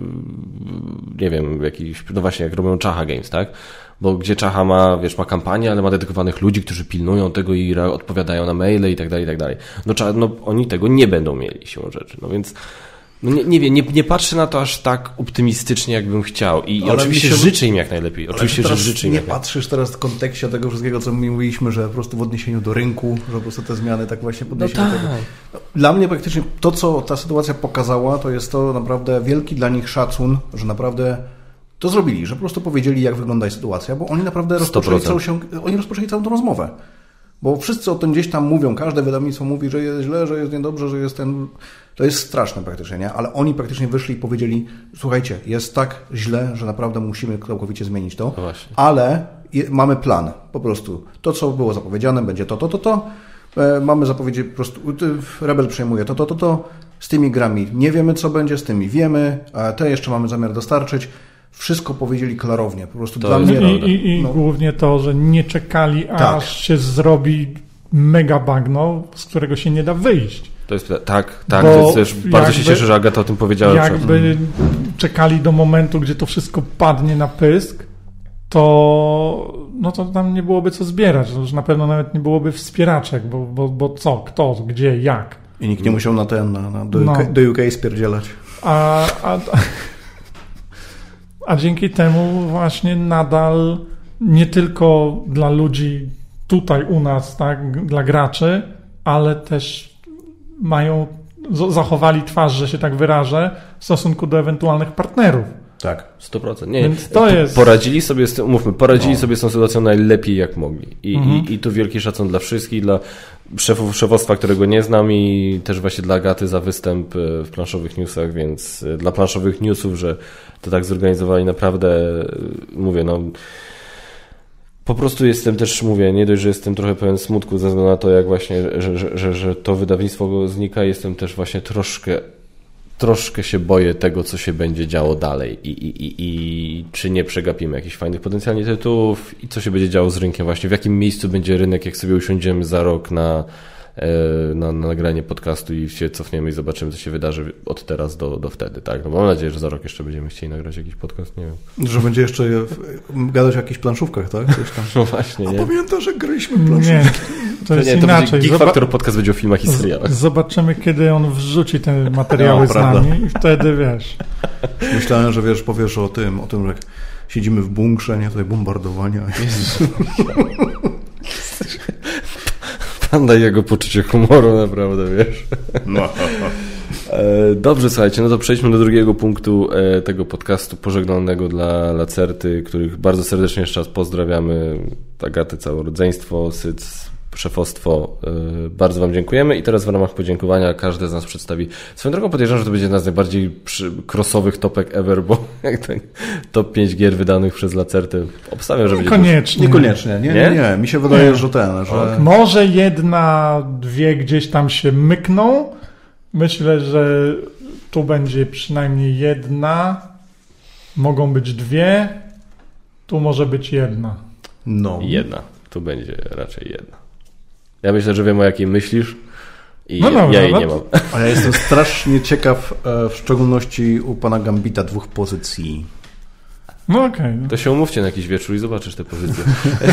nie wiem, jakiś, no właśnie, jak robią Czacha Games, tak? Bo gdzie Czacha ma, wiesz, ma kampanię, ale ma dedykowanych ludzi, którzy pilnują tego i odpowiadają na maile i tak dalej, i tak dalej. No, no oni tego nie będą mieli siłą rzeczy, no więc no nie, nie wiem, nie, nie patrzę na to aż tak optymistycznie, jakbym chciał i ale oczywiście się... życzę im jak najlepiej. Oczywiście, że życzę im nie jak patrzysz teraz w kontekście tego wszystkiego, co my mówiliśmy, że po prostu w odniesieniu do rynku, że po prostu te zmiany tak właśnie podniesiemy. No tak. No, dla mnie praktycznie to, co ta sytuacja pokazała, to jest to naprawdę wielki dla nich szacun, że naprawdę to zrobili, że po prostu powiedzieli, jak wygląda sytuacja, bo oni naprawdę rozpoczęli całą, się, oni rozpoczęli całą tę rozmowę. Bo wszyscy o tym gdzieś tam mówią, każde wydawnictwo mówi, że jest źle, że jest niedobrze, że jest ten... To jest straszne praktycznie, nie? Ale oni praktycznie wyszli i powiedzieli, słuchajcie, jest tak źle, że naprawdę musimy całkowicie zmienić to, no ale je, mamy plan, po prostu. To, co było zapowiedziane, będzie to, to, to, to. E, mamy zapowiedzi, po prostu Rebel przejmuje to, to, to, to. Z tymi grami nie wiemy, co będzie, z tymi wiemy, a te jeszcze mamy zamiar dostarczyć. wszystko powiedzieli klarownie. Po prostu to dla mnie... I, i, i no. głównie to, że nie czekali, aż tak. się zrobi mega bagno, z którego się nie da wyjść. To jest, tak, tak. To jest też, bardzo jakby, się cieszę, że Agata o tym powiedziała. Jakby hmm. czekali do momentu, gdzie to wszystko padnie na pysk, to, no to tam nie byłoby co zbierać. To już na pewno nawet nie byłoby wspieraczek, bo, bo, bo co, kto, gdzie, jak. I nikt nie musiał na ten, na, na, do, no. U K, do U K spierdzielać. A, a, a dzięki temu właśnie nadal nie tylko dla ludzi tutaj u nas, tak, dla graczy, ale też mają, zachowali twarz, że się tak wyrażę, w stosunku do ewentualnych partnerów. Tak, sto procent. Nie, Więc to jest... Poradzili sobie z tym, umówmy, poradzili no. sobie z tą sytuacją najlepiej jak mogli. I, mhm. i, i tu wielki szacun dla wszystkich, dla szefów, szefostwa, którego nie znam i też właśnie dla Agaty za występ w planszowych newsach, więc dla planszowych newsów, że to tak zorganizowali, naprawdę mówię, no po prostu jestem też, mówię, nie dość, że jestem trochę pełen smutku ze względu na to, jak właśnie, że, że, że, że to wydawnictwo znika, jestem też właśnie troszkę troszkę się boję tego, co się będzie działo dalej i, i, i, i czy nie przegapimy jakichś fajnych potencjalnie tytułów i co się będzie działo z rynkiem właśnie, w jakim miejscu będzie rynek, jak sobie usiądziemy za rok na, na, na nagranie podcastu i się cofniemy i zobaczymy, co się wydarzy od teraz do, do wtedy, tak? No mam nadzieję, że za rok jeszcze będziemy chcieli nagrać jakiś podcast, nie wiem. Że będzie jeszcze gadać o jakichś planszówkach, tak? Coś tam. No właśnie, nie? A pamiętasz, że graliśmy planszówki? Nie, to jest nie, to inaczej. Geek Factor podcast będzie o filmach i serialach. Zobaczymy, kiedy on wrzuci te materiały no, z prawda. nami i wtedy wiesz. Myślałem, że wiesz, powiesz o tym, o tym, że jak siedzimy w bunkrze, nie? Tutaj bombardowania. Jezus. Panda i jego poczucie humoru, naprawdę, wiesz. No. Dobrze, słuchajcie, no to przejdźmy do drugiego punktu tego podcastu pożegnanego dla Lacerty, których bardzo serdecznie jeszcze raz pozdrawiamy. Agaty, całe rodzeństwo, Syc, szefostwo. Bardzo wam dziękujemy i teraz w ramach podziękowania każdy z nas przedstawi. Swoją drogą podejrzewam, że to będzie jedna z najbardziej crossowych topek ever, bo jak ten top pięć gier wydanych przez Lacertę obstawiam, że będzie... Niekoniecznie. Niekoniecznie. Nie, nie, nie. Mi się wydaje, nie. że ten, że... Może jedna, dwie gdzieś tam się mykną. Myślę, że tu będzie przynajmniej jedna. Mogą być dwie. Tu może być jedna. No. Jedna. Tu będzie raczej jedna. Ja myślę, że wiem, o jakiej myślisz i no dobra, ja jej no nie mam. A ja jestem strasznie ciekaw, w szczególności u pana Gambita, dwóch pozycji. No okej. Okay, no. To się umówcie na jakiś wieczór i zobaczysz te pozycje.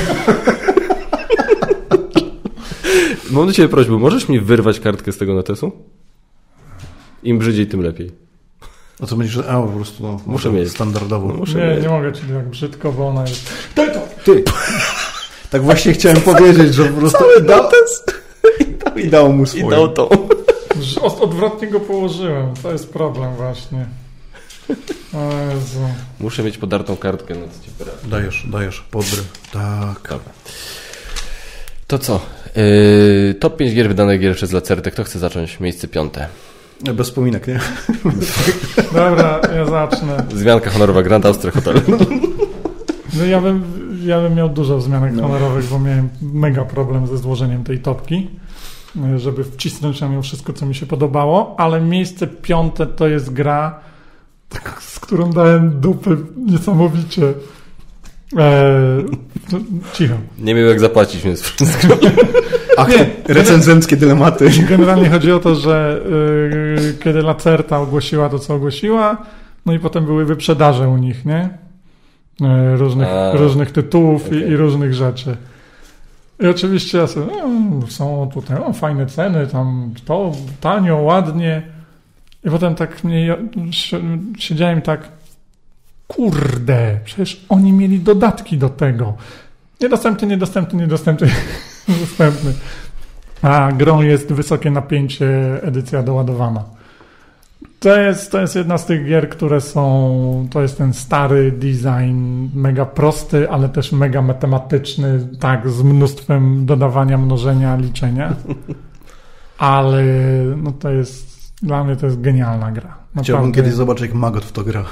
Mam do ciebie prośbę, możesz mi wyrwać kartkę z tego notesu? Im brzydziej, tym lepiej. A co będziesz... A, po prostu no, muszę mieć standardowo. No, muszę nie, mieć. nie mogę ci tak brzydko, bo ona jest... Ty to! Ty! Tak właśnie chciałem powiedzieć, że po prostu... Cały notes! I dał mu swoje. I dał to. Odwrotnie go położyłem. To jest problem właśnie. O Jezu. Muszę mieć podartą kartkę, no co ci poradzi. Dajesz, dajesz, podry. Tak. Dobra. To co? Yy, top pięć gier wydanych gier przez Lacertę. Kto chce zacząć? Miejsce piąte. Bez wspominek, nie? Dobra, ja zacznę. Wzmianka honorowa Grand Austria Hotel. No ja bym, ja bym miał dużo wzmianek no. honorowych, bo miałem mega problem ze złożeniem tej topki, żeby wcisnąć na nią wszystko, co mi się podobało, ale miejsce piąte to jest gra, z którą dałem dupy niesamowicie. Eee, cicho. Nie miał jak zapłacić, więc wszystko. Ach, nie, recenzenckie dylematy. Generalnie chodzi o to, że yy, kiedy Lacerta ogłosiła to, co ogłosiła, no i potem były wyprzedaże u nich, nie? Yy, różnych, A, różnych tytułów okay. i, i różnych rzeczy. I oczywiście ja sobie, no, są tutaj o, fajne ceny, tam to tanio, ładnie. I potem tak mnie, siedziałem tak, kurde, przecież oni mieli dodatki do tego. Niedostępny, niedostępny, niedostępny, niedostępny. A grą jest wysokie napięcie, edycja doładowana. To jest, to jest jedna z tych gier, które są, to jest ten stary design, mega prosty, ale też mega matematyczny, tak, z mnóstwem dodawania, mnożenia, liczenia. Ale no to jest, dla mnie to jest genialna gra. Naprawdę. Chciałbym kiedyś zobaczyć, jak Magot w to gra.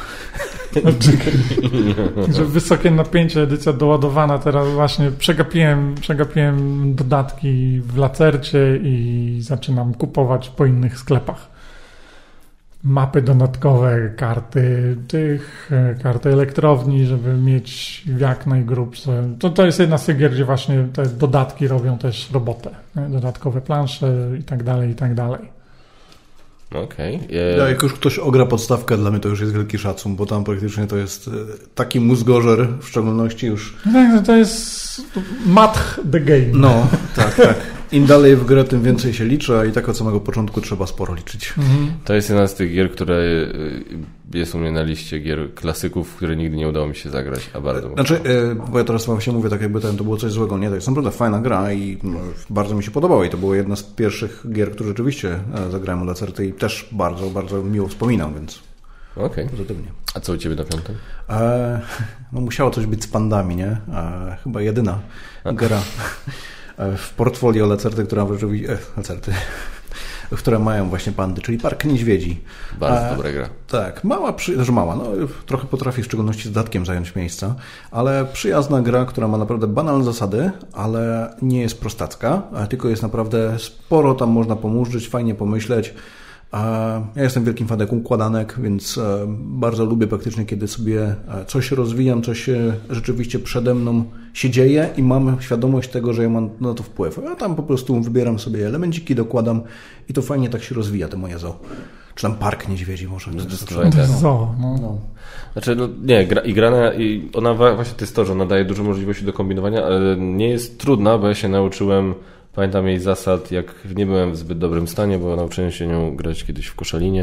Że wysokie napięcie, edycja doładowana. Teraz właśnie przegapiłem, przegapiłem dodatki w Lacercie i zaczynam kupować po innych sklepach. mapy dodatkowe, karty tych, karty elektrowni, żeby mieć jak najgrubsze. To, to jest jedna z tych gier, gdzie właśnie te dodatki robią też robotę. Nie? Dodatkowe plansze i tak dalej, i tak dalej. Okej. Okay. Ja, jak już ktoś ogra podstawkę, dla mnie to już jest wielki szacun, bo tam praktycznie to jest taki mózgorzer, w szczególności już... Tak, to jest math the game. No, tak, tak. Im dalej w grę, tym więcej się liczy, a i tak od samego początku trzeba sporo liczyć. Mhm. To jest jedna z tych gier, które jest u mnie na liście gier klasyków, które nigdy nie udało mi się zagrać, a bardzo... Znaczy, bo ja teraz właśnie mówię tak, jakby to było coś złego. Nie, to jest naprawdę fajna gra i bardzo mi się podobała i to była jedna z pierwszych gier, które rzeczywiście zagrałem u Lacerty i też bardzo, bardzo miło wspominam, więc... Okej. Okay. Pozytywnie. A co u Ciebie na piątym? E, no musiało coś być z pandami, nie? E, chyba jedyna gra w portfolio Lacerty, która rzeczywiście... E, Lacerty... które mają właśnie pandy, czyli Park Niedźwiedzi. Bardzo e, dobra gra. Tak, mała, przy, znaczy mała, no, trochę potrafi w szczególności z dodatkiem zająć miejsca, ale przyjazna gra, która ma naprawdę banalne zasady, ale nie jest prostacka, tylko jest naprawdę sporo tam można pomurzyć, fajnie pomyśleć. Ja jestem wielkim fanem układanek, więc bardzo lubię praktycznie, kiedy sobie coś rozwijam, coś rzeczywiście przede mną się dzieje i mam świadomość tego, że ja mam na to wpływ. Ja tam po prostu wybieram sobie elemenciki, dokładam i to fajnie tak się rozwija, to moje zoo. Czy tam Park Niedźwiedzi może. To jest zoo, no. no. Znaczy, no, nie, gra, i gra, i ona właśnie to jest to, że ona daje dużo możliwości do kombinowania, ale nie jest trudna, bo ja się nauczyłem. Pamiętam jej zasad, jak nie byłem w zbyt dobrym stanie, bo nauczyłem się nią grać kiedyś w koszalinie.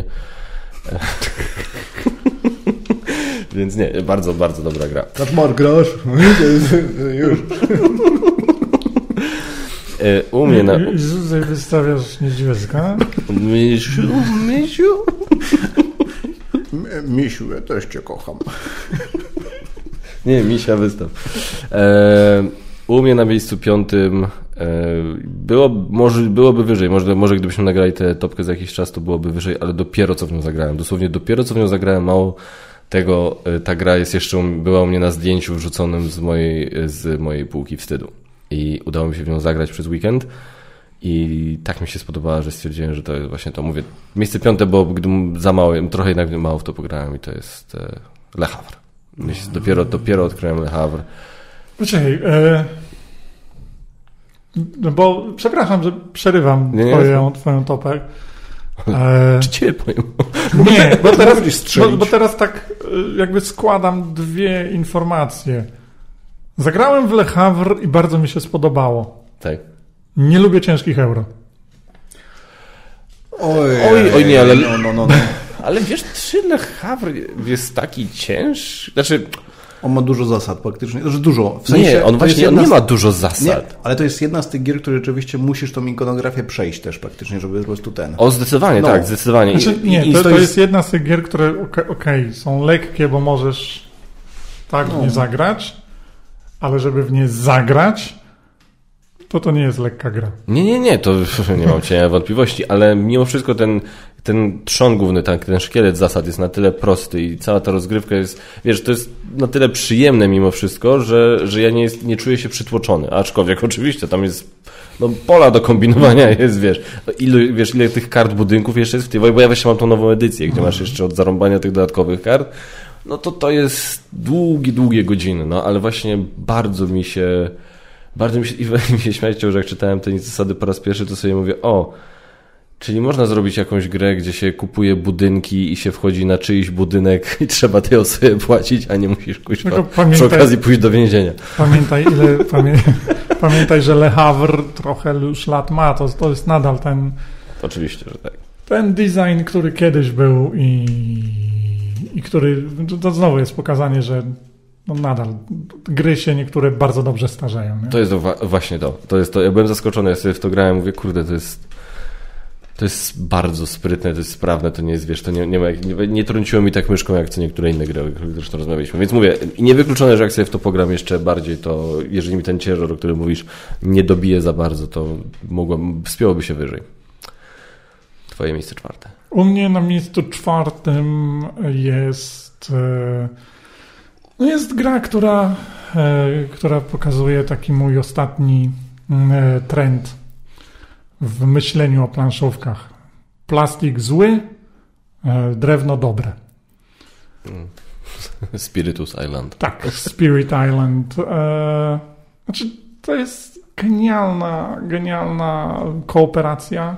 Więc nie, bardzo, bardzo dobra gra. Tak Mark grasz? Już. U mnie na... Tutaj wystawiasz niedźwiecka. Misiu, misiu. Misiu, ja też cię kocham. Nie, misia wystaw. E, u mnie na miejscu piątym Było, może, byłoby wyżej, może, może gdybyśmy nagrali tę topkę za jakiś czas, to byłoby wyżej, ale dopiero co w nią zagrałem. Dosłownie dopiero co w nią zagrałem, mało tego, ta gra jest jeszcze, była u mnie na zdjęciu wrzuconym z mojej, z mojej półki wstydu. I udało mi się w nią zagrać przez weekend i tak mi się spodobała, że stwierdziłem, że to jest właśnie to. Mówię, miejsce piąte, bo gdybym za mało, trochę jednak mało w to pograłem i to jest Le Havre. Myślę, dopiero, dopiero odkryłem Le Havre. Poczekaj, e... No bo przepraszam, że przerywam nie, twoją, nie. twoją topę. E... Czy cię powiem? Nie, bo teraz, bo, bo teraz tak jakby składam dwie informacje. Zagrałem w Le Havre i bardzo mi się spodobało. Tak. Nie lubię ciężkich euro. Oj, oj, oj nie, ale... No, no, no, no. Ale wiesz, czy Le Havre jest taki ciężki? Znaczy... On ma dużo zasad praktycznie, znaczy dużo. W sensie, nie, on właśnie on nie ma dużo zasad. Nie, ale to jest jedna z tych gier, które rzeczywiście musisz tą ikonografię przejść też praktycznie, żeby po prostu ten... O, zdecydowanie, no. tak, zdecydowanie. Znaczy, nie, I, to, to jest... jest jedna z tych gier, które okej, okay, są lekkie, bo możesz tak no. w nie zagrać, ale żeby w nie zagrać, to to nie jest lekka gra. Nie, nie, nie, to nie mam cienia wątpliwości, ale mimo wszystko ten, ten trzon główny, ten, ten szkielet zasad jest na tyle prosty i cała ta rozgrywka jest, wiesz, to jest na tyle przyjemne mimo wszystko, że, że ja nie, jest, nie czuję się przytłoczony, aczkolwiek oczywiście tam jest no, pola do kombinowania jest, wiesz, ilu, wiesz, ile tych kart budynków jeszcze jest w tej, bo ja właśnie mam tą nową edycję, gdzie masz jeszcze od zarąbania tych dodatkowych kart, no to to jest długie, długie godziny, no ale właśnie bardzo mi się Bardzo mi się, i mi się śmiać chciał, że jak czytałem te zasady po raz pierwszy, to sobie mówię, o, czyli można zrobić jakąś grę, gdzie się kupuje budynki i się wchodzi na czyjś budynek i trzeba tej osobie płacić, a nie musisz kuźwa, przy okazji pójść do więzienia. Pamiętaj, ile, pamię, pamiętaj, że Le Havre trochę już lat ma, to, to jest nadal ten... Oczywiście, że tak. Ten design, który kiedyś był i, i który, to, to znowu jest pokazanie, że no nadal gry się niektóre bardzo dobrze starzeją. Nie? To jest właśnie to. To jest to. Ja byłem zaskoczony, ja sobie w to grałem, mówię, kurde, to jest to jest bardzo sprytne, to jest sprawne, to nie jest, wiesz, to nie, nie, ma, nie, nie trąciło mi tak myszką, jak co niektóre inne gry, o których zresztą rozmawialiśmy. Więc mówię, niewykluczone, że jak sobie w to pogram jeszcze bardziej, to jeżeli mi ten ciężar, o którym mówisz, nie dobije za bardzo, to mogłem, wspięłoby się wyżej. Twoje miejsce czwarte. U mnie na miejscu czwartym jest... E... No jest gra, która, e, która pokazuje taki mój ostatni e, trend w myśleniu o planszówkach. Plastik zły, Drewno dobre. Spiritus Island. Tak, Spirit Island. E, znaczy, to jest genialna, genialna kooperacja.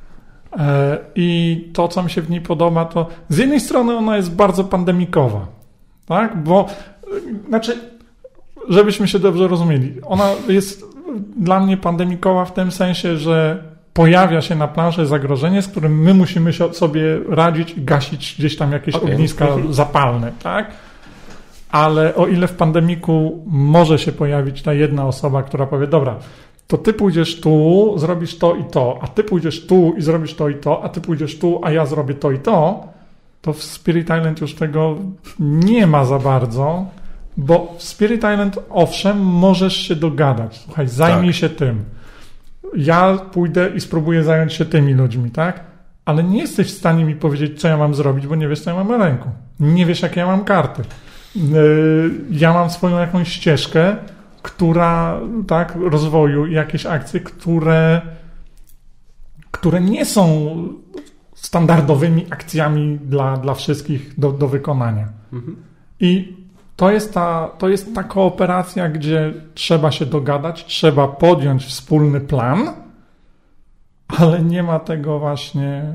E, I to, co mi się w niej podoba, to z jednej strony ona jest bardzo pandemikowa. Tak? Bo, znaczy, żebyśmy się dobrze rozumieli, ona jest dla mnie pandemikowa w tym sensie, że pojawia się na planszy zagrożenie, z którym my musimy sobie radzić i gasić gdzieś tam jakieś okay. ogniska zapalne, tak? Ale o ile w pandemiku może się pojawić ta jedna osoba, która powie, dobra, to ty pójdziesz tu, zrobisz to i to, a ty pójdziesz tu i zrobisz to i to, a ty pójdziesz tu, a ja zrobię to i to, to w Spirit Island już tego nie ma za bardzo, bo w Spirit Island owszem, możesz się dogadać. Słuchaj, zajmij tak. się tym. Ja pójdę i spróbuję zająć się tymi ludźmi, tak? Ale nie jesteś w stanie mi powiedzieć, co ja mam zrobić, bo nie wiesz, co ja mam na ręku. Nie wiesz, jakie ja mam karty. Ja mam swoją jakąś ścieżkę, która, tak, rozwoju i jakieś akcje, które, które nie są standardowymi akcjami dla, dla wszystkich do, do wykonania. Mhm. I To jest, ta, to jest ta kooperacja, gdzie trzeba się dogadać, trzeba podjąć wspólny plan, ale nie ma tego właśnie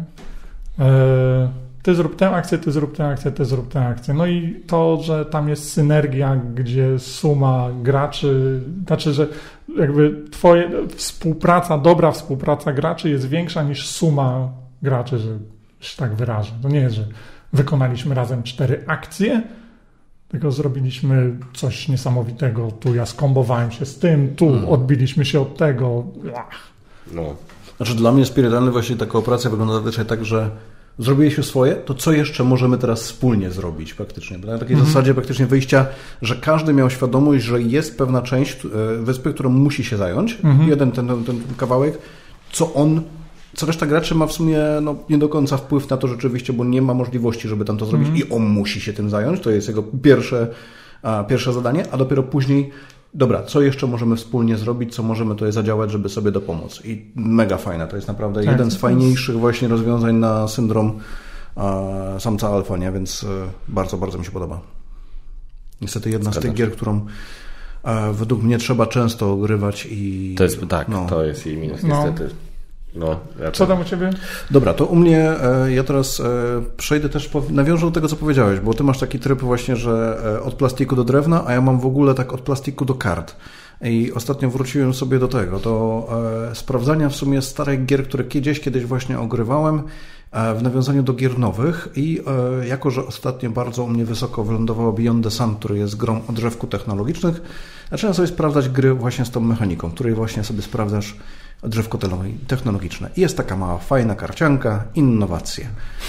e, ty zrób tę akcję, ty zrób tę akcję, ty zrób tę akcję. No i to, że tam jest synergia, gdzie suma graczy, znaczy, że jakby twoje współpraca, dobra współpraca graczy jest większa niż suma graczy, że się tak wyrażę. To nie jest, że wykonaliśmy razem cztery akcje, tylko zrobiliśmy coś niesamowitego. Tu ja skombowałem się z tym, tu hmm. odbiliśmy się od tego. No. Znaczy dla mnie Spirit Island właśnie ta kooperacja wygląda zazwyczaj tak, że zrobiłeś już swoje, to co jeszcze możemy teraz wspólnie zrobić praktycznie? Na takiej hmm. zasadzie praktycznie wyjścia, że każdy miał świadomość, że jest pewna część wyspy, którą musi się zająć. Hmm. Jeden ten, ten, ten kawałek, co on Co reszta graczy ma w sumie no, nie do końca wpływ na to rzeczywiście, bo nie ma możliwości, żeby tam to zrobić mm. i on musi się tym zająć. To jest jego pierwsze, a, pierwsze zadanie, a dopiero później, dobra, co jeszcze możemy wspólnie zrobić, co możemy tutaj zadziałać, żeby sobie dopomóc. I mega fajne. To jest naprawdę tak, jeden z fajniejszych właśnie rozwiązań na syndrom a, samca alfa, nie? Więc a, bardzo, bardzo mi się podoba. Niestety jedna Zgadza. z tych gier, którą a, według mnie trzeba często grywać i... To jest, tak, no. to jest jej minus niestety. No. No, ja Co tam u Ciebie? Dobra, to u mnie e, ja teraz e, przejdę też, po, nawiążę do tego, co powiedziałeś, bo Ty masz taki tryb właśnie, że e, od plastiku do drewna, a ja mam w ogóle tak od plastiku do kart. I ostatnio wróciłem sobie do tego, do e, sprawdzania w sumie starych gier, które kiedyś, kiedyś właśnie ogrywałem e, w nawiązaniu do gier nowych i e, jako, że ostatnio bardzo u mnie wysoko wylądowało Beyond the Sun, który jest grą o drzewku technologicznych, zacząłem sobie sprawdzać gry właśnie z tą mechaniką, której właśnie sobie sprawdzasz drzewko technologiczne. I jest taka mała, fajna karcianka, innowacje.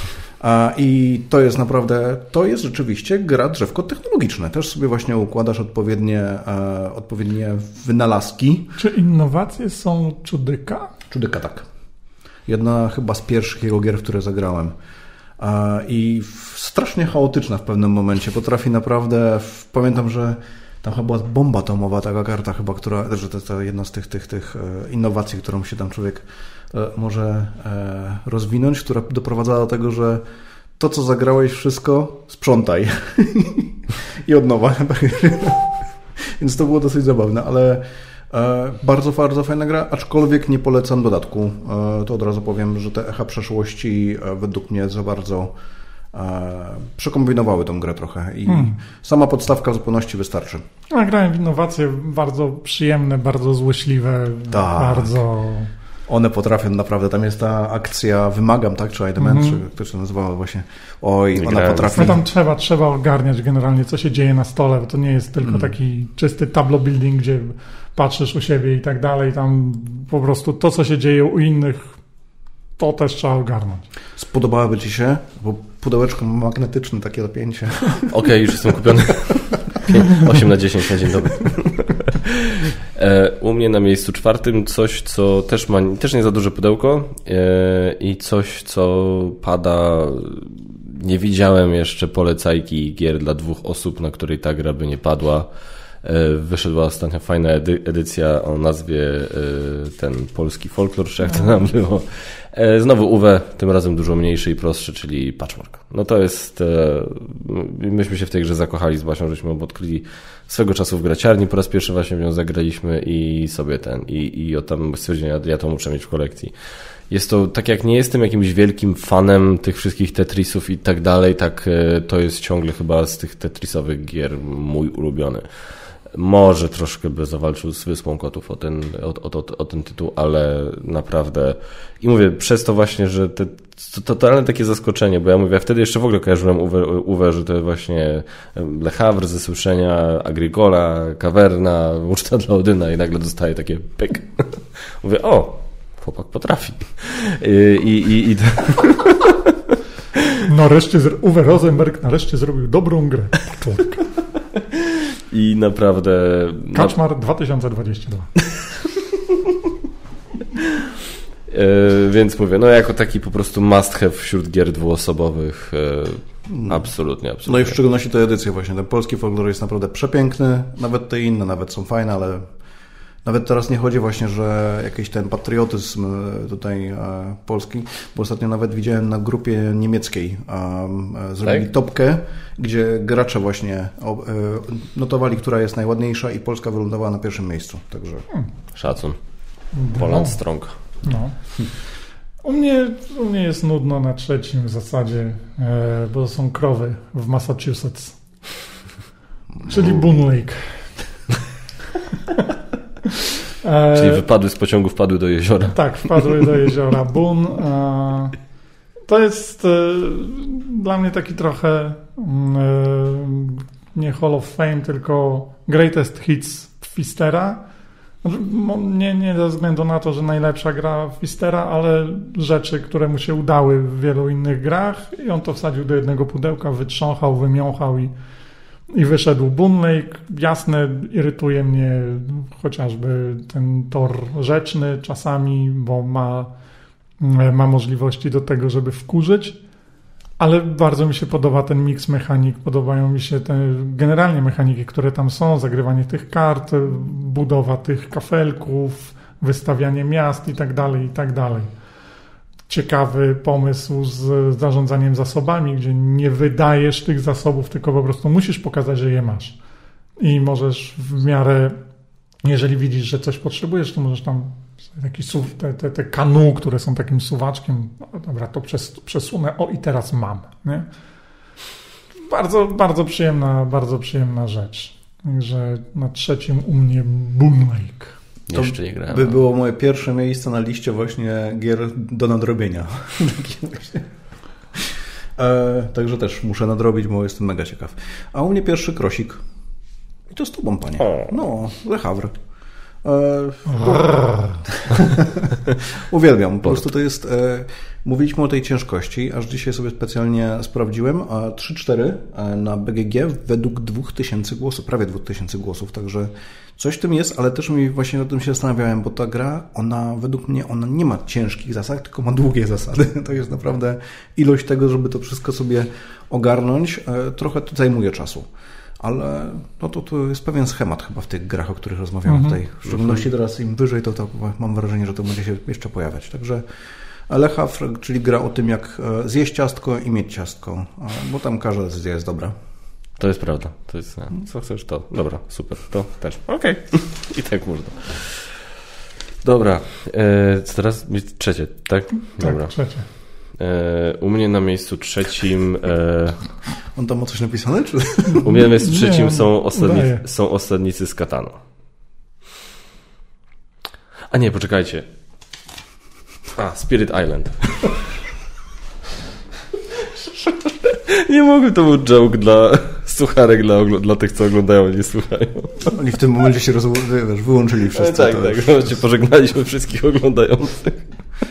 I to jest naprawdę, to jest rzeczywiście gra drzewko technologiczne. Też sobie właśnie układasz odpowiednie, odpowiednie wynalazki. Czy innowacje są Czudyka? Czudyka, tak. Jedna chyba z pierwszych jego gier, w które zagrałem. I strasznie chaotyczna w pewnym momencie. Potrafi naprawdę, pamiętam, że tam chyba była bomba atomowa, taka karta chyba, która, że to jest jedna z tych, tych, tych innowacji, którą się tam człowiek może rozwinąć, która doprowadzała do tego, że to, co zagrałeś, wszystko sprzątaj i od nowa. Więc to było dosyć zabawne, ale bardzo, bardzo fajna gra, aczkolwiek nie polecam dodatku. To od razu powiem, że te echa przeszłości według mnie za bardzo przekombinowały tą grę trochę i hmm. sama podstawka w zupełności wystarczy. Ja grałem w innowacje bardzo przyjemne, bardzo złośliwe, tak. bardzo... One potrafią naprawdę, tam jest ta akcja Wymagam, tak? Czy Idement, mm-hmm. czy to się nazywało właśnie. Oj, ona grałem. potrafi... No tam trzeba, trzeba ogarniać generalnie, co się dzieje na stole, bo to nie jest tylko mm. taki czysty tableau building, gdzie patrzysz u siebie i tak dalej. Tam po prostu to, co się dzieje u innych, to też trzeba ogarnąć. Spodobałaby Ci się? Bo pudełeczko magnetyczne, takie napięcie. Okej, okay, już jestem kupiony. osiem na dziesięć na dzień dobry. U mnie na miejscu czwartym coś, co też ma też nie za duże pudełko i coś, co pada. Nie widziałem jeszcze polecajki gier dla dwóch osób, na której ta gra by nie padła. Wyszedła ostatnio fajna edy- edycja o nazwie ten polski folklor, czy jak to nam było. Znowu U W, tym razem dużo mniejszy i prostszy, czyli Patchwork. No to jest... Myśmy się w tej grze zakochali z Basią, żeśmy ją odkryli swego czasu w graciarni, po raz pierwszy właśnie w nią zagraliśmy i sobie ten... I, i od tam stwierdziłem, ja, ja to muszę mieć w kolekcji. Jest to, tak jak nie jestem jakimś wielkim fanem tych wszystkich Tetrisów i tak dalej, tak to jest ciągle chyba z tych Tetrisowych gier mój ulubiony. Może troszkę by zawalczył z Wyspą Kotów o ten, o, o, o ten tytuł, ale naprawdę... I mówię, przez to właśnie, że te, to totalne takie zaskoczenie, bo ja mówię, ja wtedy jeszcze w ogóle kojarzyłem U W, że to właśnie Le Havre ze słyszenia, Agricola, Kawerna, Uczta dla Odyna i nagle dostaję takie pyk. Mówię, o, chłopak potrafi. I... i, i, i to... Nareszcie Uwe Rosenberg nareszcie zrobił dobrą grę. I naprawdę... Kaczmar dwa tysiące dwadzieścia dwa. Yy, więc mówię, no jako taki po prostu must have wśród gier dwuosobowych. Yy, absolutnie, absolutnie. No i w szczególności te edycje właśnie. Ten polski folklor jest naprawdę przepiękny. Nawet te inne nawet są fajne, ale nawet teraz nie chodzi właśnie, że jakiś ten patriotyzm tutaj e, polski, bo ostatnio nawet widziałem na grupie niemieckiej e, zrobili tak? topkę, gdzie gracze właśnie o, e, notowali, która jest najładniejsza i Polska wylądowała na pierwszym miejscu. Także hmm. Szacun. Poland no. Strong. No. U mnie, u mnie jest nudno na trzecim w zasadzie, e, bo są krowy w Massachusetts. Czyli Boone Lake. Czyli wypadły z pociągu, wpadły do jeziora. Tak, wpadły do jeziora. Boone. E, to jest e, dla mnie taki trochę e, nie Hall of Fame, tylko Greatest Hits Pfistera. Nie, nie ze względu na to, że najlepsza gra Pfistera, ale rzeczy, które mu się udały w wielu innych grach i on to wsadził do jednego pudełka, wytrząchał, wymiąchał i, i wyszedł. Boone Lake, jasne, irytuje mnie chociażby ten tor rzeczny czasami, bo ma, ma możliwości do tego, żeby wkurzyć, ale bardzo mi się podoba ten miks mechanik, podobają mi się te generalnie mechaniki, które tam są, zagrywanie tych kart, budowa tych kafelków, wystawianie miast i tak dalej, i tak dalej. Ciekawy pomysł z zarządzaniem zasobami, gdzie nie wydajesz tych zasobów, tylko po prostu musisz pokazać, że je masz. I możesz w miarę, jeżeli widzisz, że coś potrzebujesz, to możesz tam Taki suw, te, te, te kanu, które są takim suwaczkiem, no dobra, to przes, przesunę, o i teraz mam. Nie? Bardzo, bardzo przyjemna, bardzo przyjemna rzecz. Także na trzecim u mnie Boone Lake. To jeszcze nie grałem. By było moje pierwsze miejsce na liście właśnie gier do nadrobienia. e, także też muszę nadrobić, bo jestem mega ciekaw. A u mnie pierwszy Krosik. I to z tobą, panie. O. No, Le Havre. Uwielbiam, po prostu to jest e, mówiliśmy o tej ciężkości, aż dzisiaj sobie specjalnie sprawdziłem, a trzy cztery na B G G według dwóch tysięcy głosów, prawie dwóch tysięcy głosów, także coś w tym jest, ale też mi właśnie nad tym się zastanawiałem, bo ta gra, ona według mnie, ona nie ma ciężkich zasad, tylko ma długie zasady, to jest naprawdę ilość tego, żeby to wszystko sobie ogarnąć, e, trochę to zajmuje czasu. Ale no to, to jest pewien schemat chyba w tych grach, o których rozmawiamy mm-hmm. tutaj. W szczególności teraz im wyżej, to, to mam wrażenie, że to będzie się jeszcze pojawiać. Także Le Havre, czyli gra o tym, jak zjeść ciastko i mieć ciastko, bo tam każda decyzja jest dobra. To jest prawda. To jest, co chcesz, to. Dobra, super. To też. Okej. Okay. I tak można. Dobra. E, co teraz? Trzecie, tak? Dobra. Tak, trzecie. U mnie na miejscu trzecim... E... On tam ma coś napisane? Czy? U mnie na miejscu trzecim nie, są, osadni... są osadnicy z Katanu. A nie, poczekajcie. A, Spirit Island. Nie mogę, to był joke dla sucharek, dla, dla tych, co oglądają, nie słuchają. Oni w tym momencie się roz... wiesz, wyłączyli wszyscy. Tak, to tak. Już... tak. Pożegnaliśmy wszystkich oglądających.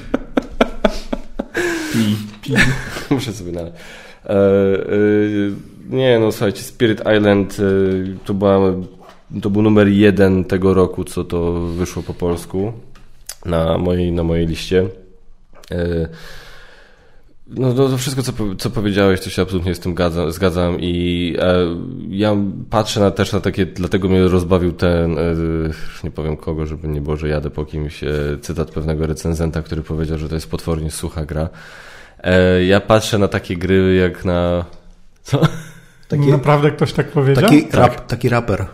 Pi, pi. Muszę sobie nalać. E, e, nie, no słuchajcie, Spirit Island e, to, była, to był numer jeden tego roku, co to wyszło po polsku na mojej, na mojej liście. E, No to wszystko, co, co powiedziałeś, to się absolutnie z tym zgadzam, zgadzam i e, ja patrzę na, też na takie, dlatego mnie rozbawił ten, e, nie powiem kogo, żeby nie było, że jadę po kimś, e, cytat pewnego recenzenta, który powiedział, że to jest potwornie sucha gra. E, ja patrzę na takie gry jak na... Co? Taki, Naprawdę ktoś tak powiedział? Taki, tak. rap, taki raper.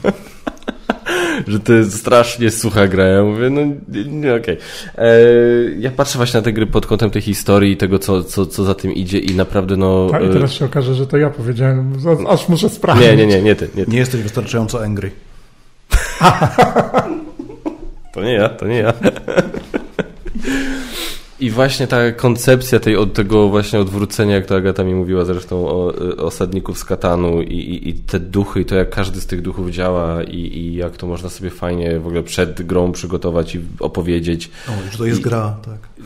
Że to jest strasznie sucha gra. Ja mówię, no nie, okej. Okay. Ja patrzę właśnie na te gry pod kątem tej historii i tego, co, co, co za tym idzie i naprawdę no... A i teraz się okaże, że to ja powiedziałem, aż muszę sprawdzić. Nie, nie, nie, nie ty. Nie, ty. nie jesteś wystarczająco angry. To nie ja, to nie ja. I właśnie ta koncepcja tej, od tego właśnie odwrócenia, jak to Agata mi mówiła zresztą o osadników z Katanu i, i, i te duchy i to jak każdy z tych duchów działa i, i jak to można sobie fajnie w ogóle przed grą przygotować i opowiedzieć. O, że to jest I... gra, tak.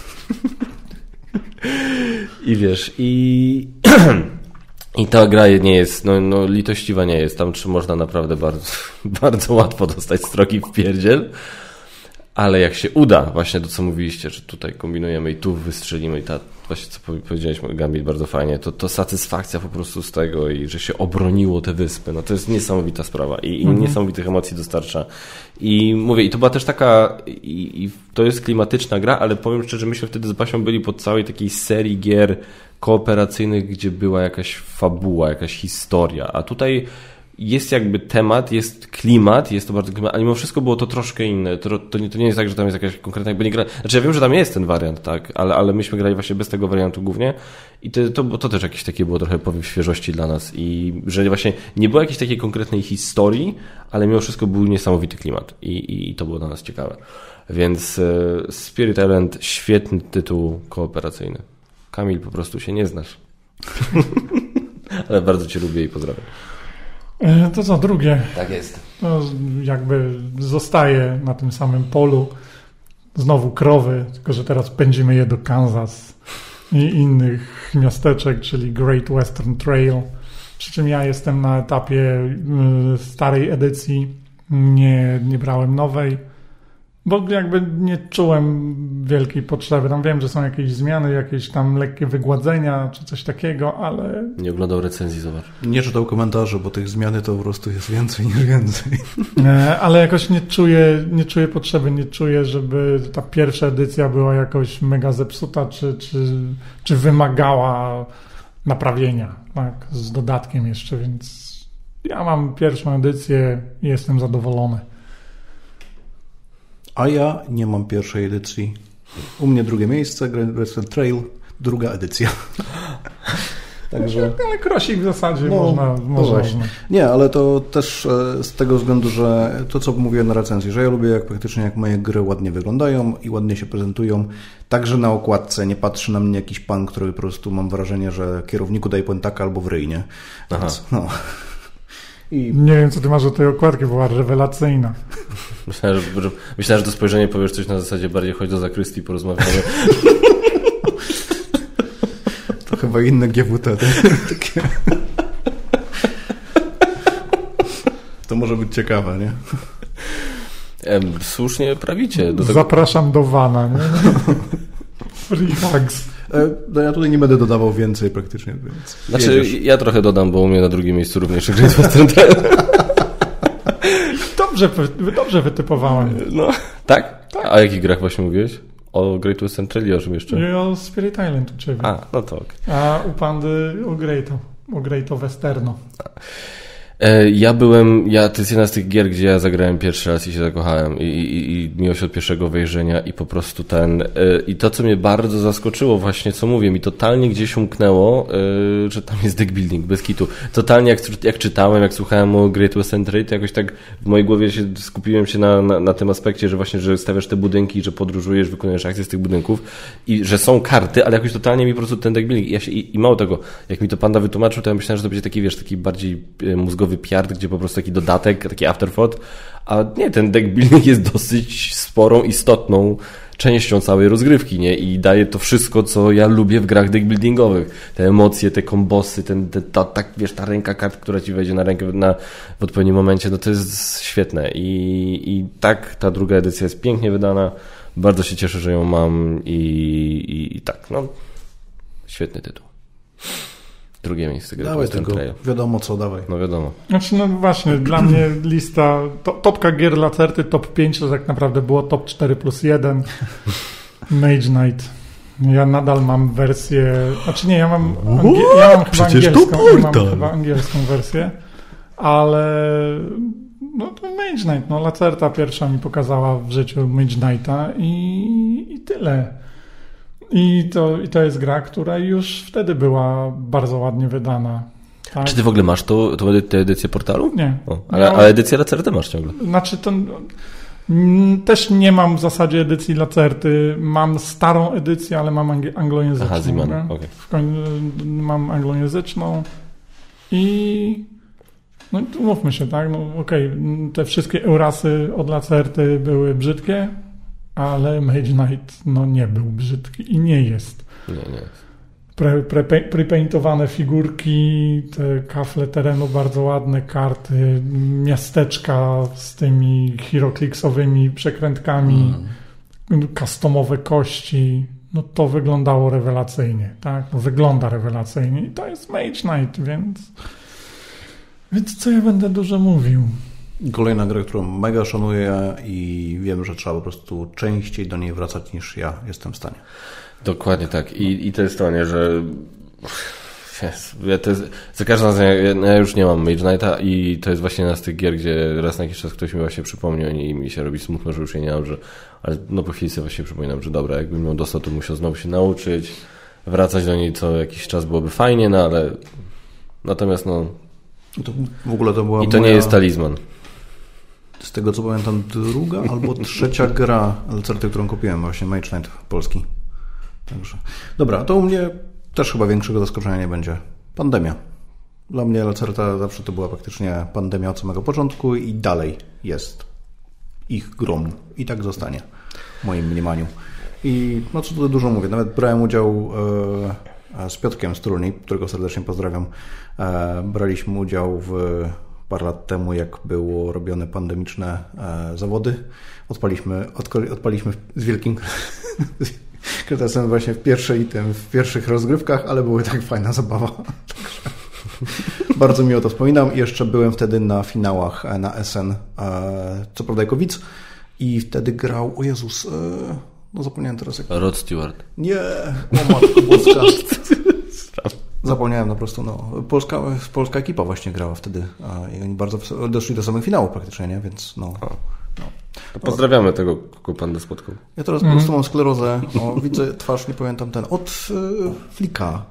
I wiesz, i... I ta gra nie jest, no, no litościwa nie jest. Tam czy można naprawdę bardzo, bardzo łatwo dostać strogi w pierdziel. Ale jak się uda, właśnie to co mówiliście, że tutaj kombinujemy i tu wystrzelimy i ta, właśnie co powiedzieliśmy, Gambit bardzo fajnie, to, to satysfakcja po prostu z tego i że się obroniło te wyspy, no to jest niesamowita sprawa i, i mhm. niesamowitych emocji dostarcza. I mówię, i to była też taka, i, i to jest klimatyczna gra, ale powiem szczerze, myśmy wtedy z Basią byli pod całej takiej serii gier kooperacyjnych, gdzie była jakaś fabuła, jakaś historia, a tutaj jest jakby temat, jest klimat, jest to bardzo klimat, a mimo wszystko było to troszkę inne. To, to, nie, to nie jest tak, że tam jest jakaś konkretna, bo nie gra... Znaczy ja wiem, że tam jest ten wariant, tak, ale, ale myśmy grali właśnie bez tego wariantu głównie i to, to, to też jakieś takie było trochę powiew świeżości dla nas i że właśnie nie było jakiejś takiej konkretnej historii, ale mimo wszystko był niesamowity klimat i, i, i to było dla nas ciekawe. Więc e, Spirit Island, świetny tytuł kooperacyjny. Kamil, po prostu się nie znasz. Ale bardzo cię lubię i pozdrawiam. To co, drugie. Tak jest. No, jakby zostaje na tym samym polu. Znowu krowy, tylko że teraz pędzimy je do Kansas i innych miasteczek, czyli Great Western Trail. Przy czym ja jestem na etapie starej edycji, nie, nie brałem nowej, bo jakby nie czułem wielkiej potrzeby. Tam wiem, że są jakieś zmiany, jakieś tam lekkie wygładzenia, czy coś takiego, ale... Nie oglądał recenzji, zobacz. Nie czytał komentarzy, bo tych zmiany to po prostu jest więcej niż więcej. Ale jakoś nie czuję, nie czuję potrzeby, nie czuję, żeby ta pierwsza edycja była jakoś mega zepsuta, czy, czy, czy wymagała naprawienia, tak, z dodatkiem jeszcze, więc ja mam pierwszą edycję i jestem zadowolony. A ja nie mam pierwszej edycji. U mnie drugie miejsce, Great Western Trail, druga edycja. Także... Ale Krosik w zasadzie no, można. można. Nie, ale to też z tego względu, że to co mówiłem na recenzji, że ja lubię jak praktycznie jak moje gry ładnie wyglądają i ładnie się prezentują. Także na okładce nie patrzy na mnie jakiś pan, który po prostu mam wrażenie, że kierowniku daj pętaka albo w ryj, nie? Więc, no. I... Nie wiem, co ty masz do tej okładki, była rewelacyjna. Myślałem, że, myślałem, że to spojrzenie powiesz coś na zasadzie bardziej chodź do zakrystii i porozmawiamy. To chyba inne G W T. Takie... To może być ciekawe, nie? Em, słusznie prawicie. Do tego... Zapraszam do wana, nie? Free hugs. No ja tutaj nie będę dodawał więcej praktycznie, więc... Znaczy, jedziesz. Ja trochę dodam, bo u mnie na drugim miejscu również Great Western Trail. Dobrze, dobrze wytypowałem. No, tak? tak? A o jakich grach właśnie mówiłeś? O Great Western Trail i o czym jeszcze? I o Spirit Island u ciebie. A, no to okay. A u Pandy o Greato, o Greato Westerno. Ja byłem, ja, to jest jedna z tych gier, gdzie ja zagrałem pierwszy raz i się zakochałem i, i, i miło się od pierwszego wejrzenia i po prostu ten, i to co mnie bardzo zaskoczyło właśnie, co mówię, mi totalnie gdzieś umknęło, że tam jest deck building, bez kitu. Totalnie jak, jak czytałem, jak słuchałem o Great Western Trail, to jakoś tak w mojej głowie się skupiłem się na, na, na tym aspekcie, że właśnie, że stawiasz te budynki, że podróżujesz, wykonujesz akcje z tych budynków i że są karty, ale jakoś totalnie mi po prostu ten deck building i, ja się, i, i mało tego, jak mi to Panda wytłumaczył, to ja myślałem, że to będzie taki, wiesz, taki bardziej mózgowy piard, gdzie po prostu taki dodatek, taki afterthought, a nie, ten deck building jest dosyć sporą, istotną częścią całej rozgrywki, nie? I daje to wszystko, co ja lubię w grach deck buildingowych. Te emocje, te kombosy, ten, te, ta, ta, wiesz, ta ręka kart, która ci wejdzie na rękę na, w odpowiednim momencie, no to jest świetne. I, i tak, ta druga edycja jest pięknie wydana. Bardzo się cieszę, że ją mam i, i, i tak, no Świetny tytuł. Drugie miejsce gry dawaj tego, wiadomo co, dawaj. No wiadomo. Znaczy, no właśnie, dla mnie lista, to, topka gier Lacerty, top pięć, to tak naprawdę było top cztery plus jeden. Mage Knight. Ja nadal mam wersję, znaczy nie, ja mam, angie, ja mam chyba angielską, ja mam chyba angielską wersję, ale no to Mage Knight, no Lacerta pierwsza mi pokazała w życiu Mage Knighta i, i tyle. I to, I to jest gra, która już wtedy była bardzo ładnie wydana. Tak? Czy ty w ogóle masz to, to tę edycję portalu? Nie. O, ale, no, ale edycję Lacerty masz ciągle? Znaczy to... Też nie mam w zasadzie edycji Lacerty. Mam starą edycję, ale mam anglojęzyczną. Aha, Ziman, okay. Mam anglojęzyczną i no mówmy się, tak? No okej, okay. Te wszystkie Eurasy od Lacerty były brzydkie, ale Mage Knight no nie był brzydki i nie jest. Nie, nie jest. Pre, pre, prepaintowane figurki, te kafle terenu bardzo ładne, karty, miasteczka z tymi HeroClixowymi przekrętkami, mm. customowe kości. No to wyglądało rewelacyjnie, tak? No, wygląda rewelacyjnie i to jest Mage Knight, więc więc co ja będę dużo mówił. Kolejna gra, którą mega szanuję i wiem, że trzeba po prostu częściej do niej wracać niż ja jestem w stanie. Dokładnie tak. I, i to jest to, nie, że yes, ja to jest, za każdym razem ja, ja już nie mam Mage Knighta i to jest właśnie jedna z tych gier, gdzie raz na jakiś czas ktoś mi właśnie przypomniał i mi się robi smutno, że już jej nie mam, że, ale no po chwili sobie właśnie przypominam, że dobra, jakbym miał dostał, to musiał znowu się nauczyć, wracać do niej co jakiś czas byłoby fajnie, no ale natomiast no to w ogóle to była i to moja... nie jest talizman. Z tego co pamiętam, druga albo trzecia gra Lacerty, którą kupiłem, właśnie Mage Knight polski. Także. Dobra, to u mnie też chyba większego zaskoczenia nie będzie. Pandemia. Dla mnie Lacerta zawsze to była praktycznie pandemia od samego początku i dalej jest ich grą. I tak zostanie w moim mniemaniu. I no co tutaj dużo mówię, nawet brałem udział e, z Piotrkiem z Trulni, którego serdecznie pozdrawiam. E, braliśmy udział w parę lat temu, jak było robione pandemiczne e, zawody. Odpaliśmy, odko- odpaliśmy z wielkim kretesem właśnie w pierwszej tym, w pierwszych rozgrywkach, ale były tak fajna zabawa. Bardzo miło to wspominam. I jeszcze byłem wtedy na finałach na S N, e, co prawda jako widz, i wtedy grał, o Jezus, e, no zapomniałem teraz jak... Rod Stewart. Nie, o matko boska. Zapomniałem po prostu, no. Polska, polska ekipa właśnie grała wtedy i oni bardzo doszli do samych finałów praktycznie, nie? Więc no. no. To pozdrawiamy no. tego, kogo pan spotkał. Ja teraz mm. po prostu mam sklerozę. O, widzę twarz, nie pamiętam ten. Od y, Flika.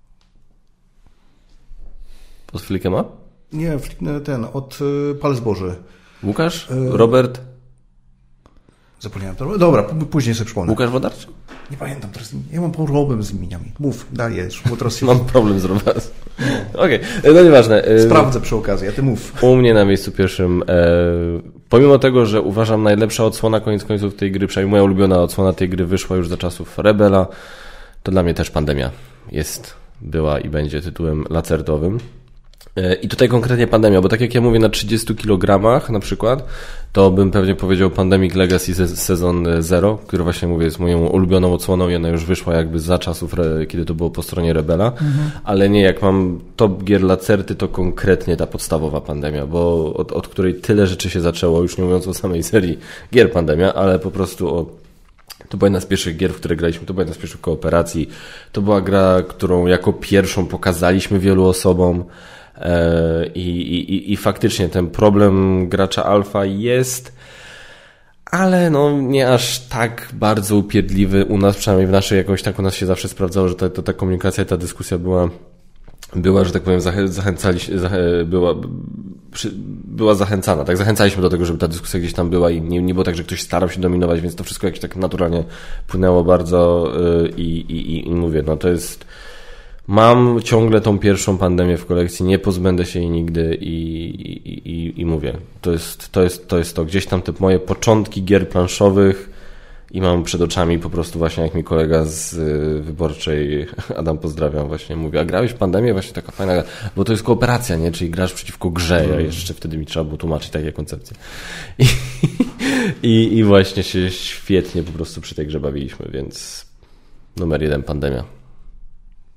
Od Flika ma? Nie, ten, od y, Palec Boży. Łukasz? Y, Robert? Zapomniałem to. Dobra, później sobie przypomnę. Łukasz Wodarczyk? Nie pamiętam teraz. Ja mam problem z imieniami. Mów, dalej, bo teraz się... Mam problem z Robertem. No. Okej, okay. No nieważne. Sprawdzę przy okazji, a ty mów. U mnie na miejscu pierwszym, e, pomimo tego, że uważam najlepsza odsłona koniec końców tej gry, przynajmniej moja ulubiona odsłona tej gry wyszła już za czasów Rebela, to dla mnie też Pandemia jest, była i będzie tytułem lacertowym. I tutaj konkretnie Pandemia, bo tak jak ja mówię na trzydziestu kilogramach na przykład, to bym pewnie powiedział Pandemic Legacy sezon zero, który właśnie mówię jest moją ulubioną odsłoną i ona już wyszła jakby za czasów, kiedy to było po stronie Rebela, mhm. ale nie, jak mam top gier Lacerty, to konkretnie ta podstawowa Pandemia, bo od, od której tyle rzeczy się zaczęło, już nie mówiąc o samej serii gier Pandemia, ale po prostu o to była jedna z pierwszych gier, w które graliśmy, to była jedna z pierwszych kooperacji, to była gra, którą jako pierwszą pokazaliśmy wielu osobom. I, i, i faktycznie ten problem gracza alfa jest, ale no nie aż tak bardzo upierdliwy u nas, przynajmniej w naszej jakoś tak u nas się zawsze sprawdzało, że ta, ta, ta komunikacja, ta dyskusja była, była, że tak powiem, zachę, zachęcali, zachę, była, przy, była zachęcana, tak, zachęcaliśmy do tego, żeby ta dyskusja gdzieś tam była i nie, nie było tak, że ktoś starał się dominować, więc to wszystko jakieś tak naturalnie płynęło bardzo i, i, i, i mówię, no to jest... Mam ciągle tą pierwszą Pandemię w kolekcji, nie pozbędę się jej nigdy i, i, i, i mówię, to jest, to jest to jest to. Gdzieś tam te moje początki gier planszowych i mam przed oczami po prostu właśnie jak mi kolega z Wyborczej, Adam pozdrawiam, właśnie mówi, a grałeś w Pandemię? Właśnie taka fajna, bo to jest kooperacja, nie? Czyli grasz przeciwko grze, a jeszcze wtedy mi trzeba było tłumaczyć takie koncepcje. I, i, i właśnie się świetnie po prostu przy tej grze bawiliśmy, więc numer jeden Pandemia.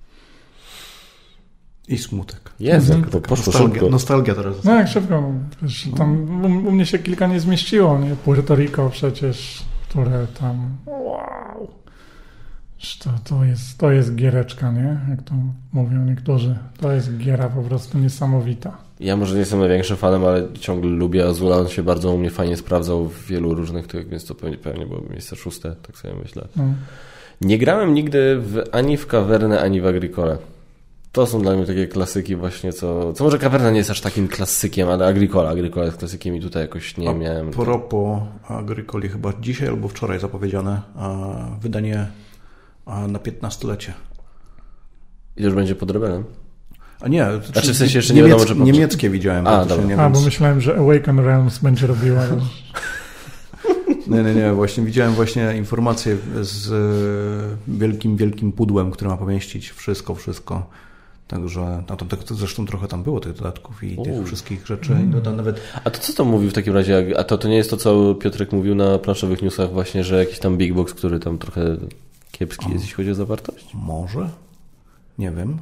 I smutek. Jest, Mhm. jak to poszło Nostalgia, szybko. nostalgia teraz. No jak szybko, wiesz, tam u, u mnie się kilka nie zmieściło, nie? Puerto Rico przecież, które tam, wow, to, to, jest, to jest giereczka, nie? Jak to mówią niektórzy, to jest giera po prostu niesamowita. Ja może nie jestem największym fanem, ale ciągle lubię Azula. On się bardzo u mnie fajnie sprawdzał w wielu różnych tych, więc to pewnie, pewnie byłoby miejsce szóste, tak sobie myślę. No. Nie grałem nigdy w, ani w Cavernę, ani w Agricole. To są dla mnie takie klasyki właśnie, co... Co może Caverna nie jest aż takim klasykiem, ale Agricola. Agricola jest klasykiem i tutaj jakoś nie A miałem... propos Agricoli, chyba dzisiaj albo wczoraj zapowiedziane a, wydanie a, na piętnastolecie. I już będzie pod Rebelem? A nie, Znaczy w sensie jeszcze nie niemiec, wiadomo, że... niemieckie widziałem. A, dobra. nie, A, więc... bo myślałem, że Awaken Realms będzie robiła. Nie, nie, nie. Właśnie widziałem właśnie informację z wielkim, wielkim pudłem, które ma pomieścić wszystko, wszystko. Także, no to, to zresztą trochę tam było tych dodatków i U. tych wszystkich rzeczy. Mm. No, to nawet... A to co to mówił w takim razie? A to, to nie jest to, co Piotrek mówił na planszowych newsach właśnie, że jakiś tam big box, który tam trochę kiepski jest, jeśli chodzi o zawartość? Może? Nie wiem.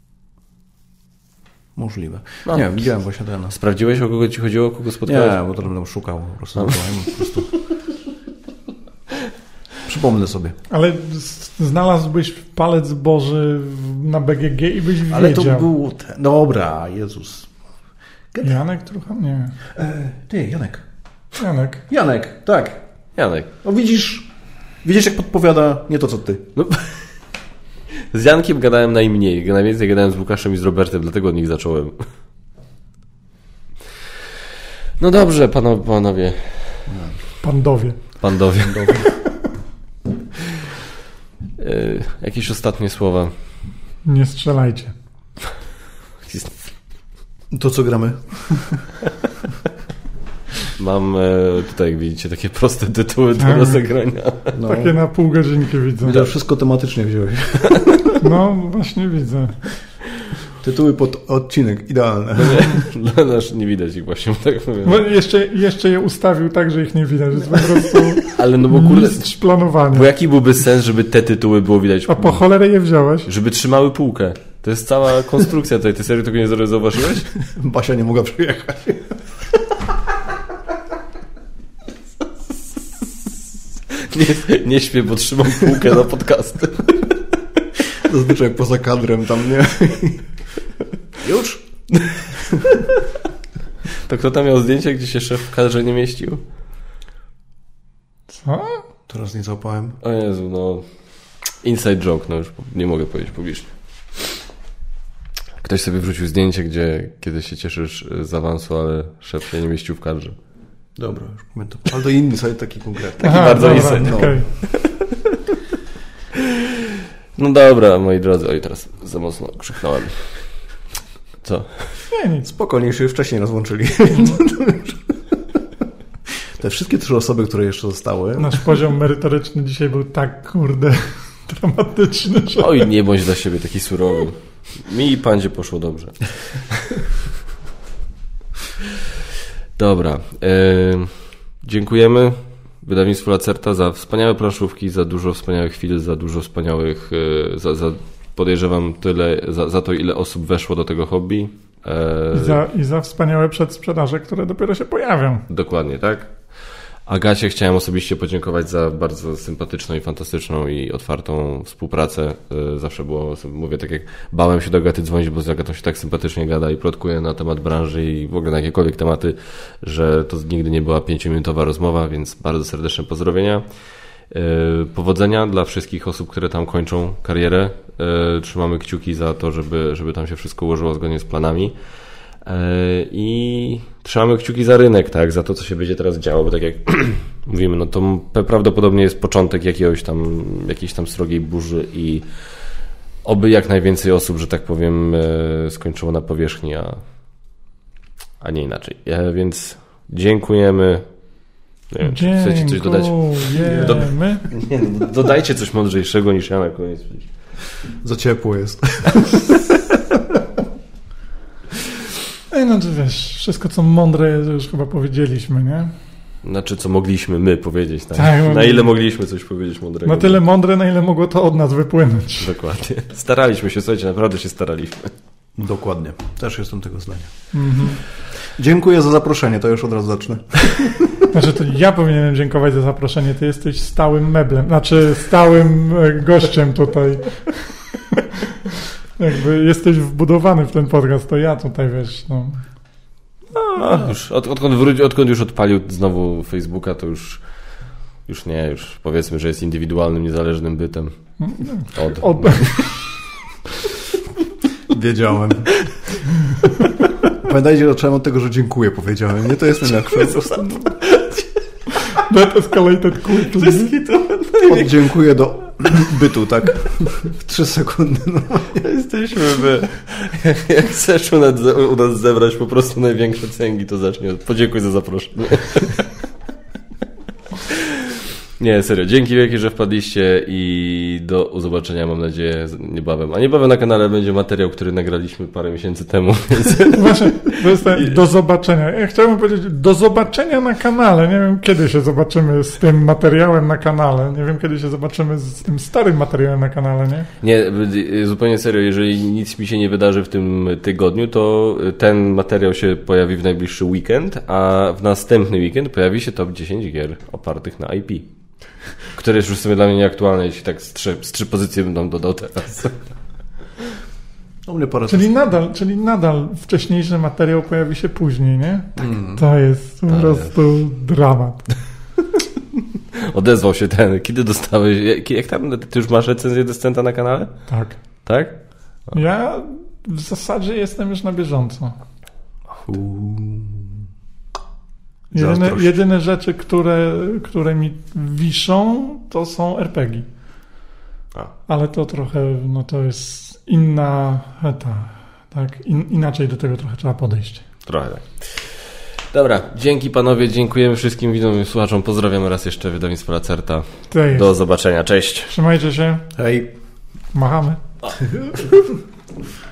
Możliwe. No. Nie, widziałem właśnie ten. Sprawdziłeś, o kogo ci chodziło, kogo spotkałeś? Nie, bo to będę szukał po prostu. No. Po prostu. Przypomnę sobie. Ale z- znalazłbyś palec Boży w- na B G G i byś wiedział. Ale to było... Te... Dobra, Jezus. Janek trochę? Nie. E, ty, Janek. Janek. Janek, tak. Janek. No widzisz, widzisz jak podpowiada nie to, co ty. No, z Jankiem gadałem najmniej. Najwięcej gadałem z Łukaszem i z Robertem, dlatego od nich zacząłem. No dobrze, panowie. panowie. Pandowie. Pandowie. Yy, jakieś ostatnie słowa. Nie strzelajcie. To co gramy? Mam e, tutaj, jak widzicie, takie proste tytuły do Tak. rozegrania. No, Takie na pół godzinki widzę. to wszystko tematycznie wziąłeś. No właśnie widzę. Tytuły pod odcinek, idealne. Dla nas nie widać ich właśnie, tak powiem. Bo jeszcze, jeszcze je ustawił tak, że ich nie widać. Jest po prostu Ale no bo kurde, mistrz planowania. bo jaki byłby sens, żeby te tytuły było widać? A po cholerę je wziąłeś? Żeby trzymały półkę. To jest cała konstrukcja tutaj. Ty serio tego nie zauważyłeś? Basia nie mogła przyjechać. Nie, nie śpię, bo trzymam półkę na podcasty. Zazwyczaj poza kadrem tam, nie? Już? To kto tam miał zdjęcie, gdzie się szef w kadrze nie mieścił? Co? Teraz nie załapałem. O Jezu, no... Inside joke, no już nie mogę powiedzieć publicznie. Ktoś sobie wrzucił zdjęcie, gdzie kiedy się cieszysz z awansu, ale szef się nie mieścił w kadrze. Dobra, już pamiętam. Ale to inny sajt taki konkretny. Taki bardzo dobra, inside. no. okej. No dobra, moi drodzy. Oj, teraz za mocno krzyknąłem. Co? Nie, nic. Spokojnie, się już wcześniej rozłączyli. Te wszystkie trzy osoby, które jeszcze zostały. Nasz poziom merytoryczny dzisiaj był tak, kurde, dramatyczny, że... Oj, nie bądź dla siebie taki surowy. Mi i Pandzie poszło dobrze. Dobra. E, dziękujemy wydawnictwu Lacerta za wspaniałe planszówki, za dużo wspaniałych chwil, za dużo wspaniałych... E, za, za, podejrzewam tyle, za, za to, ile osób weszło do tego hobby. E, I za, I za wspaniałe przedsprzedaże, które dopiero się pojawią. Dokładnie, tak. Agacie chciałem osobiście podziękować za bardzo sympatyczną i fantastyczną i otwartą współpracę. Zawsze było, mówię tak jak bałem się do Agaty dzwonić, bo z Agatą się tak sympatycznie gada i plotkuje na temat branży i w ogóle na jakiekolwiek tematy, że to nigdy nie była pięciominutowa rozmowa, więc bardzo serdeczne pozdrowienia. Powodzenia dla wszystkich osób, które tam kończą karierę. Trzymamy kciuki za to, żeby, żeby tam się wszystko ułożyło zgodnie z planami. I trzymamy kciuki za rynek, tak, za to, co się będzie teraz działo, bo tak jak mówimy, no to prawdopodobnie jest początek jakiegoś tam, jakiejś tam srogiej burzy i oby jak najwięcej osób, że tak powiem, skończyło na powierzchni, a, a nie inaczej. Więc dziękujemy. Nie wiem, czy chcecie coś dodać? Dziękujemy. Nie, no, dodajcie coś mądrzejszego niż ja na koniec. Za ciepło jest. Ej, no to wiesz, wszystko co mądre już chyba powiedzieliśmy, nie? Znaczy, co mogliśmy my powiedzieć, tak? Tak, na ile mogliśmy coś powiedzieć mądrego. Na tyle mądre, na ile mogło to od nas wypłynąć. Dokładnie. Staraliśmy się, słuchajcie, naprawdę się staraliśmy. Dokładnie. Też jestem tego zdania. Mhm. Dziękuję za zaproszenie, to już od razu zacznę. Znaczy, to ja powinienem dziękować za zaproszenie. Ty jesteś stałym meblem, znaczy stałym gościem tutaj. Jakby jesteś wbudowany w ten podcast, to ja tutaj, wiesz, no... No, już od, odkąd, wróci, odkąd już odpalił znowu Facebooka, to już już nie, już powiedzmy, że jest indywidualnym, niezależnym bytem. Od. od... Wiedziałem. Pamiętajcie, zacząłem od tego, że dziękuję, powiedziałem. Nie, to jest najlepsze. That escalated quickly. Od dziękuję do bytu, tak? W trzy sekundy. No. Jesteśmy my. Jak, jak chcesz u nas, u nas zebrać po prostu największe cęgi, to zacznij od podziękuj za zaproszenie. Nie, serio. Dzięki wielkie, że wpadliście i do zobaczenia, mam nadzieję, niebawem. A niebawem na kanale będzie materiał, który nagraliśmy parę miesięcy temu. Więc... Właśnie, to jest tak, do zobaczenia. Ja chciałbym powiedzieć, do zobaczenia na kanale. Nie wiem, kiedy się zobaczymy z tym materiałem na kanale. Nie wiem, kiedy się zobaczymy z tym starym materiałem na kanale, nie? Nie, zupełnie serio. Jeżeli nic mi się nie wydarzy w tym tygodniu, to ten materiał się pojawi w najbliższy weekend, a w następny weekend pojawi się top dziesięć gier opartych na I P. Które jest już sobie dla mnie nieaktualne, jeśli tak z trzy, z trzy pozycje bym tam dodał teraz. Czyli nadal, czyli nadal wcześniejszy materiał pojawi się później, nie? Tak. Mm. To jest po prostu dramat. Odezwał się ten. Kiedy dostałeś... Jak, jak tam? Ty już masz recenzję Descenta na kanale? Tak. Tak? O. Ja w zasadzie jestem już na bieżąco. Uuu. Jedyne, jedyne rzeczy, które, które mi wiszą, to są er pe gie. A. Ale to trochę, no to jest inna eta, tak? In, inaczej do tego trochę trzeba podejść. Trochę tak. Dobra, dzięki panowie, dziękujemy wszystkim widzom i słuchaczom. Pozdrawiamy raz jeszcze wydawnictwo Lacerta. Do zobaczenia, cześć. Trzymajcie się. Hej. Machamy.